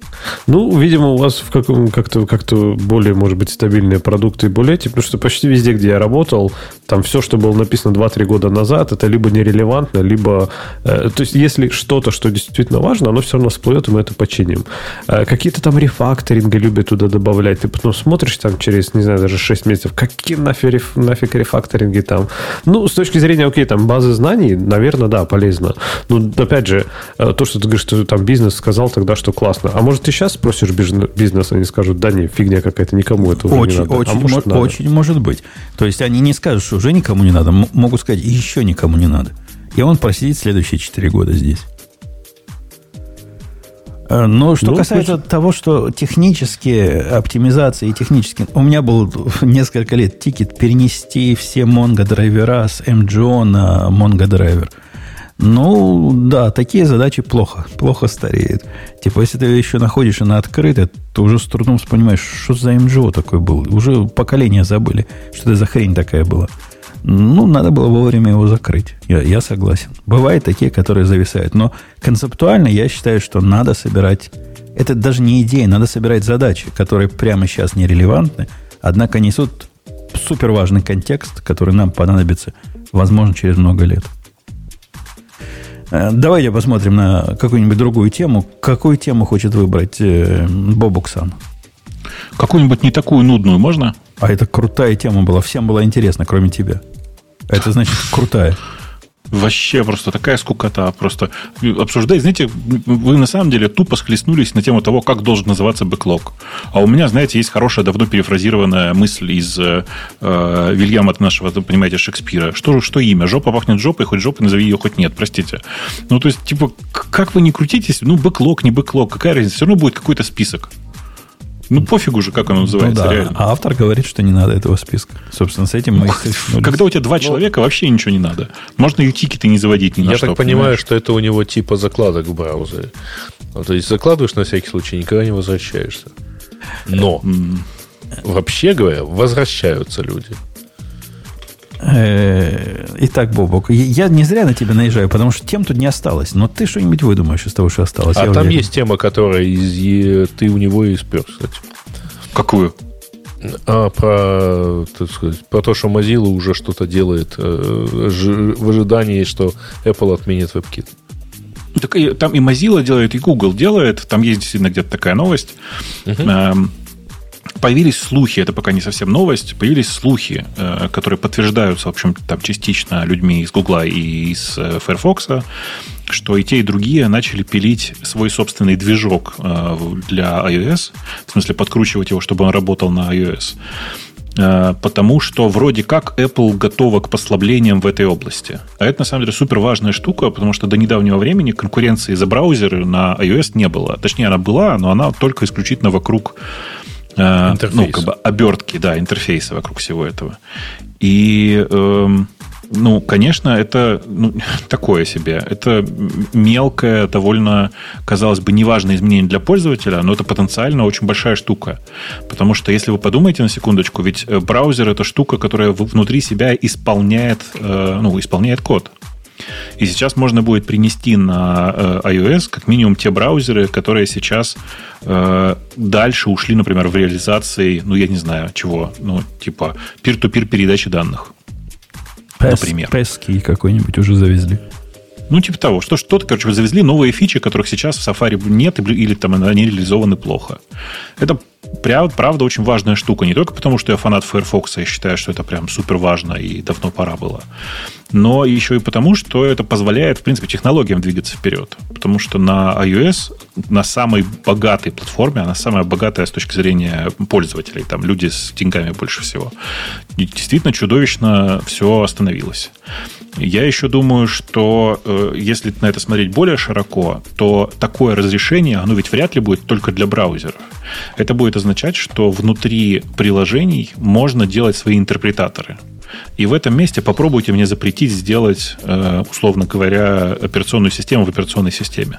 Ну, видимо, у вас как-то более, может быть, стабильные продукты и более эти, потому что почти везде, где я работал, там все, что было написано 2-3 года назад, это либо нерелевантно, либо... то есть, если что-то, что действительно важно, оно все равно всплывет, и мы это починим. Какие-то там рефакторинги любят туда добавлять. Ты потом смотришь там через, не знаю, даже 6 месяцев, какие нафиг рефакторинги там. Ну, с точки зрения, окей, там базы знаний, наверное, да, полезно. Но, опять же, то, что ты говоришь, что там бизнес сказал тогда, что классно. А может, ты сейчас спросишь бизнес, они скажут, да не, фигня какая-то, никому это уже не надо. Очень может быть. То есть они не скажут, что уже никому не надо, могут сказать, еще никому не надо. И он просидит следующие 4 года здесь. Но что касается того, что технические оптимизации и технические... У меня был несколько лет тикет перенести все Mongo драйвера с MGO на Mongo драйвер. Ну, да, такие задачи плохо стареют. Типа, если ты еще находишь на открытой, то уже с трудом понимаешь, что за MGO такой был. Уже поколения забыли, что это за хрень такая была. Ну, надо было вовремя его закрыть. Я согласен. Бывают такие, которые зависают. Но концептуально я считаю, что надо собирать... Это даже не идея, надо собирать задачи, которые прямо сейчас нерелевантны, однако несут суперважный контекст, который нам понадобится, возможно, через много лет. Давайте посмотрим на какую-нибудь другую тему. Какую тему хочет выбрать Бобук-сан? Какую-нибудь не такую нудную можно? А это крутая тема была. Всем было интересно, кроме тебя. Это значит крутая. Вообще просто такая скукота. Просто обсуждать. Знаете, вы на самом деле тупо схлестнулись на тему того, как должен называться бэклог. А у меня, знаете, есть хорошая, давно перефразированная мысль из Вильяма нашего, понимаете, Шекспира. Что имя? Жопа пахнет жопой, хоть жопой назови ее, хоть нет, простите. Ну, то есть, типа, как вы не крутитесь, ну, бэклог, не бэклог, какая разница? Все равно будет какой-то список. Ну, пофигу же, как оно называется, да. реально. А автор говорит, что не надо этого списка. Собственно, с этим мы и столкнулись. Когда у тебя 2 человека, вообще ничего не надо. Можно и тикеты не заводить ни на что. Я так понимаю, что это у него типа закладок в браузере. То есть, закладываешь на всякий случай, никогда не возвращаешься. Но, вообще говоря, возвращаются люди. Итак, Бобок, я не зря на тебя наезжаю, потому что тем тут не осталось. Но ты что-нибудь выдумаешь из того, что осталось. А там есть тема, которая ты у него и спер, кстати. Какую? Про то, что Mozilla уже что-то делает в ожидании, что Apple отменит WebKit. Так там и Mozilla делает, и Google делает. Там есть действительно где-то такая новость. появились слухи, это пока не совсем новость, появились слухи, которые подтверждаются, в общем, там частично людьми из Гугла и из Firefox, что и те, и другие начали пилить свой собственный движок для iOS, в смысле подкручивать его, чтобы он работал на iOS. Потому что вроде как Apple готова к послаблениям в этой области. А это, на самом деле, супер важная штука, потому что до недавнего времени конкуренции за браузеры на iOS не было. Точнее, она была, но она только исключительно вокруг обертки, интерфейса вокруг всего этого. И... конечно, это такое себе. Это мелкое, довольно, казалось бы, неважное изменение для пользователя, но это потенциально очень большая штука. Потому что, если вы подумаете на секундочку, ведь браузер – это штука, которая внутри себя исполняет код. И сейчас можно будет принести на iOS как минимум те браузеры, которые сейчас дальше ушли, например, в реализации, я не знаю, чего, типа peer-to-peer передачи данных. Например. Пески какой-нибудь уже завезли. Типа того. Что-то, завезли новые фичи, которых сейчас в Safari нет, или там они реализованы плохо. Это, правда, очень важная штука. Не только потому, что я фанат Firefox, я считаю, что это прям супер важно и давно пора было. Но еще и потому, что это позволяет, в принципе, технологиям двигаться вперед. Потому что на iOS, на самой богатой платформе, она самая богатая с точки зрения пользователей, там люди с деньгами больше всего, и действительно чудовищно все остановилось. Я еще думаю, что если на это смотреть более широко, то такое разрешение, оно ведь вряд ли будет только для браузеров. Это будет означать, что внутри приложений можно делать свои интерпретаторы. И в этом месте попробуйте мне запретить сделать, условно говоря, операционную систему в операционной системе.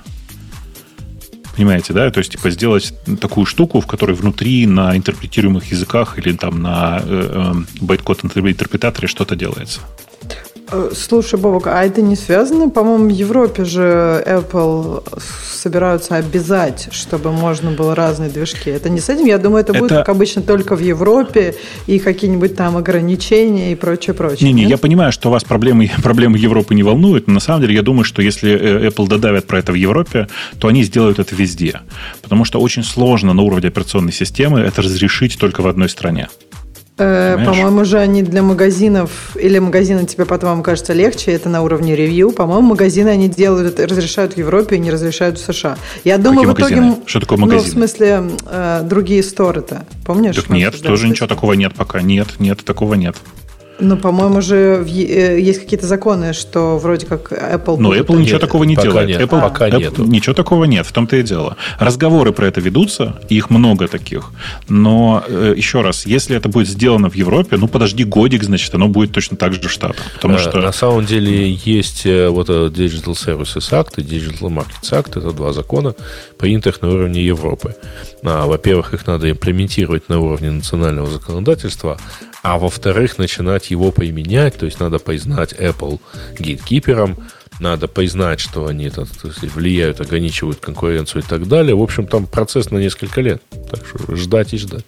Понимаете, да? То есть, сделать такую штуку, в которой внутри на интерпретируемых языках или там на байткод интерпретаторе что-то делается. Слушай, Бобок, а это не связано? По-моему, в Европе же Apple собираются обязать, чтобы можно было разные движки. Это не с этим? Я думаю, это будет, как обычно, только в Европе и какие-нибудь там ограничения и прочее. Не, я понимаю, что вас проблемы Европы не волнуют, но на самом деле я думаю, что если Apple додавят про это в Европе, то они сделают это везде. Потому что очень сложно на уровне операционной системы это разрешить только в одной стране. По-моему, же они для магазинов, или магазины тебе, по-твоему, кажется легче, это на уровне ревью. По-моему, магазины они делают, разрешают в Европе и не разрешают в США. Я думаю, в итоге... Магазины? Что такое магазин? В смысле, другие сторы-то. Помнишь? Так нет, тоже ничего такого нет пока. Нет, такого нет. По-моему, же есть какие-то законы, что вроде как Apple... Но Apple ничего такого не делает. Нет, пока нет. Ничего такого нет, в том-то и дело. Разговоры про это ведутся, и их много таких. Но, еще раз, если это будет сделано в Европе, подожди годик, значит, оно будет точно так же в Штатах. Потому что... На самом деле есть Digital Services Act и Digital Markets Act, это два закона, принятых на уровне Европы. Во-первых, их надо имплементировать на уровне национального законодательства, а во-вторых, начинать его применять, то есть надо признать Apple гейткипером, надо признать, что они влияют, ограничивают конкуренцию и так далее. В общем, там процесс на несколько лет. Так что ждать и ждать.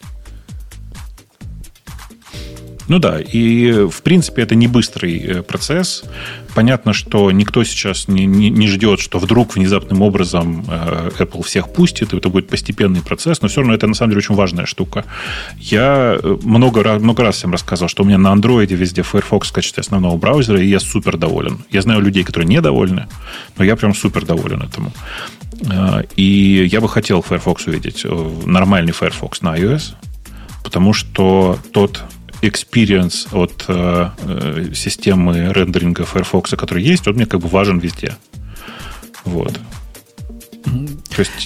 И в принципе это не быстрый процесс. Понятно, что никто сейчас не ждет, что вдруг внезапным образом Apple всех пустит, и это будет постепенный процесс, но все равно это на самом деле очень важная штука. Я много раз всем рассказывал, что у меня на Android везде Firefox в качестве основного браузера, и я супер доволен. Я знаю людей, которые недовольны, но я прям супер доволен этому. И я бы хотел Firefox увидеть, нормальный Firefox на iOS, потому что тот experience от системы рендеринга Firefox, который есть, он мне важен везде. Вот. То есть,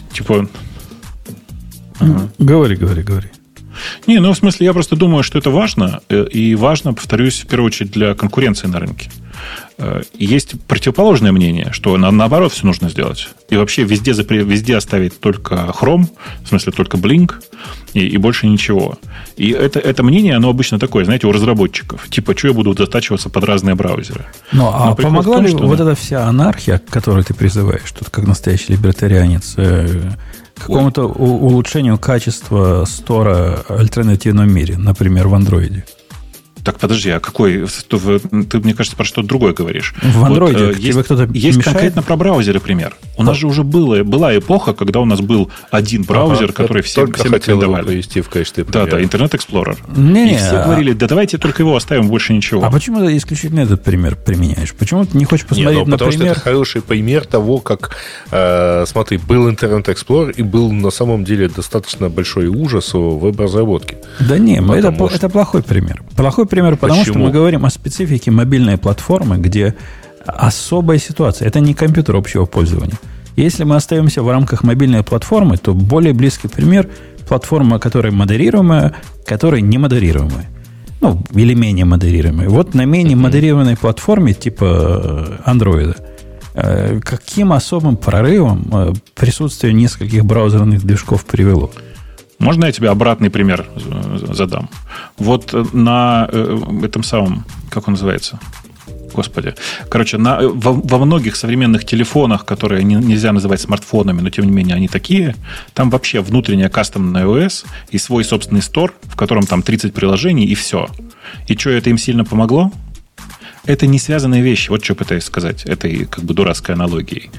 Говори. Не, в смысле, я просто думаю, что это важно. И важно, повторюсь, в первую очередь для конкуренции на рынке. Есть противоположное мнение, что наоборот все нужно сделать. И вообще везде оставить только Chrome, в смысле только Blink, и больше ничего. И это мнение, оно обычно такое, знаете, у разработчиков. Что я буду затачиваться под разные браузеры. А помогла ли эта вся анархия, к которой ты призываешь, тут как настоящий либертарианец, какому-то улучшению качества стора в альтернативном мире, например, в Android? Так, подожди, а какой? Ты, мне кажется, про что-то другое говоришь. В Android тебе кто-то есть конкретно про браузеры пример. У нас же уже была эпоха, когда у нас был один браузер, который всем рекомендовали. Привести в качестве примера. Да, Internet Explorer. И все говорили, да давайте только его оставим, больше ничего. А почему ты исключительно этот пример применяешь? Почему ты не хочешь посмотреть на потому пример? Потому что это хороший пример того, как, смотри, был Internet Explorer и был на самом деле достаточно большой ужас в веб-разработке. Да не, это плохой пример. Плохой пример, потому что мы говорим о специфике мобильной платформы, где особая ситуация. Это не компьютер общего пользования. Если мы остаемся в рамках мобильной платформы, то более близкий пример – платформа, которая модерируемая, которая не модерируемая. Ну, или менее модерируемая. Вот на менее модерированной платформе типа Android каким особым прорывом присутствие нескольких браузерных движков привело? Можно я тебе обратный пример задам? Вот на этом самом, как он называется? Господи. Короче, во многих современных телефонах, которые нельзя называть смартфонами, но тем не менее они такие, там вообще внутренняя кастомная iOS и свой собственный стор, в котором там 30 приложений и все. И что, это им сильно помогло? Это не связанные вещи. Вот что пытаюсь сказать этой как бы дурацкой аналогией.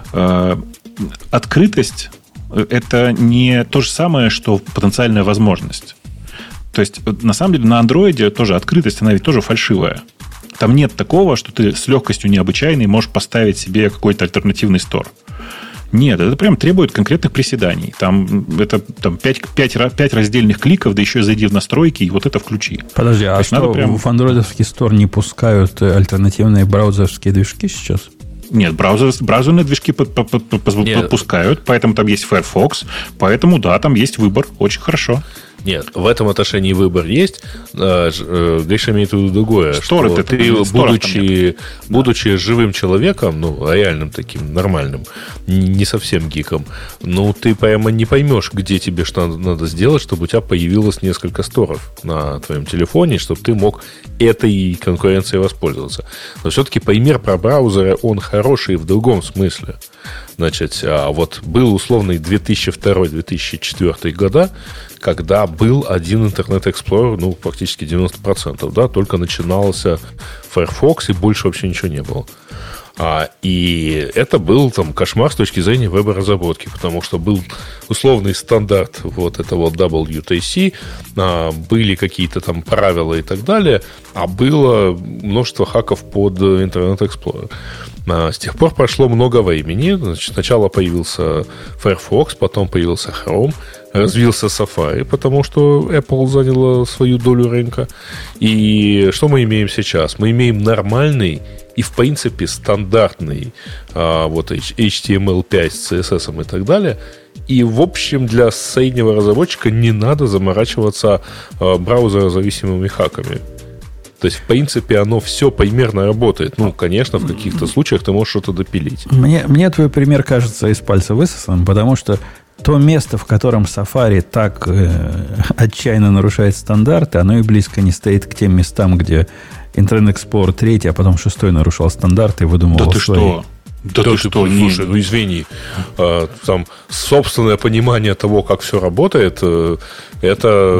Открытость это не то же самое, что потенциальная возможность. То есть, на самом деле, на Android тоже открытость, она ведь тоже фальшивая. Там нет такого, что ты с легкостью необычайной можешь поставить себе какой-то альтернативный стор. Нет, это прям требует конкретных приседаний. Там 5 раздельных кликов, да еще зайди в настройки, и вот это включи. Подожди, а что, в андроидовский стор не пускают альтернативные браузерские движки сейчас? Нет, браузерные движки подпускают, поэтому там есть Firefox, поэтому, да, там есть выбор, очень хорошо. Нет, в этом отношении выбор есть. Гриша имеет в виду другое. Что ты, будучи живым человеком, ну, реальным таким, нормальным, не совсем гиком, ну, ты прямо не поймешь, где тебе что надо сделать, чтобы у тебя появилось несколько сторов на твоем телефоне, чтобы ты мог этой конкуренцией воспользоваться. Но все-таки пример про браузеры, он хороший в другом смысле. Значит, вот был условный 2002-2004 года, когда был один Internet Explorer, ну, практически 90%, да, только начинался Firefox, и больше вообще ничего не было. И это был там кошмар с точки зрения веб-разработки, потому что был условный стандарт вот этого WTC, были какие-то там правила и так далее, а было множество хаков под Internet Explorer. С тех пор прошло много времени. Значит, сначала появился Firefox, потом появился Chrome, развился Safari, потому что Apple заняла свою долю рынка. И что мы имеем сейчас? Мы имеем нормальный и, в принципе, стандартный вот HTML5 с CSS и так далее. И, в общем, для среднего разработчика не надо заморачиваться браузерозависимыми хаками. То есть, в принципе, оно все примерно работает. Ну, конечно, в каких-то случаях ты можешь что-то допилить. Мне твой пример кажется из пальца высосанным, потому что то место, в котором Safari так отчаянно нарушает стандарты, оно и близко не стоит к тем местам, где Internet Explorer 3, а потом 6 нарушал стандарты и выдумывал Да ты что? Да ты что? Слушай, ну извини, там собственное понимание того, как все работает, это...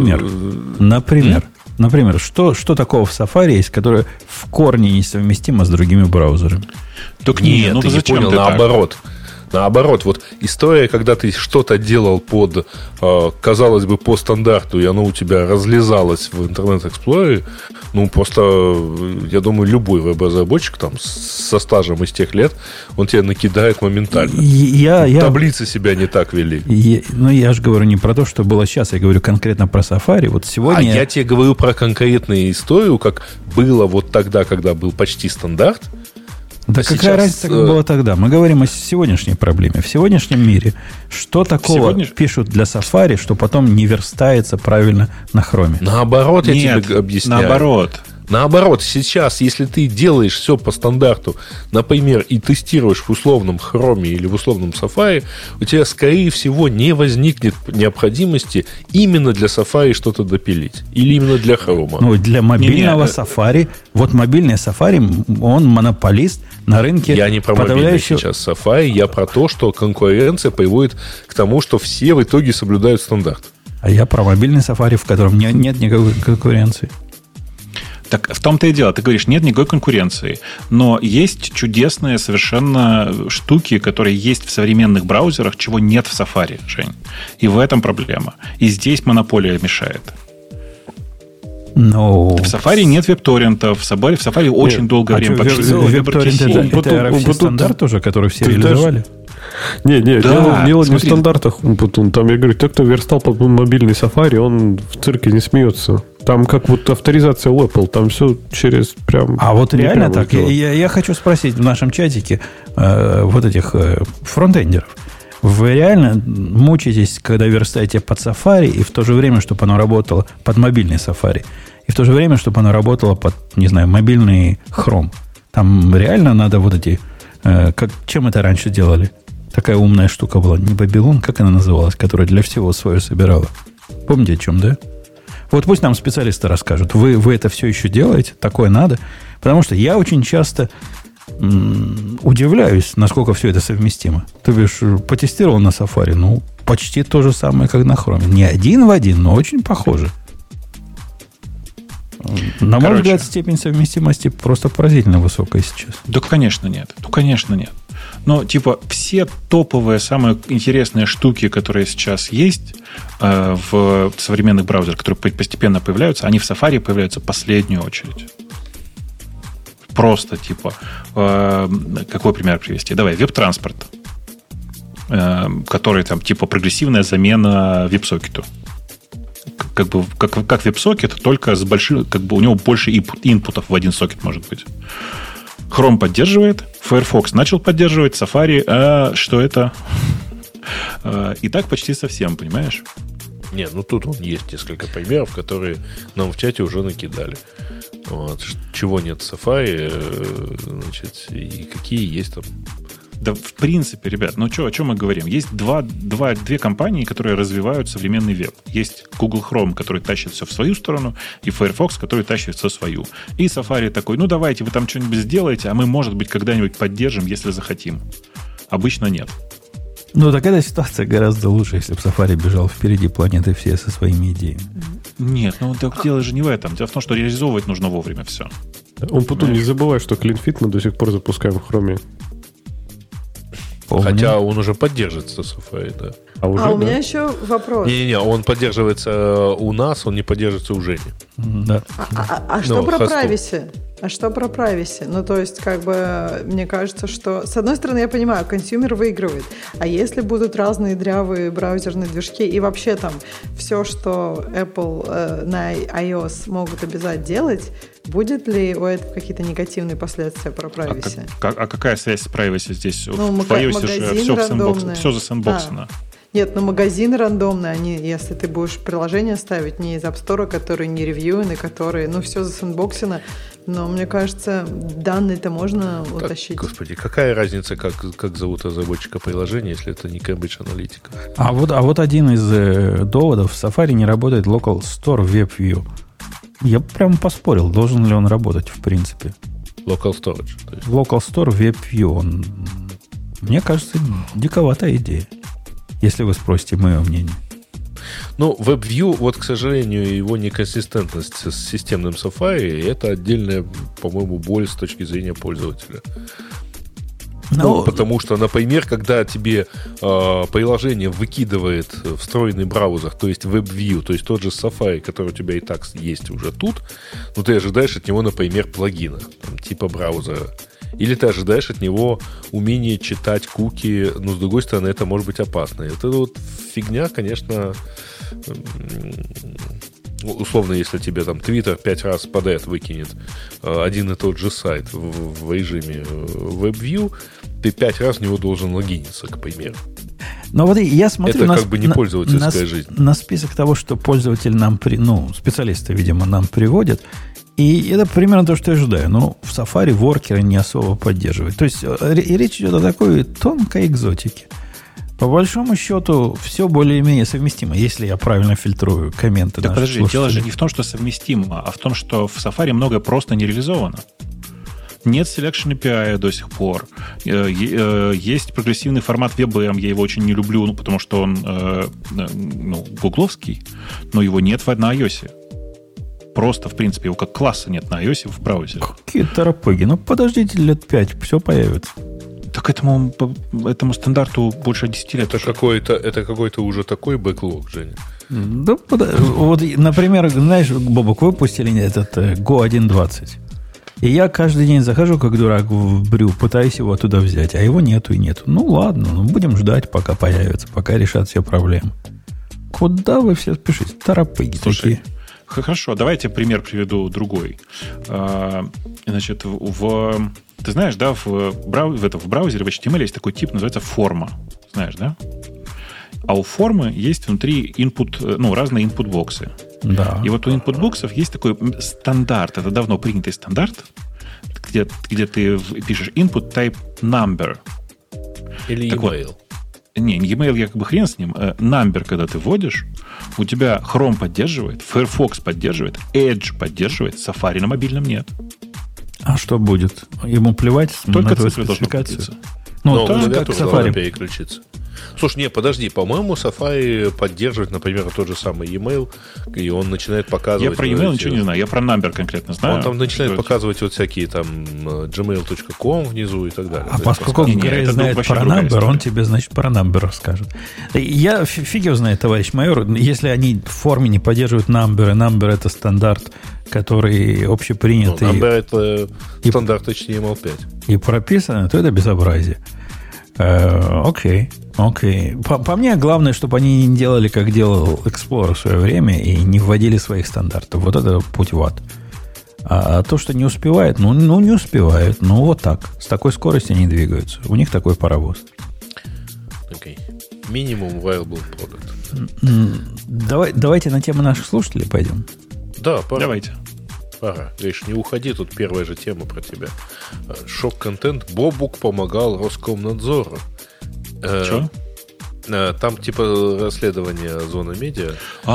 Например, что такого в Safari есть, которое в корне несовместимо с другими браузерами? Так нет, ну ты не понял, наоборот. Наоборот, вот история, когда ты что-то делал под, казалось бы, по стандарту, и оно у тебя разлезалось в Internet Explorer, ну, просто, я думаю, любой веб-разработчик там со стажем из тех лет, он тебя накидает моментально. Таблицы себя не так вели. Я же говорю не про то, что было сейчас, я говорю конкретно про Safari. Вот сегодня... А я тебе говорю про конкретную историю, как было вот тогда, когда был почти стандарт. Да какая разница, как было тогда? Мы говорим о сегодняшней проблеме. В сегодняшнем мире что такого пишут для Safari, что потом не верстается правильно на Chrome? Наоборот, я тебе объясняю. Наоборот, сейчас, если ты делаешь все по стандарту, например, и тестируешь в условном Chrome или в условном Safari, у тебя, скорее всего, не возникнет необходимости именно для Safari что-то допилить. Или именно для Chrome. Ну, для мобильного Safari, вот мобильный Safari, он монополист на рынке. Я не про мобильный сейчас Safari, я про то, что конкуренция приводит к тому, что все в итоге соблюдают стандарт. А я про мобильный Safari, в котором нет никакой конкуренции. Так в том-то и дело. Ты говоришь, нет никакой конкуренции. Но есть чудесные совершенно штуки, которые есть в современных браузерах, чего нет в Safari, Жень. И в этом проблема. И здесь монополия мешает. No. В Safari нет веб-торрентов. В Safari очень долгое время веб-торрент это RFC-стандарт уже, который все реализовали? Дело не в стандартах. Там, я говорю, тот, кто верстал под мобильный Safari, он в цирке не смеется. Там как вот авторизация у Apple, там все через прям... А вот реально так? Я хочу спросить в нашем чатике вот этих фронтендеров. Вы реально мучаетесь, когда верстаете под Safari, и в то же время, чтобы оно работало под мобильный Safari, и в то же время, чтобы оно работало под, не знаю, мобильный Chrome? Там реально надо вот эти... чем это раньше делали? Такая умная штука была. Не Babylon, как она называлась, которая для всего свое собирала? Помните о чем, да? Вот пусть нам специалисты расскажут. Вы это все еще делаете? Такое надо? Потому что я очень часто удивляюсь, насколько все это совместимо. Ты бишь, потестировал на Safari, ну, почти то же самое, как на Chrome. Не один в один, но очень похоже. На мой взгляд, степень совместимости просто поразительно высокая сейчас. Да, конечно, нет. Но, типа, все топовые, самые интересные штуки, которые сейчас есть в современных браузерах, которые постепенно появляются, они в Safari появляются в последнюю очередь. Просто, типа, какой пример привести? Давай, веб-транспорт, который там, типа, прогрессивная замена веб-сокету. Как веб-сокет, только с большим, как бы у него больше инпутов в один сокет может быть. Chrome поддерживает, Firefox начал поддерживать, Safari, что это? И так почти совсем, понимаешь? Не, ну тут есть несколько примеров, которые нам в чате уже накидали. Вот. Чего нет в Safari, значит, и какие есть там. Да, в принципе, ребят, ну о чем мы говорим? Есть две компании, которые развивают современный веб. Есть Google Chrome, который тащит все в свою сторону, и Firefox, который тащит все в свою. И Safari такой, ну давайте вы там что-нибудь сделаете, а мы, может быть, когда-нибудь поддержим, если захотим. Обычно нет. Ну, так эта ситуация гораздо лучше, если бы Safari бежал впереди планеты все со своими идеями. Нет, ну так дело же не в этом. Дело в том, что реализовывать нужно вовремя все. Он потом не забывай, что CleanFit мы до сих пор запускаем в Chrome. Хотя он уже поддерживается Safari, да. У меня еще вопрос. Не-не-не, он поддерживается у нас, он не поддерживается у Жени. Да. А что про privacy? А что про privacy? Ну, то есть, как бы, мне кажется, что, с одной стороны, я понимаю, консюмер выигрывает, а если будут разные дрявые браузерные движки и вообще там все, что Apple на iOS могут обязать делать, будет ли у этого какие-то негативные последствия про privacy? А какая связь с privacy здесь? Ну, в iOS же все засэндбоксено. Нет, но магазины рандомные, они, если ты будешь приложение ставить не из App Store, которые не ревьюены, которые, ну, все засэндбоксено, но, мне кажется, данные-то можно утащить. Господи, какая разница, как зовут разработчика приложения, если это не Cambridge Analytica? А вот один из доводов: в Safari не работает Local Store WebView. Я прям поспорил, должен ли он работать в принципе. Local Storage. То есть. Local Store WebView, мне кажется, диковатая идея. Если вы спросите мое мнение. Ну, WebView, вот, к сожалению, его неконсистентность с системным Safari, это отдельная, по-моему, боль с точки зрения пользователя. Ну, потому что, например, когда тебе приложение выкидывает встроенный браузер, то есть WebView, то есть тот же Safari, который у тебя и так есть уже тут, но ты ожидаешь от него, например, плагина, там, типа браузера. Или ты ожидаешь от него умение читать куки, но, с другой стороны, это может быть опасно. Это вот фигня, конечно, условно, если тебе там Twitter 5 раз подряд выкинет один и тот же сайт в режиме WebView, ты 5 раз в него должен логиниться, к примеру. Но вот я смотрю это как бы не пользовательская жизнь. На список того, что пользователь нам, специалисты, видимо, нам приводят. И это примерно то, что я ожидаю. Но в Safari воркеры не особо поддерживают. То есть речь идет о такой тонкой экзотике. По большому счету, все более-менее совместимо, если я правильно фильтрую комменты. Так подожди, дело же не в том, что совместимо, а в том, что в Safari многое просто не реализовано. Нет Selection API до сих пор. Есть прогрессивный формат WebM, я его очень не люблю, потому что он гугловский, но его нет на iOS. просто, в принципе, его как класса нет на iOS в браузере. Какие торопыги. Ну, подождите лет 5, все появится. Так этому стандарту больше 10 лет. Это какой-то уже такой бэклог, Женя. Да, вот, например, знаешь, Бобок, выпустили этот Go 1.20. И я каждый день захожу, как дурак, в Брю, пытаюсь его оттуда взять, а его нету и нету. Ну, ладно, будем ждать, пока появится, пока решат все проблемы. Куда вы все спешите? Торопыги такие. Хорошо, давайте пример приведу другой. Значит, ты знаешь, да, в браузере в HTML есть такой тип, называется форма. Знаешь, да? А у формы есть внутри разные input-боксы. Да. И вот у input-боксов есть такой стандарт, это давно принятый стандарт, где ты пишешь input type number. Или так email. Вот, не email я как бы хрен с ним. Number, когда ты вводишь, у тебя Chrome поддерживает, Firefox поддерживает, Edge поддерживает, Safari на мобильном нет. А что будет? Ему плевать только на твою цифры должны спецификацию? Ну, так как Safari переключиться. Слушай, не, подожди, по-моему, Safari поддерживает, например, тот же самый e-mail, и он начинает показывать... Я про e-mail ничего не знаю, я про number конкретно знаю. Он там начинает показывать вот всякие там gmail.com внизу и так далее. А поскольку Грей знает про number, он тебе, значит, про number расскажет. Я фиг его знает, товарищ майор, если они в форме не поддерживают number, и number это стандарт, который общепринятый... Number это стандарт HTML5. И прописано, то это безобразие. Окей. По мне, главное, чтобы они не делали, как делал Explorer в свое время, и не вводили своих стандартов. Вот это путь в ад. А то, что не успевает, ну не успевает. Ну, вот так. С такой скоростью они двигаются. У них такой паровоз. Окей. Minimum viable product. Давайте на тему наших слушателей пойдем. Да, пора. Давайте. Ага, видишь, не уходи, тут первая же тема про тебя. Шок-контент. Бобук помогал Роскомнадзору. Что? Там типа расследование Зоны Медиа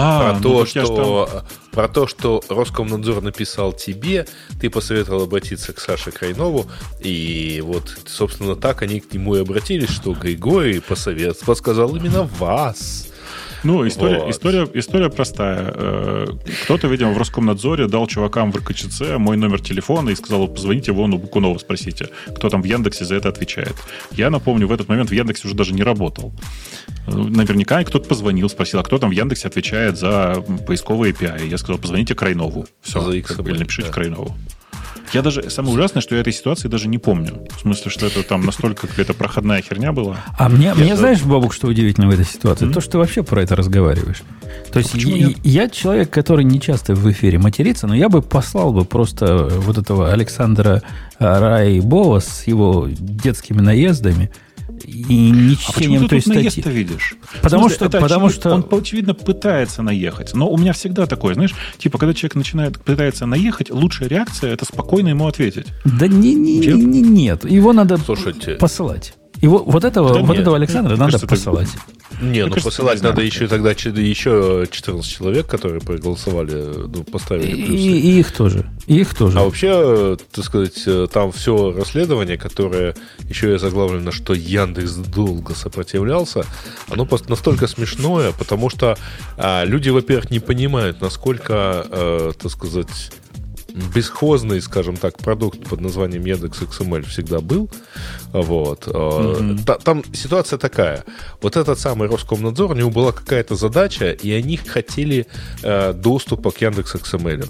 про то, что Роскомнадзор написал тебе, ты посоветовал обратиться к Саше Крайнову, и вот, собственно, так они к нему и обратились, что Григорий подсказал именно вас. Ну, история простая. Кто-то, видимо, в Роскомнадзоре дал чувакам в РКЧЦ мой номер телефона и сказал: позвоните вон у Бакунова, спросите, кто там в Яндексе за это отвечает. Я напомню, в этот момент в Яндексе уже даже не работал. Наверняка кто-то позвонил, спросил, а кто там в Яндексе отвечает за поисковые API. Я сказал: позвоните Крайнову. Все, или напишите Крайнову. Я даже, самое ужасное, что я этой ситуации даже не помню. В смысле, что это там настолько какая-то проходная херня была. А мне знаешь, Бобук, что удивительно в этой ситуации? То, что ты вообще про это разговариваешь. То есть я человек, который не часто в эфире матерится, но я бы послал бы просто вот этого Александра Райбова с его детскими наездами и не чтением той статьи. Наезд-то видишь? Потому что он, очевидно, пытается наехать. Но у меня всегда такое, знаешь, типа, когда человек пытается наехать, лучшая реакция — это спокойно ему ответить. Да нет. Его надо посылать. Вот этого Александра надо посылать. Не, посылать надо еще тогда еще 14 человек, которые проголосовали, поставили плюсы. И их тоже. А вообще, так сказать, там все расследование, которое еще и заглавлено, что Яндекс долго сопротивлялся, оно настолько смешное, потому что люди, во-первых, не понимают, насколько, так сказать, бесхозный, скажем так, продукт под названием Яндекс.XML всегда был. Вот. Там ситуация такая. Вот этот самый Роскомнадзор, у него была какая-то задача, и они хотели доступа к Яндекс.XML.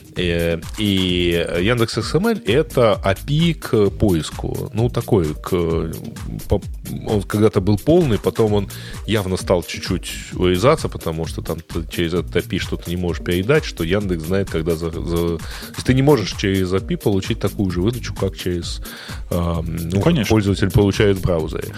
И Яндекс.XML — это API к поиску. Ну, такой, он когда-то был полный, потом он явно стал чуть-чуть урезаться, потому что там ты через этот API что-то не можешь передать, что Яндекс знает, когда... То есть ты не можешь через API получить такую же выдачу, как через... конечно. Пользователь получает в браузере.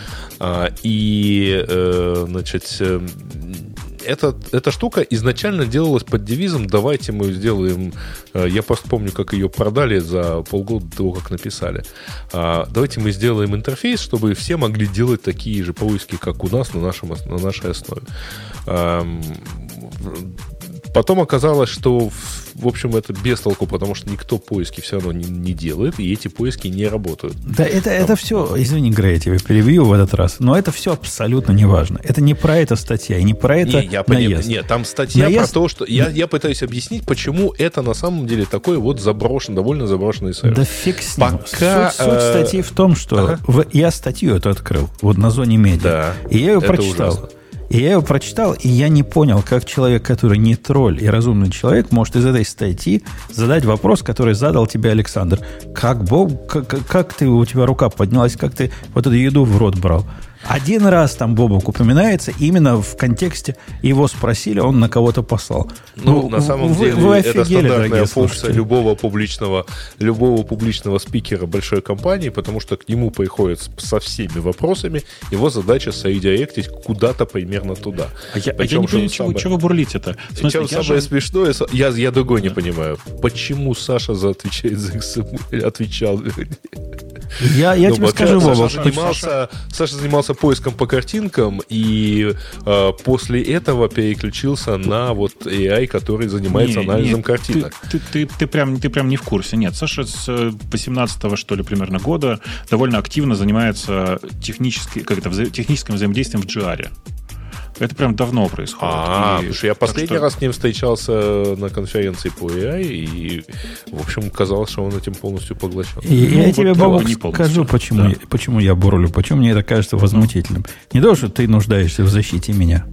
Значит... Эта штука изначально делалась под девизом: давайте мы сделаем... Я просто помню, как ее продали за полгода до того, как написали. Давайте мы сделаем интерфейс, чтобы все могли делать такие же поиски, как у нас, на нашей основе. Потом оказалось, что, в общем, это бестолку, потому что никто поиски все равно не делает, и эти поиски не работают. Да, это все, извини, Грей, я тебя перебью в этот раз, но это все абсолютно не важно. Это не про это статья, и не про это наезд. Нет, там статья про то, что... Я пытаюсь объяснить, почему это на самом деле такой вот довольно заброшенный сервис. Да фиг с ним. Суть статьи в том, что я статью эту открыл, вот на зоне медиа, да, и я ее прочитал. Ужасно. И я ее прочитал, и я не понял, как человек, который не тролль и разумный человек, может из этой статьи задать вопрос, который задал тебе Александр. Как ты, у тебя рука поднялась, как ты вот эту еду в рот брал? Один раз там Бобок упоминается, именно в контексте его спросили, он на кого-то послал. Ну, на самом деле, вы это стандартная функция любого публичного спикера большой компании, потому что к нему приходят со всеми вопросами, его задача соредиректить куда-то примерно туда. Я не понимаю, чего вы бурлите-то? Причем самое смешное, я другой не понимаю. Почему Саша отвечает за XML, отвечал... Я тебе скажу, Вова. Саша занимался поиском по картинкам, и после этого переключился на вот AI, который занимается анализом картинок. Ты прям не в курсе. Нет, Саша с 18-го, что ли, примерно года довольно активно занимается техническим взаимодействием в GR. Это прям давно происходит. Потому что я последний раз с ним встречался на конференции по AI, и, в общем, казалось, что он этим полностью поглощен. Я тебе, Бобок, скажу, почему я бурлю, почему мне это кажется возмутительным. Не то, что ты нуждаешься в защите меня.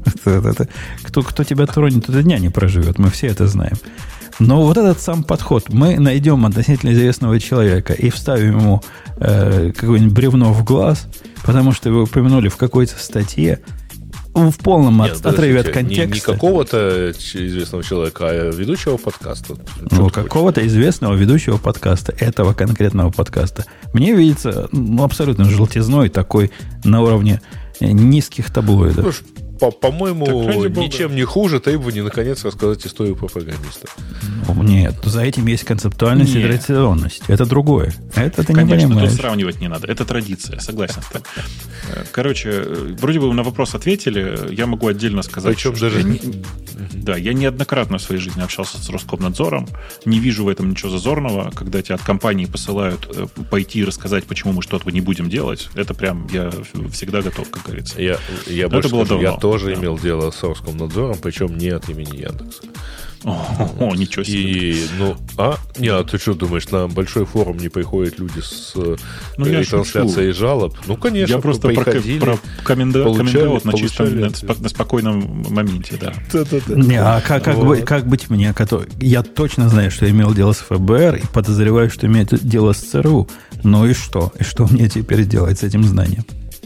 Кто тебя тронет, тот дня не проживет. Мы все это знаем. Но вот этот сам подход. Мы найдем относительно известного человека и вставим ему какое-нибудь бревно в глаз, потому что вы упомянули в какой-то статье, в полном отрыве от контекста. Не какого-то известного человека, а ведущего подкаста. Какого-то известного ведущего подкаста, этого конкретного подкаста. Мне видится абсолютно желтизной такой на уровне низких таблоидов. По-моему, ничем не хуже требований наконец рассказать историю про программиста. Нет, за этим есть концептуальность и традиционность. Это другое. Это ты не понимаешь. Тут сравнивать не надо. Это традиция, согласен с тобой. Короче, вроде бы на вопрос ответили. Я могу отдельно сказать, причем даже... я неоднократно в своей жизни общался с Роскомнадзором. Не вижу в этом ничего зазорного. Когда тебя от компании посылают пойти и рассказать, почему мы что-то не будем делать, это прям я всегда готов, как говорится. Я больше скажу, я тоже имел дело с Роскомнадзором, причем не от имени Яндекса. О, ничего себе. Ты что думаешь, на большой форум не приходят люди с ретрансляцией жалоб? Ну, конечно. Я просто про комендовод на спокойном моменте, да. А как быть мне? Я точно знаю, что я имел дело с ФБР и подозреваю, что имею дело с ЦРУ. Ну и что? И что мне теперь делать с этим знанием?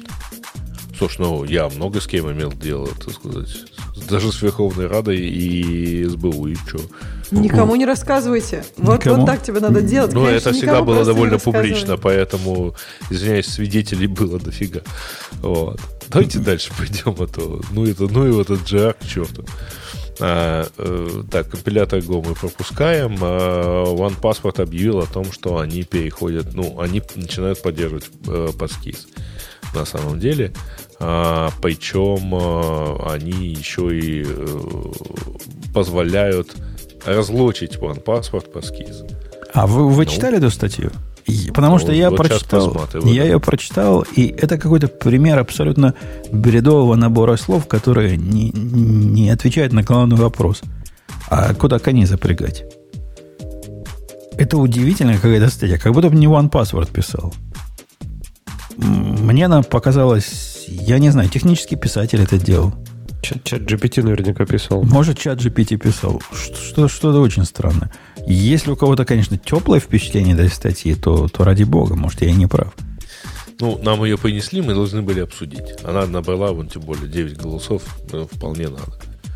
Слушай, я много с кем имел дело, так сказать. Даже с Верховной Радой и СБУ, и что? Никому не рассказывайте. Вот так тебе надо делать. Ну, это всегда было довольно публично, поэтому, извиняюсь, свидетелей было дофига. Вот. Давайте дальше пойдем, а то... Ну и вот этот GR к черту. Так, компилятор Go мы пропускаем. OnePassword объявил о том, что они переходят... они начинают поддерживать паскиз. На самом деле. Причем они еще и позволяют разлочить OnePassword паскиз. А вы читали эту статью? Потому что я ее прочитал, и это какой-то пример абсолютно бредового набора слов, которые не отвечают на главный вопрос. А куда коней запрягать? Это удивительная какая-то статья, как будто бы не OnePassword писал. Мне она показалась, я не знаю, технический писатель это делал. Чат GPT наверняка писал. Может, чат GPT писал. Что-то очень странное. Если у кого-то, конечно, теплое впечатление этой статьи, то ради бога, может, я и не прав. Нам ее принесли, мы должны были обсудить. Она набрала, тем более, 9 голосов. Вполне надо.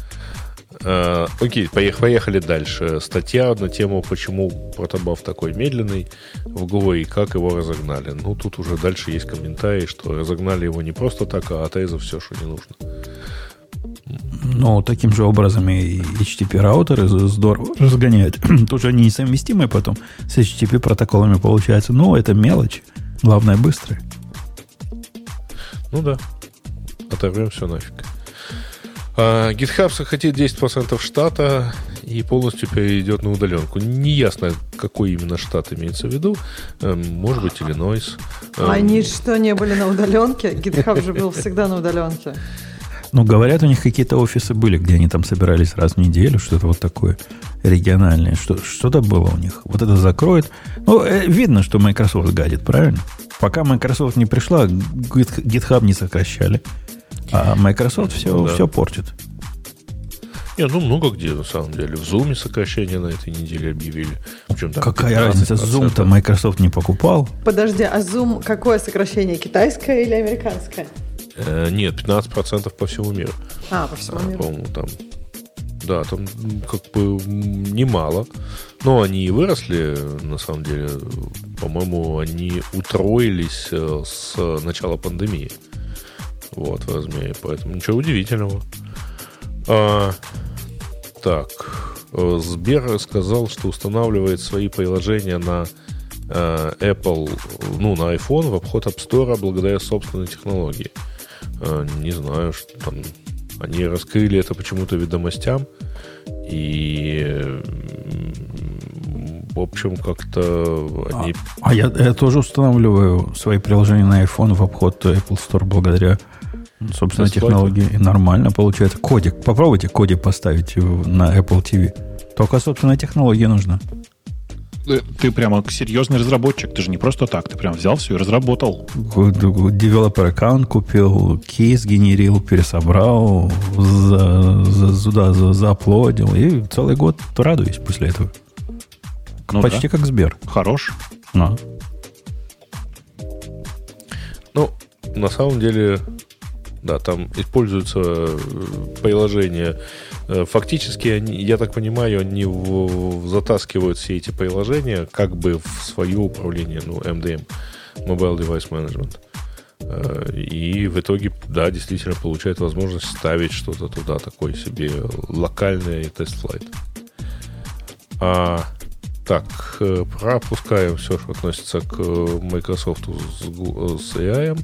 Окей, поехали дальше. Статья на тему, почему протобаф такой медленный в Go и как его разогнали. Тут уже дальше есть комментарий, что разогнали его не просто так, а отрезав все, что не нужно. Таким же образом и HTTP-раутеры здорово разгоняют. Тут же они несовместимые потом с HTTP-протоколами получается. Это мелочь. Главное, быстрые. Да. Оторвем все нафиг. GitHub сократит 10% штата и полностью перейдет на удаленку. Неясно, какой именно штат имеется в виду. Может быть, Иллинойс. Они что, не были на удаленке? GitHub же был всегда на удаленке. Ну, говорят, у них какие-то офисы были, где они там собирались раз в неделю, что-то вот такое региональное. Что-то было у них. Вот это закроет. Ну, видно, что Microsoft гадит, правильно? Пока Microsoft не пришла, GitHub не сокращали. А Microsoft все портит. Много где, на самом деле. В Zoom сокращение на этой неделе объявили. Какая разница? Zoom-то Microsoft не покупал. Подожди, а Zoom какое сокращение? Китайское или американское? Нет, 15% по всему миру. По всему миру. По-моему, там. Да, там как бы немало. Но они и выросли, на самом деле. По-моему, они утроились с начала пандемии. Вот, в размере. Поэтому ничего удивительного. Так. Сбер сказал, что устанавливает свои приложения на Apple, на iPhone в обход App Store благодаря собственной технологии. Не знаю, что там. Они раскрыли это почему-то ведомостям. И в общем, как-то они... Я тоже устанавливаю свои приложения на iPhone в обход Apple Store благодаря собственной технологии. И нормально получается. Кодик. Попробуйте кодик поставить на Apple TV. Только собственная технология нужна. Ты прямо серьезный разработчик. Ты же не просто так. Ты прям взял все и разработал. Developer аккаунт купил, кейс генерил, пересобрал, зааплодил. И целый год радуюсь после этого. Почти как Сбер. Хорош. Но. На самом деле, да, там используются приложения. Фактически, я так понимаю, они затаскивают все эти приложения как бы в свое управление, MDM, Mobile Device Management. И в итоге, да, действительно получают возможность ставить что-то туда, такой себе локальный тест-флайт. Так, пропускаем все, что относится к Microsoft с AI.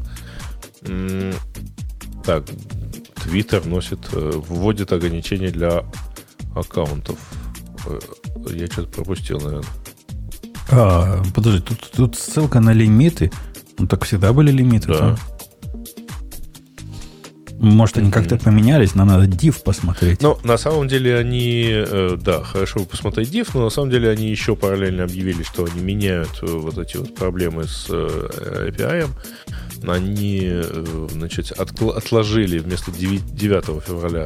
Так, Twitter вводит ограничения для аккаунтов. Я что-то пропустил, наверное. Подожди, тут ссылка на лимиты. Так всегда были лимиты. Да. Может, они как-то поменялись, нам надо div посмотреть. На самом деле они... Да, хорошо посмотреть div, но на самом деле они еще параллельно объявили, что они меняют вот эти вот проблемы с API. Они, отложили вместо 9 февраля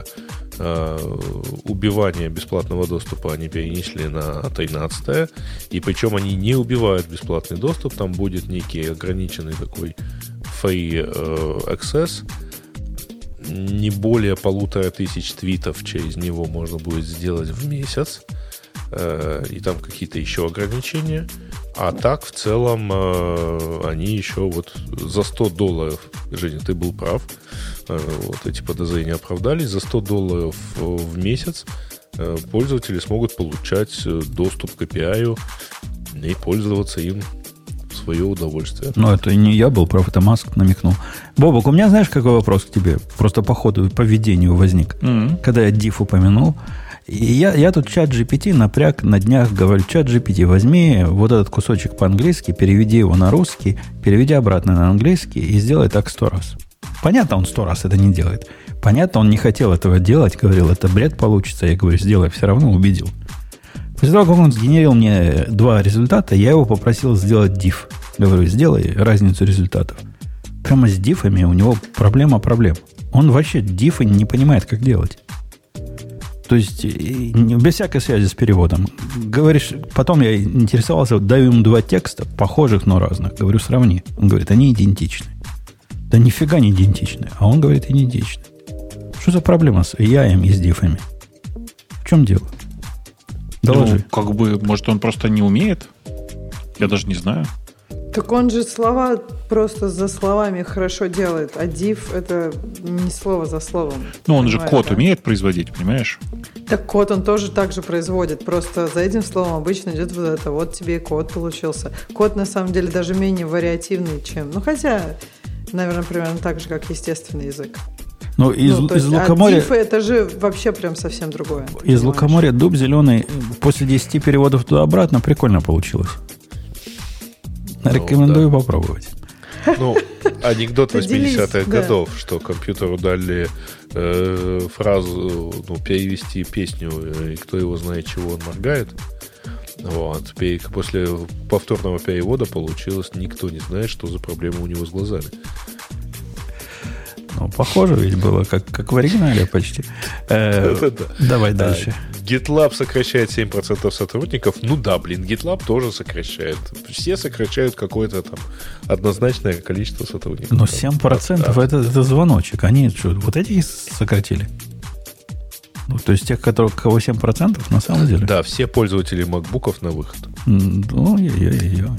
убивание бесплатного доступа, они перенесли на 13. И причем они не убивают бесплатный доступ, там будет некий ограниченный такой free access. Не более 1500 твитов через него можно будет сделать в месяц. И там какие-то еще ограничения. А так, в целом, они еще за $100, Женя, ты был прав, эти подозрения оправдались, за $100 в месяц пользователи смогут получать доступ к API и пользоваться им в свое удовольствие. Но это не я был прав, это Маск намекнул. Бобок, у меня знаешь, какой вопрос к тебе? Просто по ходу, по введению возник. Когда я diff упомянул, и я тут чат GPT напряг на днях, говорю, чат GPT, возьми вот этот кусочек по-английски, переведи его на русский, переведи обратно на английский и сделай так 100 раз. Понятно, он 100 раз это не делает. Понятно, он не хотел этого делать, говорил, это бред получится. Я говорю, сделай, все равно убедил. После того, как он сгенерил мне 2 результата, я его попросил сделать diff. Говорю, сделай разницу результатов. Прямо с диффами у него проблема проблем. Он вообще диффы не понимает, как делать. То есть, без всякой связи с переводом. Говоришь, потом я интересовался, даю ему 2 текста, похожих, но разных. Говорю, сравни. Он говорит, они идентичны. Да нифига не идентичны. А он говорит, идентичны. Что за проблема с AI и с диффами? В чем дело? Доложи. Может, он просто не умеет? Я даже не знаю. Так он же слова просто за словами хорошо делает, а div это не слово за словом. Он же код умеет производить, понимаешь? Так код он тоже так же производит, просто за этим словом обычно идет вот это, вот тебе и код получился. Код на самом деле даже менее вариативный, чем... хотя, наверное, примерно так же, как естественный язык. Ну, из Лукоморья... Дифы это же вообще прям совсем другое. Из Лукоморья дуб зеленый после 10 переводов туда-обратно прикольно получилось. Рекомендую попробовать. Ну, анекдот 80-х годов, что компьютеру дали фразу, перевести песню, и кто его знает, чего он моргает. Вот. После повторного перевода получилось, никто не знает, что за проблема у него с глазами. Ну, похоже ведь было, как в оригинале почти. Давай дальше. GitLab сокращает 7% сотрудников. Ну да, GitLab тоже сокращает. Все сокращают какое-то там однозначное количество сотрудников. Но 7% это звоночек. Они что, вот этих сократили? Ну, то есть тех, кого 7% на самом деле? Да, все пользователи макбуков на выход. Ой-ой-ой.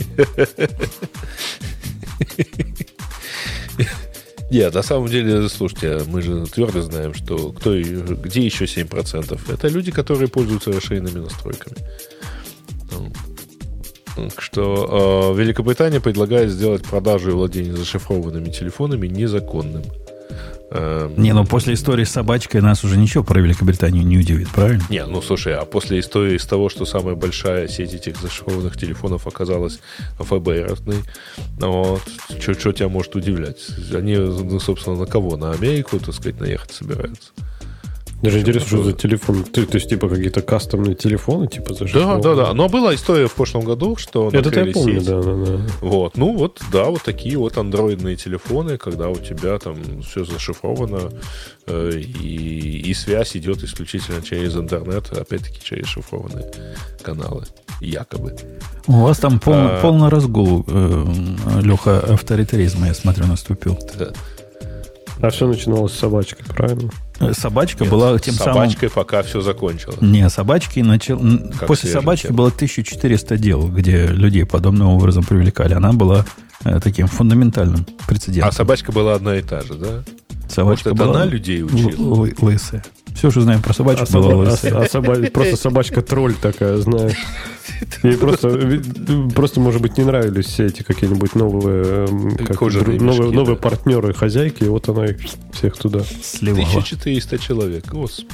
Нет, на самом деле, слушайте, мы же твердо знаем, что где еще 7%? Это люди, которые пользуются расширенными настройками. Так что Великобритания предлагает сделать продажу и владение зашифрованными телефонами незаконным. После истории с собачкой нас уже ничего про Великобританию не удивит, правильно? Слушай, а после истории с того, что самая большая сеть этих зашифрованных телефонов оказалась ФБРной, что тебя может удивлять? Они, собственно, на кого? На Америку, так сказать, наехать собираются. Даже интересно, что за телефон? То есть, типа, какие-то кастомные телефоны, типа, зашифрованные? Да. Но была история в прошлом году, что это я помню, сеть. Да. Вот такие вот андроидные телефоны, когда у тебя там все зашифровано, и связь идет исключительно через интернет, опять-таки через шифрованные каналы, якобы. У вас там полный разгул, Леха, авторитаризма, я смотрю, наступил. Да. А все начиналось с собачки, правильно? Собачка была тем самым... Собачкой пока все закончилось. Не, собачки после собачки было 1400 дел, где людей подобным образом привлекали. Она была таким фундаментальным прецедентом. А собачка была одна и та же, да? Собачка была... она людей учила? Лысая. Все, что знаем про собачку, была лысая. Просто собачка-тролль такая, знаешь. Ей просто, может быть, не нравились все эти какие-нибудь новые партнеры хозяйки, и вот она их всех туда сливала. 1400 человек, господи.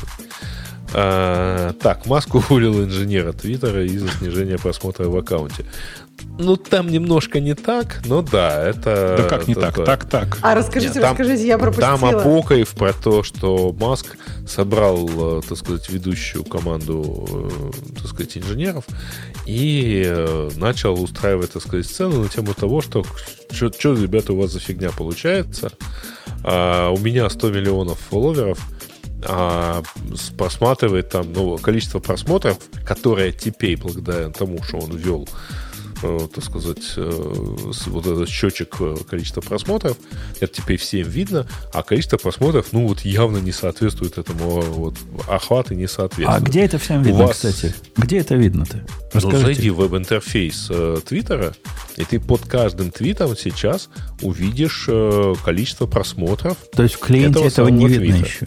Так, Маск уволил инженера Твиттера из-за снижения просмотра в аккаунте. Там немножко не так, но да, это... Да как не так? Так. А расскажите, я пропустила. Там апокриф про то, что Маск собрал, так сказать, ведущую команду, так сказать, инженеров и начал устраивать, так сказать, сцену на тему того, что ребята, у вас за фигня получается. У меня 100 миллионов фолловеров, просматривает там, количество просмотров, которое теперь, благодаря тому, что он ввел, так сказать, вот этот счетчик количества просмотров, это теперь всем видно, а количество просмотров, явно не соответствует этому, охваты не соответствуют. А где это всем видно, кстати? Где это видно-то? Зайди в веб-интерфейс Твиттера, и ты под каждым твитом сейчас увидишь количество просмотров. То есть в клиенте этого не видно еще?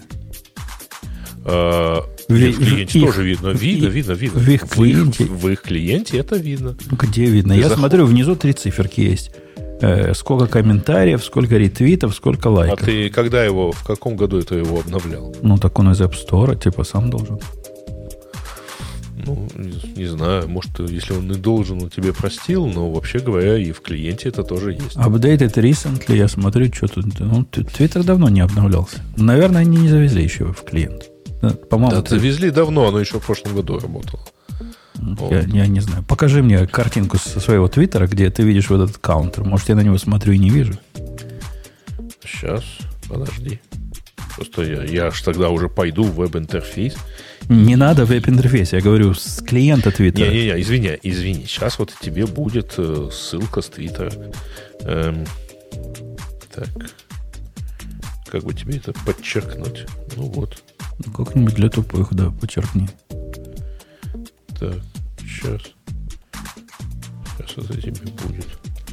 В клиенте тоже видно. Видно. В их клиенте? В их клиенте это видно. Где видно? Я смотрю, внизу 3 циферки есть. Сколько комментариев, сколько ретвитов, сколько лайков. А ты когда в каком году это его обновлял? Так он из App Store, типа сам должен. Не знаю, может, если он не должен, он тебе простил, но, вообще говоря, и в клиенте это тоже есть. Updated recently, я смотрю, что тут... Твиттер давно не обновлялся. Наверное, они не завезли еще в клиент. По-моему, завезли давно, оно еще в прошлом году работало. Я не знаю. Покажи мне картинку со своего твиттера, где ты видишь вот этот каунтер. Может, я на него смотрю и не вижу. Сейчас, подожди. Просто я ж тогда уже пойду в веб-интерфейс. Не надо в веб-интерфейс, я говорю с клиента твиттера. Не, извини. Сейчас вот тебе будет ссылка с твиттера. Так. Как бы тебе это подчеркнуть? Как-нибудь для тупых, да, подчеркни. Так, сейчас это тебе будет.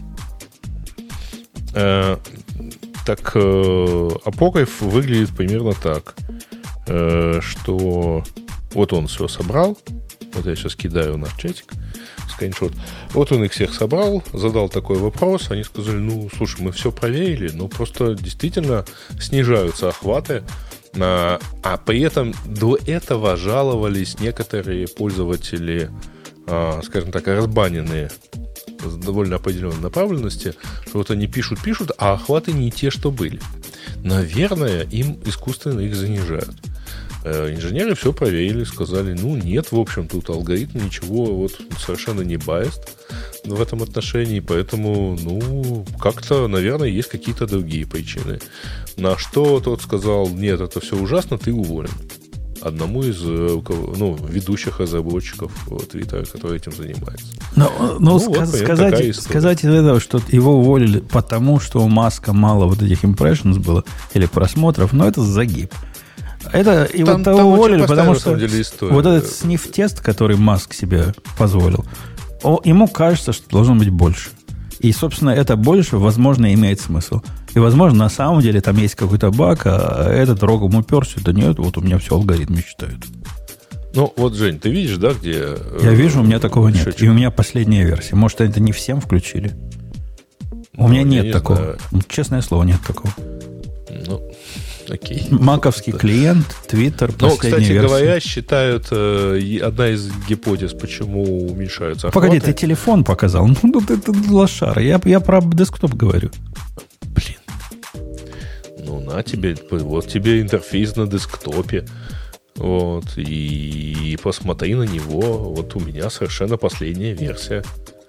Апокриф выглядит примерно так, что вот он все собрал. Вот я сейчас кидаю в наш чатик. скриншот. Вот он их всех собрал, задал такой вопрос. Они сказали, ну, слушай, мы все проверили, но просто действительно снижаются охваты. А при этом до этого жаловались некоторые пользователи, скажем так, разбаненные с довольно определенной направленности, что вот они пишут, а охваты не те, что были. Наверное, им искусственно их занижают. Инженеры все проверили, сказали, ну нет, в общем, тут алгоритм ничего вот совершенно не biased в этом отношении, поэтому, ну, как-то, наверное, есть какие-то другие причины. На что тот сказал, нет, это все ужасно, ты уволен. Одному из ведущих разработчиков Твиттера, который этим занимается. Сказать из этого, что его уволили потому, что у Маска мало вот этих impressions было или просмотров, но это загиб. Это и там, вот того уволили, потому что вот этот сниф-тест, который Маск себе позволил, ему кажется, что должно быть больше. И, собственно, это больше, возможно, имеет смысл. И, возможно, на самом деле там есть какой-то баг, а этот рогом уперся. Да нет, вот у меня все алгоритмы считают. Ну, вот, Жень, ты видишь, да, где... Я вижу, у меня такого нет. Счетчик. И у меня последняя версия. Может, это не всем включили? У меня нет такого. Знаю. Честное слово, нет такого. Ну, окей. Маковский клиент, Твиттер, последняя версия. Ну, кстати говоря, считают, одна из гипотез, почему уменьшаются охваты. Погоди, ты телефон показал. Ну, ты лошара. Я про десктоп говорю. Блин. Ну, на тебе, вот тебе интерфейс на десктопе. Вот. И посмотри на него. Вот у меня совершенно последняя версия.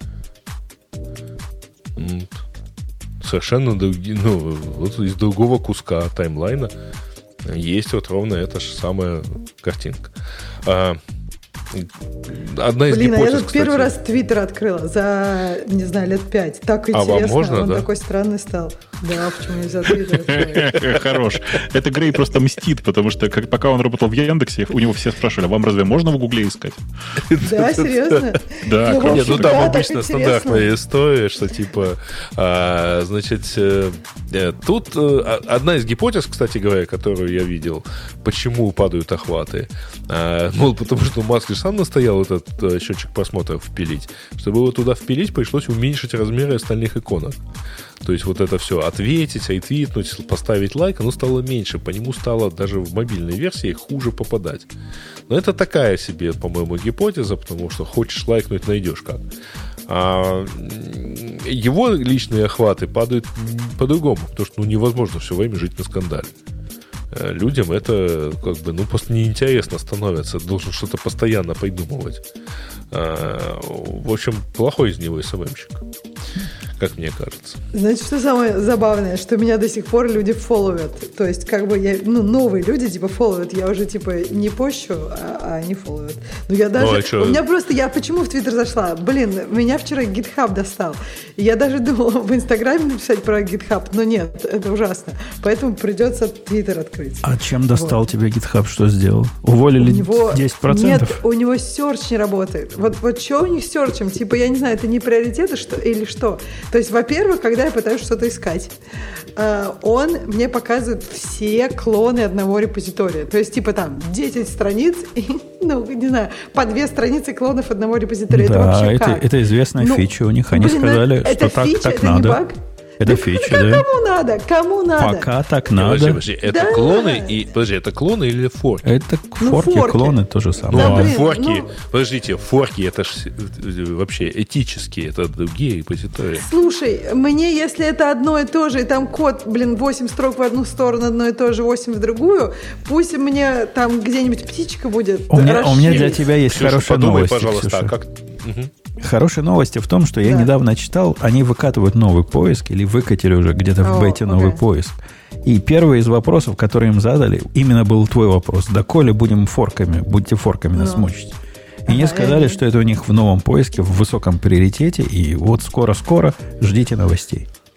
Совершенно вот из другого куска таймлайна есть вот ровно эта же самая картинка. Одна из гипотез, я тут первый раз Твиттер открыла за, не знаю, лет 5. Так интересно. Вам можно, он да? такой странный стал. Да, почему нельзя Твиттер открывать? Хорош. Это Грей просто мстит, потому что пока он работал в Яндексе, у него все спрашивали, а вам разве можно в Гугле искать? Да, серьезно? Да, нет, ну там обычно стандартная история, что типа, значит, тут одна из гипотез, кстати говоря, которую я видел, почему падают охваты. Ну, потому что Маск же сам настоял этот счетчик просмотров впилить. Чтобы его туда впилить, пришлось уменьшить размеры остальных иконок. То есть вот это все ответить, ретвитнуть, поставить лайк, оно стало меньше. По нему стало даже в мобильной версии хуже попадать. Но это такая себе, по-моему, гипотеза, потому что хочешь лайкнуть, найдешь как. А его личные охваты падают по-другому, потому что невозможно все время жить на скандале. Людям это как бы, просто неинтересно становится. Должен что-то постоянно придумывать. В общем, плохой из него СММщик, как мне кажется. Знаете, что самое забавное? Что меня до сих пор люди фолловят. То есть, как бы новые люди типа фолловят. Я уже типа не пощу, а они фолловят. Но я даже... у меня просто... Я почему в Твиттер зашла? Меня вчера GitHub достал. И я даже думала в Инстаграме написать про GitHub, но нет, это ужасно. Поэтому придется Твиттер открыть. А чем достал тебя GitHub? Что сделал? Уволили 10%? Нет, у него search не работает. Вот что у них с серчем? Типа, я не знаю, это не приоритеты или что? То есть, во-первых, когда я пытаюсь что-то искать, он мне показывает все клоны одного репозитория. То есть, типа, там 10 страниц, и, не знаю, по 2 страницы клонов одного репозитория. Да, это вообще как? Это известная фича у них. Они сказали, что так надо. Не баг? Это фича, да? Кому надо? Пока так надо. Подожди, это клоны это клоны или форки? Это форки, клоны то же самое. Форки, подождите, форки это ж вообще этические, это другие репозитории. Слушай, мне если это одно и то же, и там код, 8 строк в одну сторону, одно и то же, 8 в другую, пусть мне там где-нибудь птичка будет. У меня для тебя есть хорошая новость. Пожалуйста, а как... Хорошие новости в том, что я недавно читал, они выкатывают новый поиск, или выкатили уже где-то в бете новый поиск. И первый из вопросов, которые им задали, именно был твой вопрос. Доколе будете форками нас мучить? И они сказали, что это у них в новом поиске, в высоком приоритете, и вот скоро-скоро ждите новостей.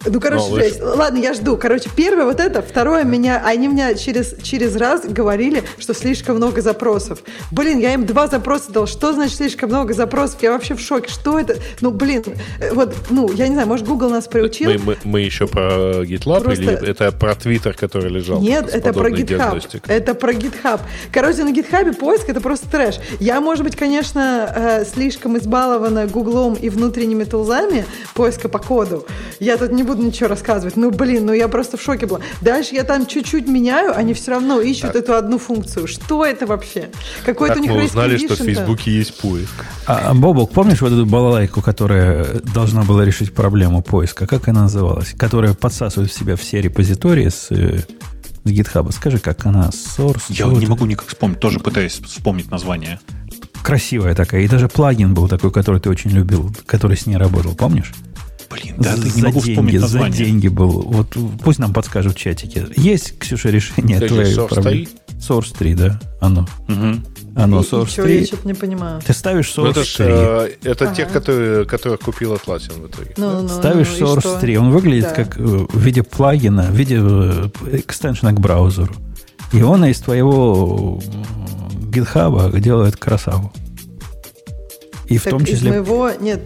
Ну, короче, жесть. Ладно, я жду. Короче, первое вот это, второе они меня через раз говорили, что слишком много запросов. Блин, я им 2 запроса дал. Что значит слишком много запросов? Я вообще в шоке. Что это? Ну, блин, вот, я не знаю, может, Google нас приучил? Мы еще про GitLab просто... или это про Twitter, который лежал? Нет, это про GitHub. Это про GitHub. Короче, на GitHub поиск это просто трэш. Я, может быть, конечно, слишком избалована Гуглом и внутренними тулзами поиска по коду. Я тут не буду ничего рассказывать. Я просто в шоке была. Дальше я там чуть-чуть меняю, они все равно ищут эту одну функцию. Что это вообще? Какой-то у них мы узнали, что в Фейсбуке есть поиск. Бобок, помнишь вот эту балалайку, которая должна была решить проблему поиска? Как она называлась? Которая подсасывает в себя все репозитории с GitHub. Скажи, как она? Source? Я не могу никак вспомнить. Тоже пытаюсь вспомнить название. Красивая такая. И даже плагин был такой, который ты очень любил, который с ней работал. Помнишь? Блин, да, ты не могу вспомнить название. За деньги был. Вот пусть нам подскажут в чатике. Есть, Ксюша, решение твоей проблемы? Source 3, да? Оно. Угу. Оно Source 3. Я что-то не понимаю. Ты ставишь Source 3. Это те, которые купил Atlassian в итоге. Ставишь Source 3. Он выглядит как в виде плагина, в виде экстеншена к браузеру. И он из твоего GitHub делает красаву. И так в том числе... из моего... Нет,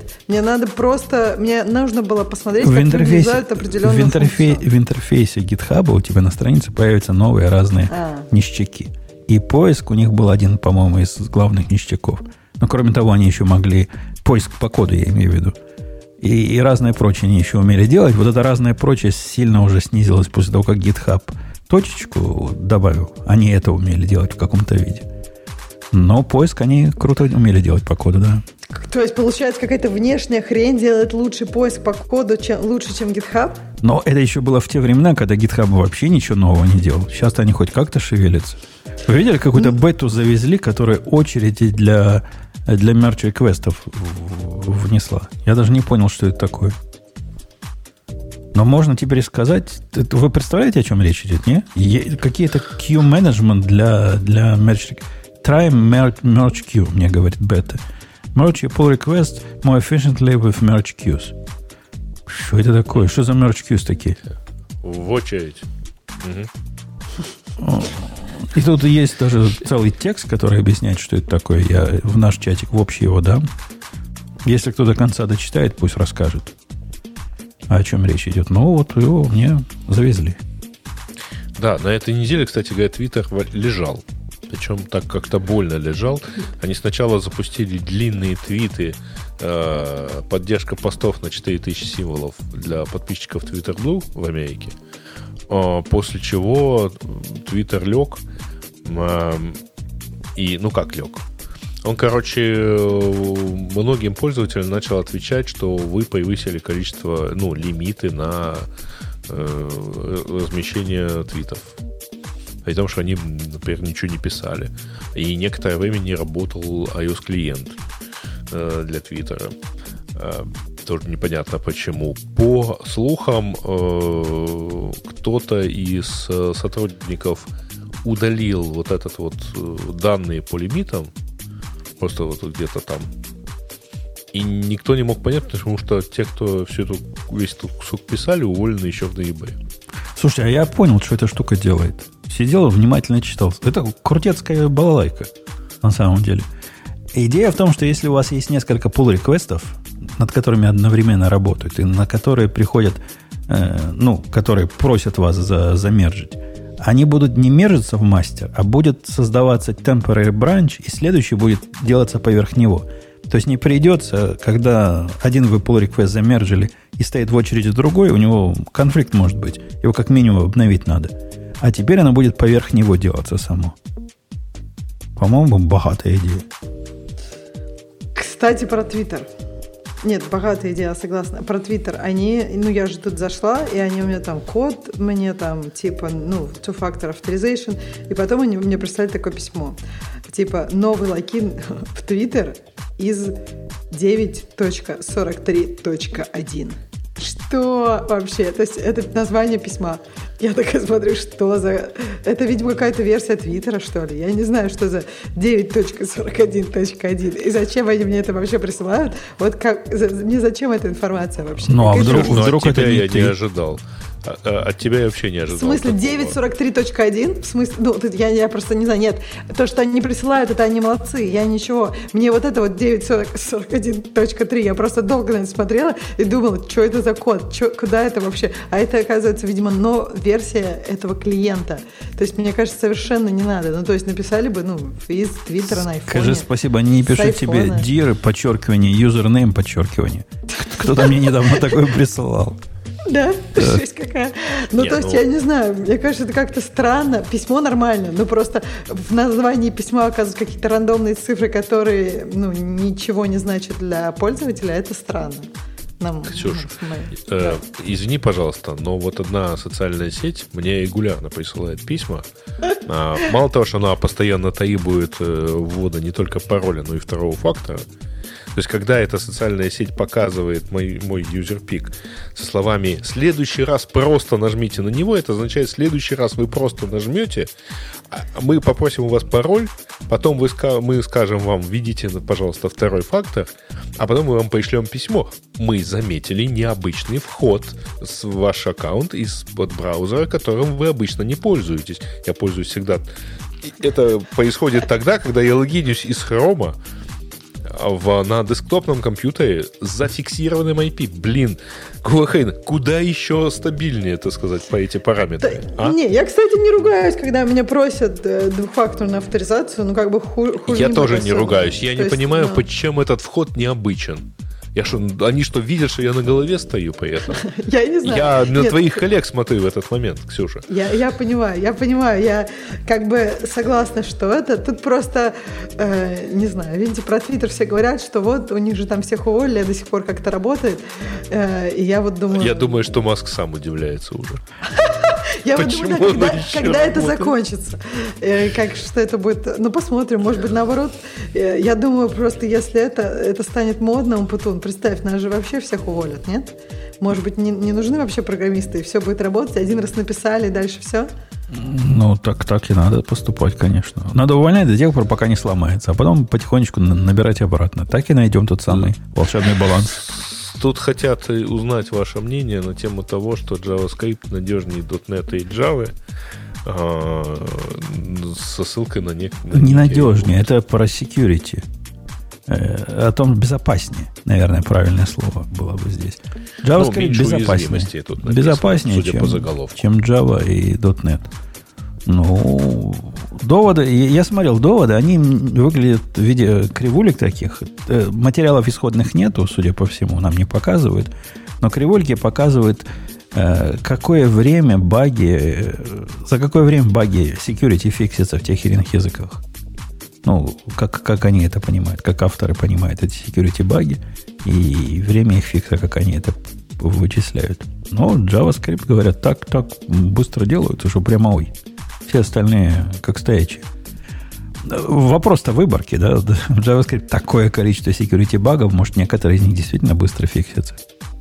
мне нужно было посмотреть, как люди юзают определенную функцию. В интерфейсе GitHub у тебя на странице появятся новые разные ништяки. И поиск у них был один, по-моему, из главных ништяков. Но кроме того, они еще могли... Поиск по коду, я имею в виду. И разное прочее они еще умели делать. Вот это разное прочее сильно уже снизилось после того, как GitHub точечку добавил. Они это умели делать в каком-то виде. Но поиск они круто умели делать по коду, да. То есть, получается, какая-то внешняя хрень делает лучший поиск по коду лучше, чем GitHub? Но это еще было в те времена, когда GitHub вообще ничего нового не делал. Сейчас-то они хоть как-то шевелятся. Вы видели, какую-то бету завезли, которая очереди для мерч-реквестов внесла? Я даже не понял, что это такое. Но можно теперь сказать... Вы представляете, о чем речь идет, не? Какие-то queue-менеджмент для мерч-реквестов. Try merge queue, мне говорит бета. Merge your pull request more efficiently with merge queues. Что это такое? Что за merge queues такие? В очередь. Угу. И тут есть даже целый текст, который объясняет, что это такое. Я в наш чатик в общий его дам. Если кто до конца дочитает, пусть расскажет, о чем речь идет. Ну, вот его мне завезли. Да, на этой неделе, кстати говоря, Twitter лежал. Причем так как-то больно лежал. Они сначала запустили длинные твиты, поддержка постов на 4000 символов для подписчиков Twitter Blue в Америке. После чего Twitter лег. И, как лег? Он, многим пользователям начал отвечать, что вы превысили количество, лимиты на размещение твитов. При том, что они, например, ничего не писали. И некоторое время не работал iOS-клиент для Твиттера. Тоже непонятно почему. По слухам, кто-то из сотрудников удалил вот этот вот данные по лимитам, просто вот где-то там. И никто не мог понять, потому что те, кто весь этот кусок писали, уволены еще в ноябре. Слушайте, а я понял, что эта штука делает. Сидел, внимательно читал. Это крутецкая балалайка, на самом деле. Идея в том, что если у вас есть несколько pull-реквестов, над которыми одновременно работают, и на которые приходят, которые просят вас замержить, они будут не мержиться в мастер, а будет создаваться temporary branch, и следующий будет делаться поверх него. То есть не придется, когда один вы pull-request замержили и стоит в очереди другой, у него конфликт может быть. Его как минимум обновить надо. А теперь оно будет поверх него делаться само. По-моему, богатая идея. Кстати, про Twitter. Нет, богатая идея, согласна. Про Twitter. Я же тут зашла, и они у меня там код, мне там two-factor authorization, и потом они мне прислали такое письмо. Новый логин в Twitter из 9.43.1. Что вообще? То есть это название письма. Я такая смотрю, что за... Это, видимо, какая-то версия Твиттера, что ли. Я не знаю, что за 9.41.1. И зачем они мне это вообще присылают? Вот как... Мне зачем эта информация вообще? Ну, а вдруг это я не ожидал. От тебя я вообще не ожидал. В смысле, 9.43.1? В смысле, ну, я просто не знаю, нет. То, что они присылают, это они молодцы. Я ничего. Мне вот это вот 9.41.3, я просто долго на это смотрела и думала, что это за код, куда это вообще? А это, оказывается, видимо, версия этого клиента. То есть, мне кажется, совершенно не надо. Ну, то есть, написали бы, из Твиттера на айфоне. Скажи спасибо, они не пишут тебе dir, подчеркивание, username, подчеркивание. Кто-то мне недавно такое присылал. Да, жесть какая. То есть, я не знаю, мне кажется, это как-то странно. Письмо нормально, но просто в названии письма оказываются какие-то рандомные цифры, которые, ничего не значат для пользователя. Это странно. Ксюша, извини, пожалуйста, но вот одна социальная сеть мне регулярно присылает письма. Мало того, что она постоянно требует ввода не только пароля, но и второго фактора. То есть, когда эта социальная сеть показывает мой юзерпик со словами «следующий раз просто нажмите на него», это означает «следующий раз вы просто нажмете, мы попросим у вас пароль, потом мы скажем вам «введите, пожалуйста, второй фактор», а потом мы вам пришлем письмо. Мы заметили необычный вход в ваш аккаунт из-под браузера, которым вы обычно не пользуетесь. Я пользуюсь всегда. Это происходит тогда, когда я логинюсь из Chrome на десктопном компьютере с зафиксированным IP. Блин, Кулахейн, куда еще стабильнее, так сказать, по эти параметры? Не, я, кстати, не ругаюсь, когда меня просят двухфакторную авторизацию, хуже я тоже не ругаюсь. Я не понимаю, почему этот вход необычен. Они что, видят, что я на голове стою при этом? Я не знаю. Я на твоих коллег смотрю в этот момент, Ксюша. Я понимаю. Я как бы согласна, что это. Тут просто, не знаю, видите, про Твиттер все говорят, что вот у них же там всех уволили, а до сих пор как-то работает. И я вот думаю... Я думаю, что Маск сам удивляется уже. Я вот думаю, когда это закончится. Что это будет... Посмотрим. Может быть, наоборот. Я думаю, просто если это станет модным, Путун, представь, нас же вообще всех уволят, нет? Может быть, не нужны вообще программисты, и все будет работать. Один раз написали, и дальше все? Так и надо поступать, конечно. Надо увольнять до тех пор, пока не сломается, а потом потихонечку набирать обратно. Так и найдем тот самый волшебный баланс. Тут хотят узнать ваше мнение на тему того, что JavaScript надежнее .NET и Java, со ссылкой на ненадежнее, это про security. О том, безопаснее, наверное, правильное слово было бы здесь. JavaScript безопаснее, чем Java и .NET. Доводы, я смотрел доводы, они выглядят в виде кривулек таких. Материалов исходных нету, судя по всему, нам не показывают. Но кривульки показывают, за какое время баги security фиксятся в тех или иных языках. Как они это понимают, как авторы понимают эти security баги, и время их фикса, как они это вычисляют. Но JavaScript, говорят, так быстро делают, что прямо ой. Все остальные как стоячие. Вопрос-то выборки, да? В JavaScript такое количество security багов, может, некоторые из них действительно быстро фиксятся.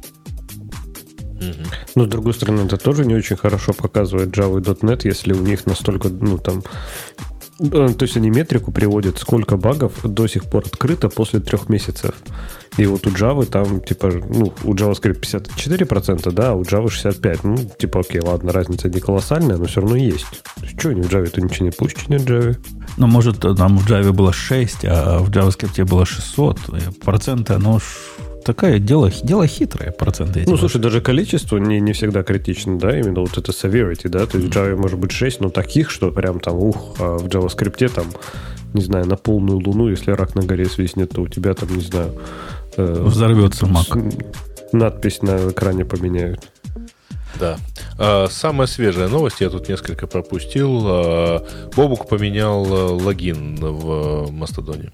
Но, с другой стороны, это тоже не очень хорошо показывает Java и .NET, если у них настолько, то есть они метрику приводят, сколько багов до сих пор открыто после 3 месяцев. И вот у Java там, у JavaScript 54%, да, а у Java 65%. Окей, ладно, разница не колоссальная, но все равно есть. То есть, что они в Java-то ничего не пустят, не в Java? Может, там в Java было 6, а в JavaScript было 600. Проценты, оно такое дело хитрое, проценты эти. Слушай, даже количество не всегда критично, да, именно вот это severity, да, то есть в Java может быть 6, но таких, что прям там, а в JavaScript там, не знаю, на полную луну, если рак на горе свистнет, то у тебя там, не знаю... взорвется Mac. Надпись на экране поменяют. Да. Самая свежая новость, я тут несколько пропустил. Бобук поменял логин в Мастодоне.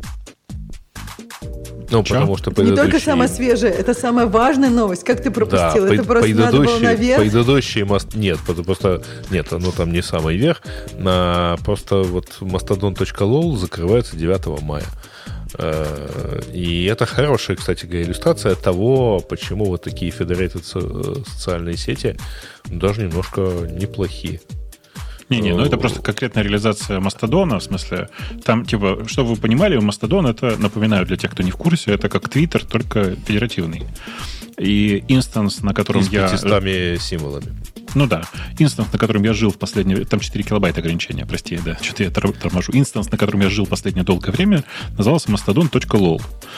Потому что не только самая свежая, это самая важная новость. Как ты пропустил? Это просто надо было наверх? Предыдущие Нет, оно там не самый верх. Просто вот mastodon.lol закрывается 9 мая. И это хорошая, кстати говоря, иллюстрация того, почему вот такие federated социальные сети даже немножко неплохие. Не, ну это просто конкретная реализация Мастодона, в смысле, там, типа, чтобы вы понимали, Мастодон, это, напоминаю для тех, кто не в курсе, это как Твиттер, только федеративный. И инстанс, на котором я... С 500 символами. Ну да. Инстанс, на котором я жил в последнее... Там 4 килобайта ограничения, прости, да. Что-то я торможу. Инстанс, на котором я жил последнее долгое время, назывался mastodon.lol.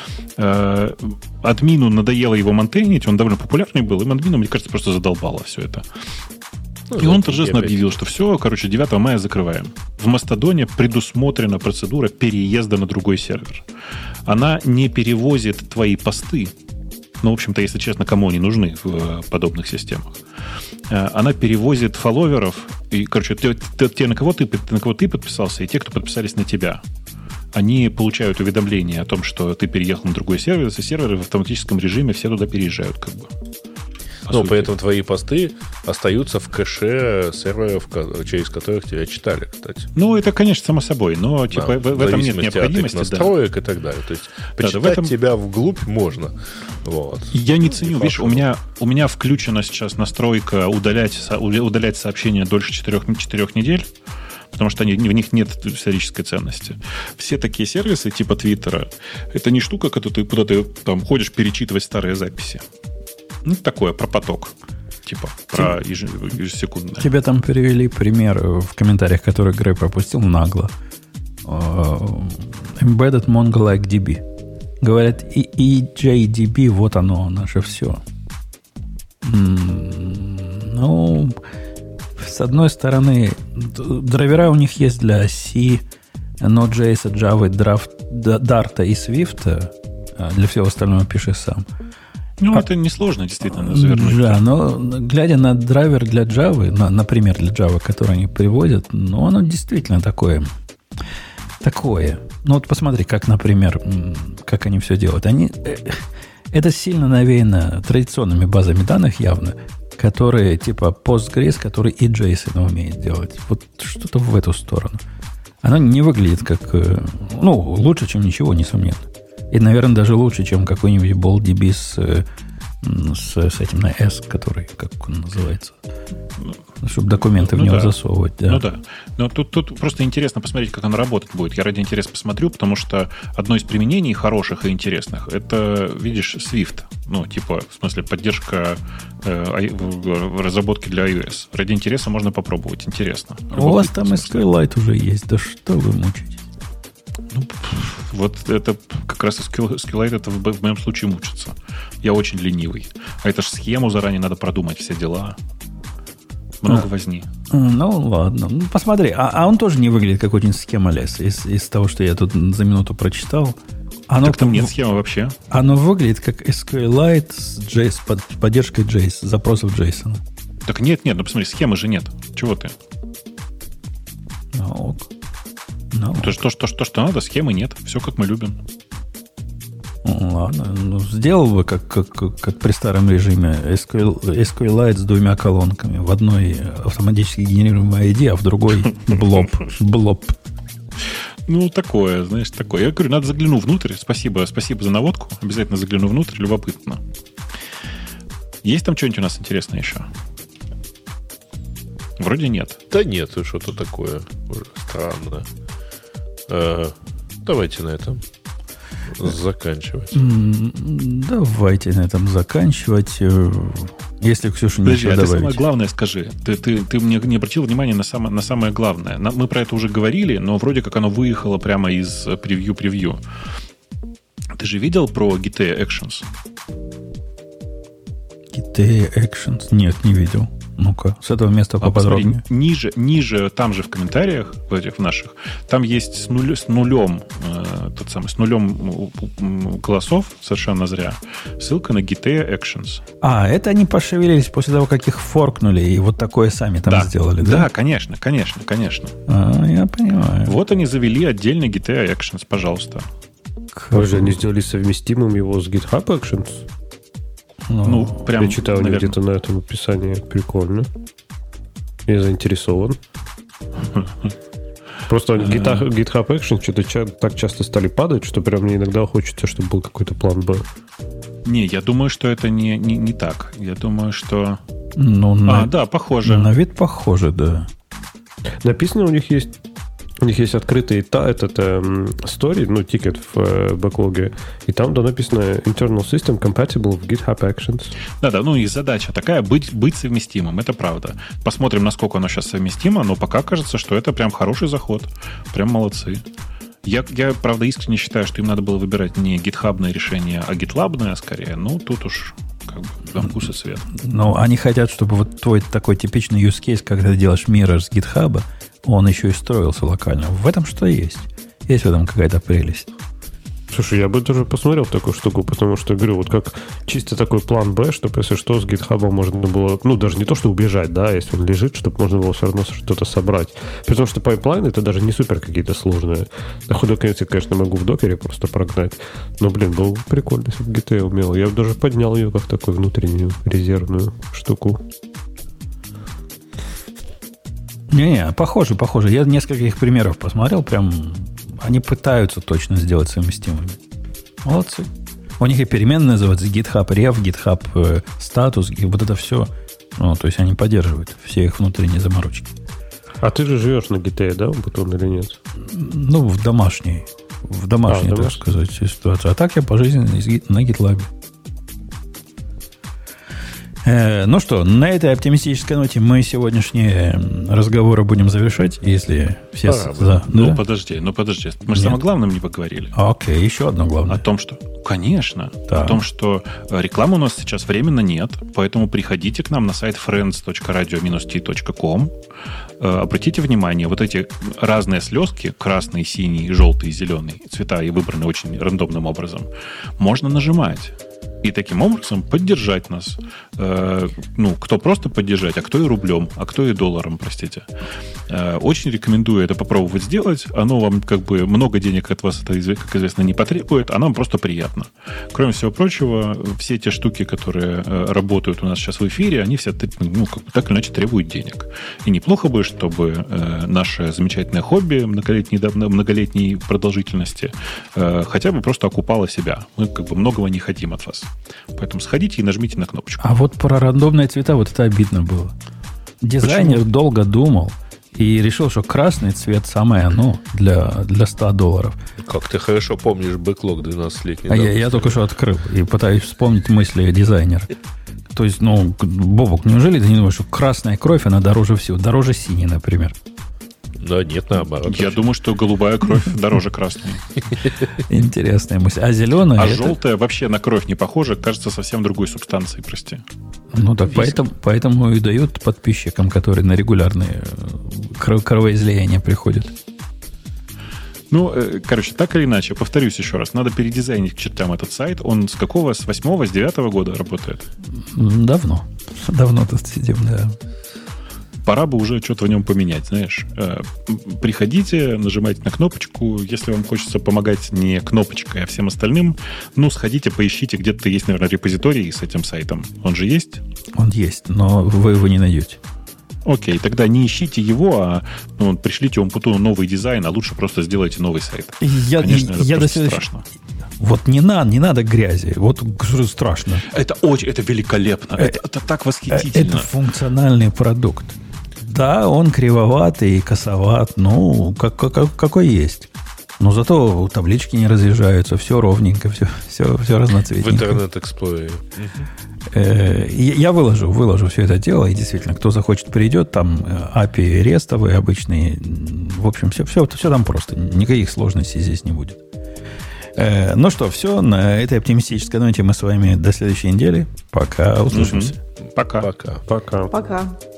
Админу надоело его монтейнить, он довольно популярный был, и админу, мне кажется, просто задолбало все это. И он торжественно объявил, что все, 9 мая закрываем. В Мастодоне предусмотрена процедура переезда на другой сервер. Она не перевозит твои посты. Ну, в общем-то, если честно, кому они нужны в подобных системах. Она перевозит фолловеров. И, те, на кого ты подписался, и те, кто подписались на тебя. Они получают уведомление о том, что ты переехал на другой сервер, и серверы в автоматическом режиме все туда переезжают, как бы. Ну, поэтому твои посты остаются в кэше серверов, через которых тебя читали, кстати. Ну, это, конечно, само собой, но типа, в этом нет необходимости. От настроек и так далее. То есть почитать тебя вглубь можно. Вот. Я не ценю. Видишь, у меня включена сейчас настройка удалять сообщения дольше 4 недель, потому что в них нет исторической ценности. Все такие сервисы типа Твиттера, это не штука, куда ты там ходишь перечитывать старые записи. Ну, такое, про поток. Типа, про ежесекундное. Тебе там перевели пример в комментариях, который Грей пропустил нагло. Embedded Mongo-like DB. Говорят, EJDB, вот оно, наше все. Ну, с одной стороны, драйвера у них есть для C, Node.js, Java, Dart и Swift. Для всего остального пиши сам. Ну, это несложно, действительно, завернуть. Да, но глядя на драйвер для Java, например, для Java, который они приводят, ну, оно действительно такое. Ну, вот посмотри, как, например, как они все делают. Это сильно навеяно традиционными базами данных явно, которые типа Postgres, который и JSON умеет делать. Вот что-то в эту сторону. Оно не выглядит как... Ну, лучше, чем ничего, несомненно. И, наверное, даже лучше, чем какой-нибудь BallDB с этим на S, который, как он называется, чтобы документы в него засовывать. Да. Ну да. Но тут просто интересно посмотреть, как оно работать будет. Я ради интереса посмотрю, потому что одно из применений хороших и интересных, это, видишь, Swift. Ну, типа, в смысле, поддержка разработки для iOS. Ради интереса можно попробовать. Интересно. У вас там SQLite уже есть. Да что вы мучаетесь? Ну, вот это как раз SQLite это в моем случае мучится. Я очень ленивый. А это ж схему заранее надо продумать, все дела. Много возни. Ну, ладно. Ну, посмотри. А он тоже не выглядит как очень схема лес из того, что я тут за минуту прочитал. Так там нет схемы вообще. Оно выглядит как SQLite с JS, поддержкой JS, запросов JSON. Так нет, ну посмотри, схемы же нет. Чего ты? Ок. То, что надо, схемы нет. Все, как мы любим. Ладно. Ну, сделал бы, как при старом режиме, SQLite с 2 колонками. В одной автоматически генерируемый ID, а в другой блоб. Ну, такое, знаешь, такое. Я говорю, надо загляну внутрь. Спасибо за наводку. Обязательно загляну внутрь. Любопытно. Есть там что-нибудь у нас интересное еще? Вроде нет. Да нет, что-то такое странное. Давайте на этом заканчивать. Давайте на этом заканчивать. Если Ксюша ничего добавить. Ты самое главное скажи. Ты мне не обратил внимания на самое главное. Мы про это уже говорили, но вроде как оно выехало прямо из превью. Ты же видел про GTA Actions? GTA Actions? Нет, не видел. Ну-ка, с этого места поподробнее. Посмотри, ниже, там же в комментариях, в этих наших, там есть с нулем голосов, совершенно зря, ссылка на GTA Actions. Это они пошевелились после того, как их форкнули, и вот такое сами там сделали, да? Да, конечно. Я понимаю. Вот они завели отдельно GTA Actions, пожалуйста. Уже они сделали совместимым его с GitHub Actions? Ну, прям, я читал где-то на этом описании. Прикольно. Я заинтересован. Просто GitHub Action что-то так часто стали падать, что прям мне иногда хочется, чтобы был какой-то план Б. Не, я думаю, что это не так. Я думаю, что... да, похоже. На вид похоже, да. Написано, у них есть открытый story, тикет в бэклоге, и там, да, написано internal system compatible with GitHub Actions. Да, их задача такая быть совместимым, это правда. Посмотрим, насколько оно сейчас совместимо, но пока кажется, что это прям хороший заход. Прям молодцы. Я, правда, искренне считаю, что им надо было выбирать не гитхабное решение, а гитлабное скорее. Тут уж как бы там вкус и цвет. Но они хотят, чтобы вот твой такой типичный use case, когда ты делаешь mirror с гитхаба, он еще и строился локально. В этом что есть? Есть в этом какая-то прелесть. Слушай, я бы даже посмотрел в такую штуку, потому что, говорю, вот как чисто такой план Б, чтобы, если что, с GitHub можно было, даже не то, что убежать, да, если он лежит, чтобы можно было все равно что-то собрать. Потому что пайплайны это даже не супер какие-то сложные. На худой конец я, конечно, могу в докере просто прогнать. Но, было бы прикольно, если бы Git умел. Я бы даже поднял ее как такую внутреннюю резервную штуку. Не, похоже. Я несколько их примеров посмотрел, прям они пытаются точно сделать совместимыми. Молодцы. У них и переменные называются GitHub Ref, GitHub статус, и вот это все. То есть они поддерживают все их внутренние заморочки. А ты же живешь на Git, да, Бутон, или нет? В домашней, так сказать, ситуации. А так я по жизни на GitLab. Ну что, на этой оптимистической ноте мы сегодняшние разговоры будем завершать, если все... Подожди. Мы же самое главное не поговорили. Окей, еще одно главное. О том, что... Конечно. Да. О том, что рекламы у нас сейчас временно нет, поэтому приходите к нам на сайт friends.radio-t.com. Обратите внимание, вот эти разные слезки, красный, синий, желтый, зеленый, цвета и выбраны очень рандомным образом, можно нажимать. И таким образом поддержать нас. Кто просто поддержать, а кто и рублем, а кто и долларом, простите. Очень рекомендую это попробовать сделать. Оно вам много денег от вас, это, как известно, не потребует, а нам просто приятно. Кроме всего прочего, все те штуки, которые работают у нас сейчас в эфире, они все так или иначе требуют денег. И неплохо бы, чтобы наше замечательное хобби многолетней продолжительности хотя бы просто окупало себя. Мы многого не хотим от вас. Поэтому сходите и нажмите на кнопочку. А вот про рандомные цвета вот это обидно было. Дизайнер долго думал и решил, что красный цвет самое оно для $100. Как ты хорошо помнишь бэклог 12-летний. А я только что открыл и пытаюсь вспомнить мысли дизайнера. То есть, Бобок, неужели ты не думаешь, что красная кровь, она дороже всего? Дороже синей, например. Да нет, наоборот. Я думаю, что голубая кровь дороже красной. Интересная мысль. А зеленая... А желтая вообще на кровь не похожа, кажется совсем другой субстанцией, прости. Так поэтому и дают подписчикам, которые на регулярные кровоизлияния приходят. Так или иначе, повторюсь еще раз, надо передизайнить к чертям этот сайт. Он с какого? С 8-го, с 9-го года работает? Давно тут сидим, да. Пора бы уже что-то в нем поменять, знаешь. Приходите, нажимайте на кнопочку. Если вам хочется помогать не кнопочкой, а всем остальным, сходите, поищите. Где-то есть, наверное, репозиторий с этим сайтом. Он же есть? Он есть, но вы его не найдете. Окей, тогда не ищите его, а пришлите Умпутуну новый дизайн, а лучше просто сделайте новый сайт. Конечно, это просто страшно. Вот не надо грязи. Вот страшно. Это великолепно. Это так восхитительно. Это функциональный продукт. Да, он кривоватый и косоват, какой есть. Но зато таблички не разъезжаются, все ровненько, все разноцветненько. В Internet Explorer. Я выложу все это дело, и действительно, кто захочет, придет, там API рестовые обычные. В общем, все там просто. Никаких сложностей здесь не будет. Ну что, все. На этой оптимистической ноте мы с вами до следующей недели. Пока. Услышимся. Пока. Пока.